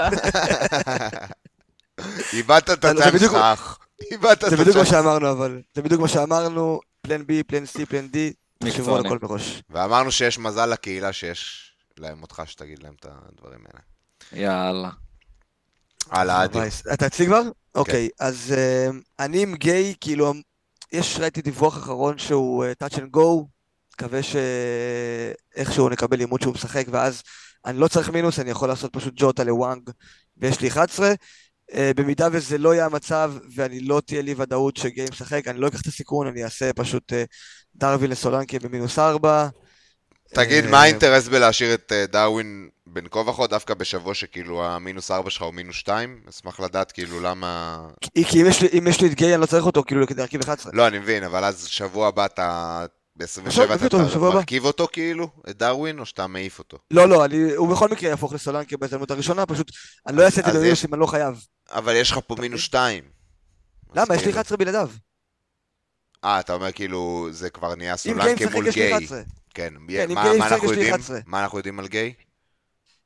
איבדת את המשחק. זה בדיוק מה שאמרנו, אבל זה בדיוק מה שאמרנו, פלן B, פלן C, פלן D, תחשבו על הכל מראש. ואמרנו שיש מזל לקהילה שיש להם אותך שתגיד להם את הדברים האלה. יאללה. הלאה, אדיר. אתה אצלי כבר? אוקיי, אז אני עם גיי, כאילו, ראיתי דיווח אחרון שהוא touch and go, מקווה שאיכשהו נקבל לימוד שהוא משחק, ואז אני לא צריך מינוס, אני יכול לעשות פשוט ג'וטה לוואנג, ויש לי 11, במידה וזה לא יהיה המצב, ואני לא תהיה לי ודאות שגיי משחק, אני לא אקח את הסיכון, אני אעשה פשוט דרווין לסולנקי במינוס 4. תגיד, מה האינטרס בלהשאיר את דרווין בין כה וכה, דווקא בשבוע שכאילו המינוס 4 שלך הוא מינוס 2? אשמח לדעת כאילו למה... כי אם יש לי את גיי, אני לא צריך אותו כאילו כדי להרכיב 11. לא, אני מבין, אבל אז שבוע הבא אתה... ב-27 אתה מרכיב אותו כאילו, את דרווין, או שאתה מעיף אותו? לא, הוא בכל מקרה יהפוך לסולנקי בהזדמנות הראשונה, פשוט אני לא אעשה את זה במינוס אם אני לא חייב. אבל יש לך פה מינוס 2. למה? יש לי 11 בלעדיו. אתה אומר כאילו, זה כבר נהיה סולנקי מול גיי. כן, מה אנחנו יודעים על גיי?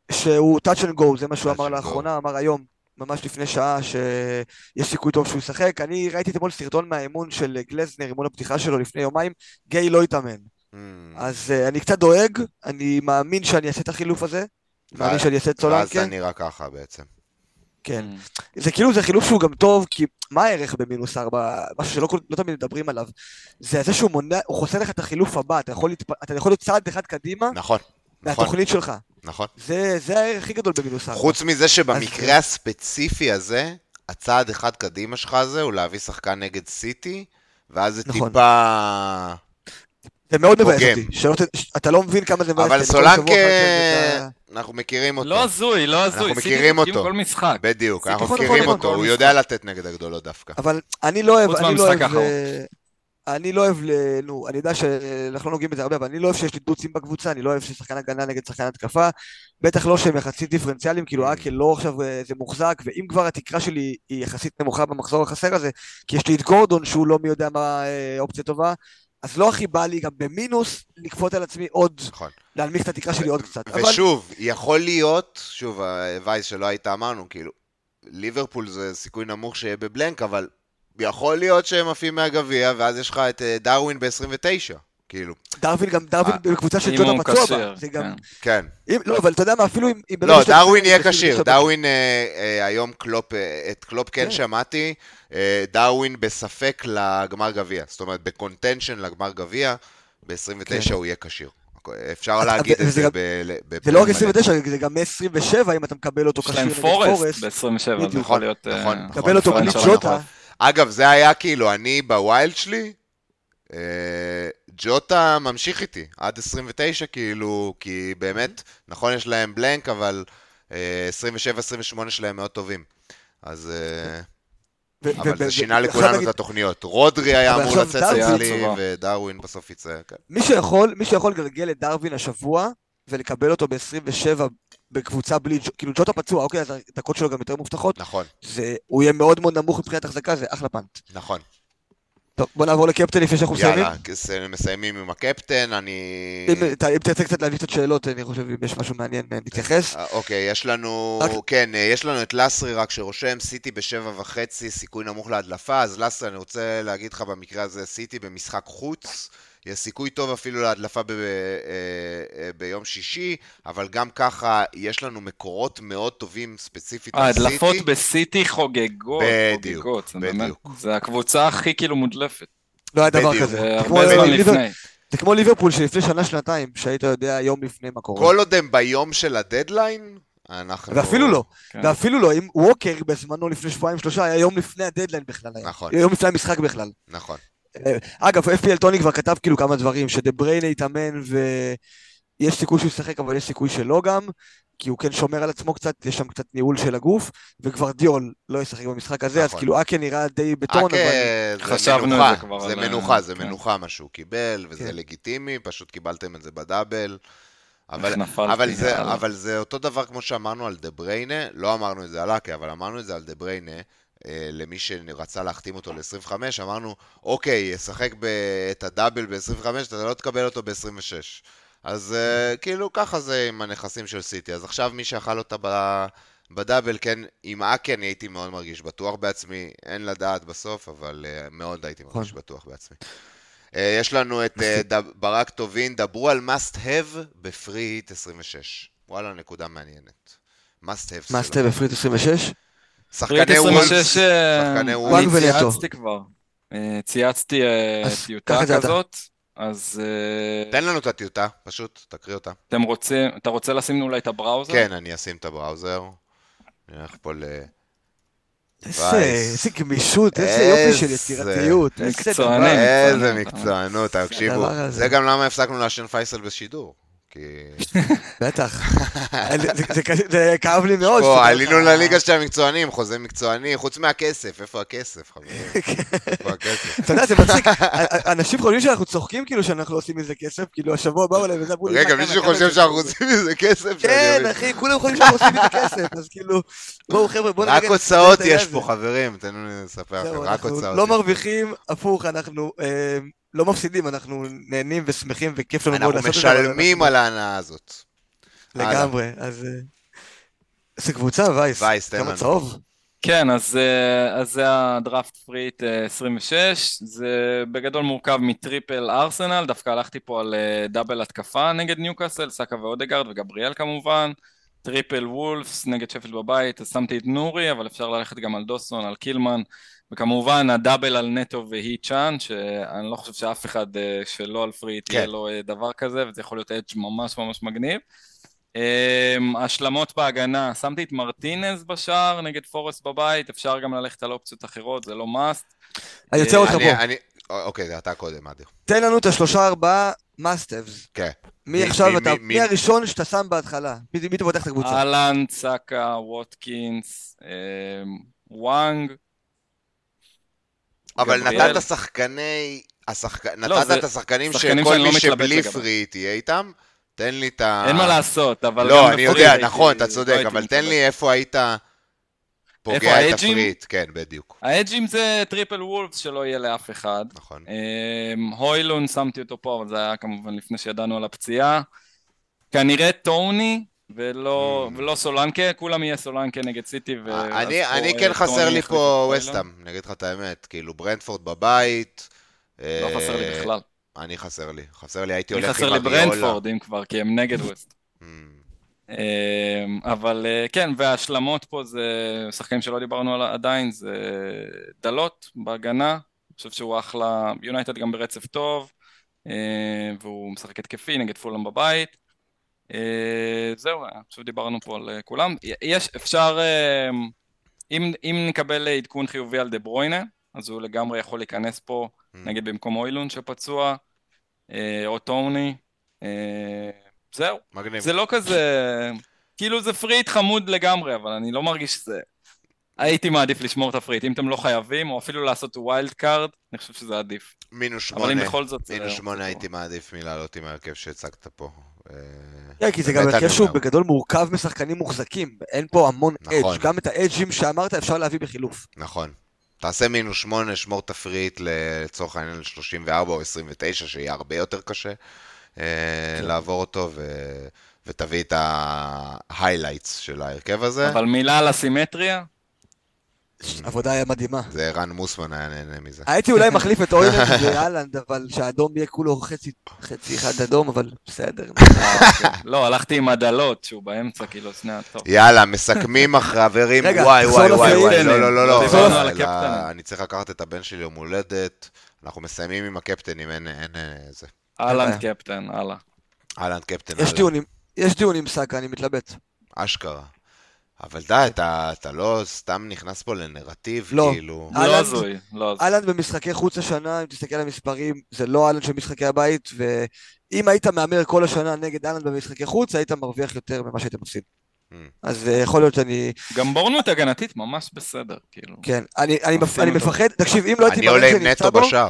שהוא touch and go, זה מה שהוא touch אמר and go. לאחרונה, אמר היום, ממש לפני שעה, שיש סיכוי טוב שהוא ישחק. אני ראיתי אתמול סרטון מהאימון של גלזנר, אימון הפתיחה שלו לפני יומיים, גיי לא התאמן. אז אני קצת דואג, אני מאמין שאני אעשה את החילוף הזה, מאמין שאני אעשה את סולנקה. ואז זה נראה ככה בעצם. כן. זה כאילו, זה חילוף שהוא גם טוב, כי מה הערך במינוס 4? משהו שלא לא תמיד מדברים עליו. זה זה שהוא מונע, הוא חוסר לך את החילוף הבא, אתה יכול להיות צעד אחד קדימה, נכון. מהתוכנית שלך. נכון. זה הערך הכי גדול במינוס 4. חוץ מזה שבמקרה הספציפי הזה, הצעד אחד קדימה שלך הזה הוא להביא שחקן נגד סיטי, ואז זה טיפה... זה מאוד מבאס אותי, אתה לא מבין כמה זה מבאס. אבל סולנקה, אנחנו מכירים אותו. לא הזוי, לא הזוי. אנחנו מכירים אותו. כל משחק. בדיוק, אנחנו מכירים אותו, הוא יודע לתת נגד הגדולות דווקא. אבל אני לא אוהב, חוץ מהמשחק האחרון. אני לא אוהב, נו, אני יודע שאנחנו לא נוגעים בזה הרבה, אבל אני לא אוהב שיש לי דוצים בקבוצה, אני לא אוהב ששחקן הגנה נגד שחקן התקפה, בטח לא שהם יחסית דיפרנציאליים, כאילו אקל לא עכשיו זה מוחזק, ואם כבר התקרה שלי היא יחסית נמוכה במחזור החסר הזה, כי יש לי את גורדון שהוא לא מי יודע מה אופציה טובה, אז לא הכי בא לי גם במינוס לקפות על עצמי עוד, להנמיך את התקרה שלי עוד קצת. ושוב, יכול להיות, שוב, וייס שלא היית אמרנו, כאילו, ליברפול זה סיכוי נמוך שיהיה בבלנק, אבל יכול להיות שהם עפים מהגביע, ואז יש לך את דרווין ב-29, כאילו. דרווין בקבוצה של ג'וטה פצוע בה. כן. לא, אבל אתה יודע מה, אפילו אם... לא, דרווין יהיה קשיר. דרווין היום את קלופ כן שמעתי, דרווין בספק לגמר גביע. זאת אומרת, בקונטנשן לגמר גביע, ב-29 הוא יהיה קשיר. אפשר להגיד את זה זה לא רק 29, זה גם 27 אם אתה מקבל אותו קשיר נגד פורסט. ב-27, זה יכול להיות... מקבל אותו בלי ג'וטה. אגב, זה היה כאילו, אני בוויילד שלי, ג'וטה ממשיך איתי, עד 29 כאילו, כי באמת, נכון יש להם בלנק, אבל 27-28 שלהם מאוד טובים. אז... אבל זה שינה לכולנו את התוכניות. רודרי היה אמור לצאת אצלי, ודרווין בסוף יצא. מי שיכול לגלגל את דרווין השבוע, ולקבל אותו ב-27 בקבוצה בלי, כאילו ג'וטה פצוע, אוקיי, אז הדקות שלו גם יותר מובטחות. נכון. הוא יהיה מאוד מאוד נמוך מבחינת החזקה, זה אחלה פאנט. נכון. טוב, בוא נעבור לקפטן לפני שאנחנו מסיימים. יאללה, מסיימים עם הקפטן, אם תרצה קצת להביא את השאלות, אני חושב אם יש משהו מעניין, נתייחס. אוקיי, יש לנו את לסרי רק שרושם, סיטי ב7.5, סיכוי נמוך להדלפה, אז לסרי, אני רוצה להגיד לך במקרה הזה, סיטי במשחק חוץ, יש סיכוי טוב אפילו להדלפה ביום שישי, אבל גם ככה יש לנו מקורות מאוד טובים ספציפית לסיטי. ההדלפות בסיטי חוגגות. בדיוק. זה הקבוצה הכי כאילו מודלפת. לא היה דבר כזה. זה כמו ליברפול שלפני שנה-שנתיים, שהיית יודע יום לפני מה קורה. כל עוד הם ביום של הדדליין, אנחנו... ואפילו לא, אם ווקר בזמנו לפני שבועיים-שלושה, היה יום לפני הדדליין בכלל. נכון. יום לפני המשחק בכלל. נכון. אגב, FPL טוני כבר כתב כאילו כמה דברים, שדבריינה יתאמן ויש סיכוי שהוא ישחק, אבל יש סיכוי שלא גם, כי הוא כן שומר על עצמו קצת, יש שם קצת ניהול של הגוף, וכבר דיול לא ישחק במשחק הזה, אז כאילו אקה נראה די בטון, אבל... חשבנו את זה כבר. זה מנוחה מה שהוא קיבל, וזה לגיטימי, פשוט קיבלתם את זה בדאבל, אבל זה אותו דבר כמו שאמרנו על דבריינה, לא אמרנו את זה על אקה, אבל אמרנו את זה על דבריינה, למי שרצה להחתים אותו ל-25, אמרנו, אוקיי, ישחק את הדאבל ב-25, אתה לא תקבל אותו ב-26. אז כאילו ככה זה עם הנכסים של סיטי. אז עכשיו מי שאכל אותה בדאבל, כן, עם אקה אני הייתי מאוד מרגיש בטוח בעצמי, אין לדעת בסוף, אבל מאוד הייתי מרגיש בטוח בעצמי. יש לנו את ברק טובין, דברו על must have בפריט 26. וואלה, נקודה מעניינת. must have בפריט 26? שחקני וולפס, אני צייצתי כבר, צייצתי טיוטה כזאת, אז... תן לנו את הטיוטה, פשוט, תקריא אותה. אתה רוצה לשים אולי את הבראוזר? כן, אני אשים את הבראוזר. אני הולך פה איזה גמישות, איזה יופי של יצירתיות. איזה מקצוענות, תקשיבו. זה גם למה הפסקנו לעשן פייסל בשידור. בטח, זה כאב לי מאוד. עלינו לליגה של המקצוענים, חוזה מקצועני, חוץ מהכסף, איפה הכסף, חברים? איפה הכסף? אתה יודע, זה מצחיק, אנשים חושבים שאנחנו צוחקים כאילו שאנחנו לא עושים מזה כסף, כאילו השבוע באו אליהם וזה אמרו לי... רגע, מישהו חושב שאנחנו עושים מזה כסף? כן, אחי, כולם חושבים שאנחנו עושים מזה כסף, אז כאילו, בואו חבר'ה, בואו נרגע... רק הוצאות יש פה, חברים, תנו לי לספר לכם, רק הוצאות. לא מרוויחים, הפוך, אנחנו... לא מפסידים, אנחנו נהנים ושמחים וכיף לנו מאוד לעשות את זה. אנחנו משלמים על ההנאה הזאת. לגמרי, אז איזה קבוצה, וייס, וייס, תן כמה לנו. צהוב. כן, אז זה הדראפט פריט 26, זה בגדול מורכב מטריפל ארסנל, דווקא הלכתי פה על דאבל התקפה נגד ניוקאסל, סאקה ואודגרד וגבריאל כמובן, טריפל וולפס נגד שפילד בבית, אז שמתי את נורי, אבל אפשר ללכת גם על דוסון, על קילמן, וכמובן הדאבל על נטו והי צ'אן, שאני לא חושב שאף אחד שלא על פריט כן. יהיה לו דבר כזה, וזה יכול להיות אדג' ממש ממש מגניב. השלמות בהגנה, שמתי את מרטינז בשער נגד פורסט בבית, אפשר גם ללכת על אופציות אחרות, זה לא מאסט. אני יוצא אותך פה. אוקיי, זה אתה קודם, אדיר. תן לנו את השלושה ארבעה מאסטבס. כן. מי עכשיו אתה, מי הראשון שאתה שם בהתחלה? מי אתה פותח את הקבוצה? אהלנד, סאקה, ווטקינס, וואנג. אבל גבריאל. נתת שחקני... לא, נתת זה את השחקנים שחקנים שכל שאני לא מי מתלבט שבלי לגביהם. פרי תהיה איתם, תן לי את ה... אין מה לעשות, אבל לא, גם אני בפריט יודע, הייתי- נכון, אתה לא צודק, הייתי אבל תן מתלבט. לי איפה היית פוגע את האדג'ים? הפריט. כן, בדיוק. האדג'ים זה טריפל וולפס שלא יהיה לאף אחד. נכון. הוילון שמתי אותו פה, אבל זה היה כמובן לפני שידענו על הפציעה. כנראה טוני ולא סולנקה, כולם יהיה סולנקה נגד סיטי. אני כן חסר לי פה וסטאם, אני אגיד לך את האמת, כאילו ברנדפורד בבית. לא חסר לי בכלל. אני חסר לי, הייתי אני הולך חסר עם לי אריולה. ברנדפורד, אם כבר, כי הם נגד ווסט. אבל כן, וההשלמות פה זה שחקנים שלא דיברנו עליו עדיין, זה דלות בהגנה, אני חושב שהוא אחלה, יונייטד גם ברצף טוב, והוא משחק התקפי נגד פולאם בבית. זהו, אני חושב דיברנו פה על כולם. אפשר, אם נקבל עדכון חיובי על דה ברוינה, אז הוא לגמרי יכול להיכנס פה, נגיד במקום אוילון שפצוע, או טוני, זהו. מגניב. זה לא כזה, כאילו זה פריט חמוד לגמרי, אבל אני לא מרגיש שזה... הייתי מעדיף לשמור את הפריט, אם אתם לא חייבים, או אפילו לעשות ווילד קארד, אני חושב שזה עדיף. מינוס אבל אם 8, בכל זאת... מינוס 8 הייתי מעדיף מלעלות עם ההרכב שהצגת פה. כן, כי זה גם הרכב שהוא בגדול מורכב משחקנים מוחזקים, אין פה המון אדג', גם את האדג'ים שאמרת אפשר להביא בחילוף. נכון. תעשה מינוס 8, שמור תפריט לצורך העניין ל-34 או 29, שיהיה הרבה יותר קשה לעבור אותו, ותביא את ההיילייטס של ההרכב הזה. אבל מילה על הסימטריה? עבודה היה מדהימה. זה רן מוסמן היה נהנה מזה. הייתי אולי מחליף את אוילנד ואלנד, אבל שהאדום יהיה כולו חצי אחד אדום, אבל בסדר. לא, הלכתי עם הדלות, שהוא באמצע, כאילו, שנייה, טוב. יאללה, מסכמים חברים, וואי, לא, אני צריך לקחת את הבן שלי יום הולדת, אנחנו מסיימים עם הקפטנים, אין זה. אהלנד קפטן, הלאה. אהלנד קפטן, יש דיון עם סאקה, אני מתלבט. אשכרה. אבל די, אתה לא סתם נכנס פה לנרטיב, כאילו... לא הזוי. אהלנד במשחקי חוץ השנה, אם תסתכל על המספרים, זה לא אהלנד של משחקי הבית, ואם היית מאמר כל השנה נגד אהלנד במשחקי חוץ, היית מרוויח יותר ממה שהיית מפסיד. אז יכול להיות שאני... גם בורנות הגנתית ממש בסדר, כאילו. כן, אני מפחד, תקשיב, אם לא הייתי אני עולה עם נטו בשער.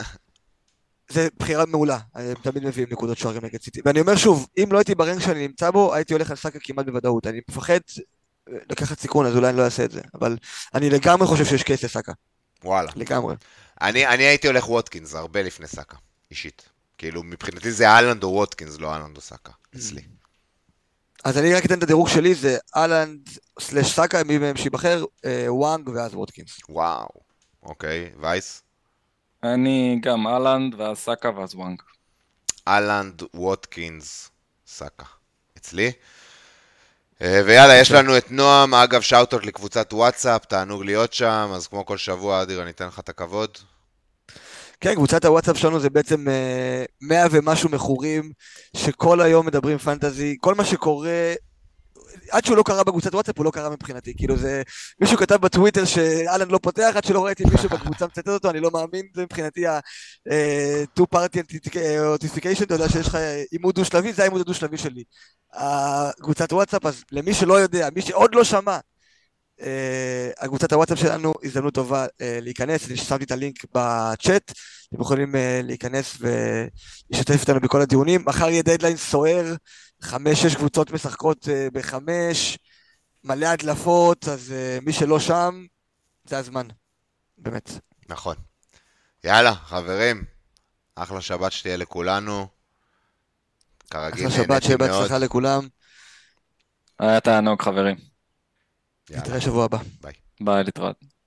זה בחירה מעולה, הם תמיד מביאים נקודות שוער גם נגד סיטי. ואני אומר שוב, אם לא הייתי ברנק שאני נמצא בו, הייתי הולך על סאקה כמעט בוודאות. אני מפחד לקחת סיכון, אז אולי אני לא אעשה את זה. אבל אני לגמרי חושב שיש קייס לסאקה. וואלה. לגמרי. אני הייתי הולך ווטקינס, הרבה לפני סאקה, אישית. כאילו, מבחינתי זה אהלנד או ווטקינס, לא אהלנד או סאקה, אצלי. אז אני רק אתן את הדירוג שלי, זה אהלנד סלש סאקה, מי מהם שיבחר, וואנג ואז ווטקינס. וואו. אוקיי, וייס? אני גם אהלנד ואז סאקה ואז וואנג. אהלנד, ווטקינס, סאקה. אצלי? ויאללה, יש לנו את נועם, אגב, שאוטות לקבוצת וואטסאפ, תענוג להיות שם, אז כמו כל שבוע, אדיר, אני אתן לך את הכבוד. כן, קבוצת הוואטסאפ שלנו זה בעצם 100 ומשהו מכורים, שכל היום מדברים פנטזי, כל מה שקורה, עד שהוא לא קרה בקבוצת וואטסאפ, הוא לא קרה מבחינתי, כאילו זה, מישהו כתב בטוויטר שאלן לא פותח, עד שלא ראיתי מישהו בקבוצה מצטט אותו, אני לא מאמין, זה מבחינתי ה-2-party authentication, אתה יודע שיש לך אימות דו-שלבי, זה האימות הדו-שלבי שלי. הקבוצת וואטסאפ, אז למי שלא יודע, מי שעוד לא שמע, הקבוצת הוואטסאפ שלנו, הזדמנות טובה להיכנס, אני שמתי את הלינק בצ'אט, אתם יכולים להיכנס ולהשתתף איתנו בכל הדיונים, מחר יהיה דדליין סוער, 5-6 קבוצות משחקות ב5, מלא הדלפות, אז מי שלא שם, זה הזמן, באמת. נכון. יאללה, חברים, אחלה שבת שתהיה לכולנו. כרגיל אחלה שבת, שיהיה בהצלחה לכולם. היה תענוג, חברים. יאללה, נתראה שבוע הבא. ביי. ביי, להתראות.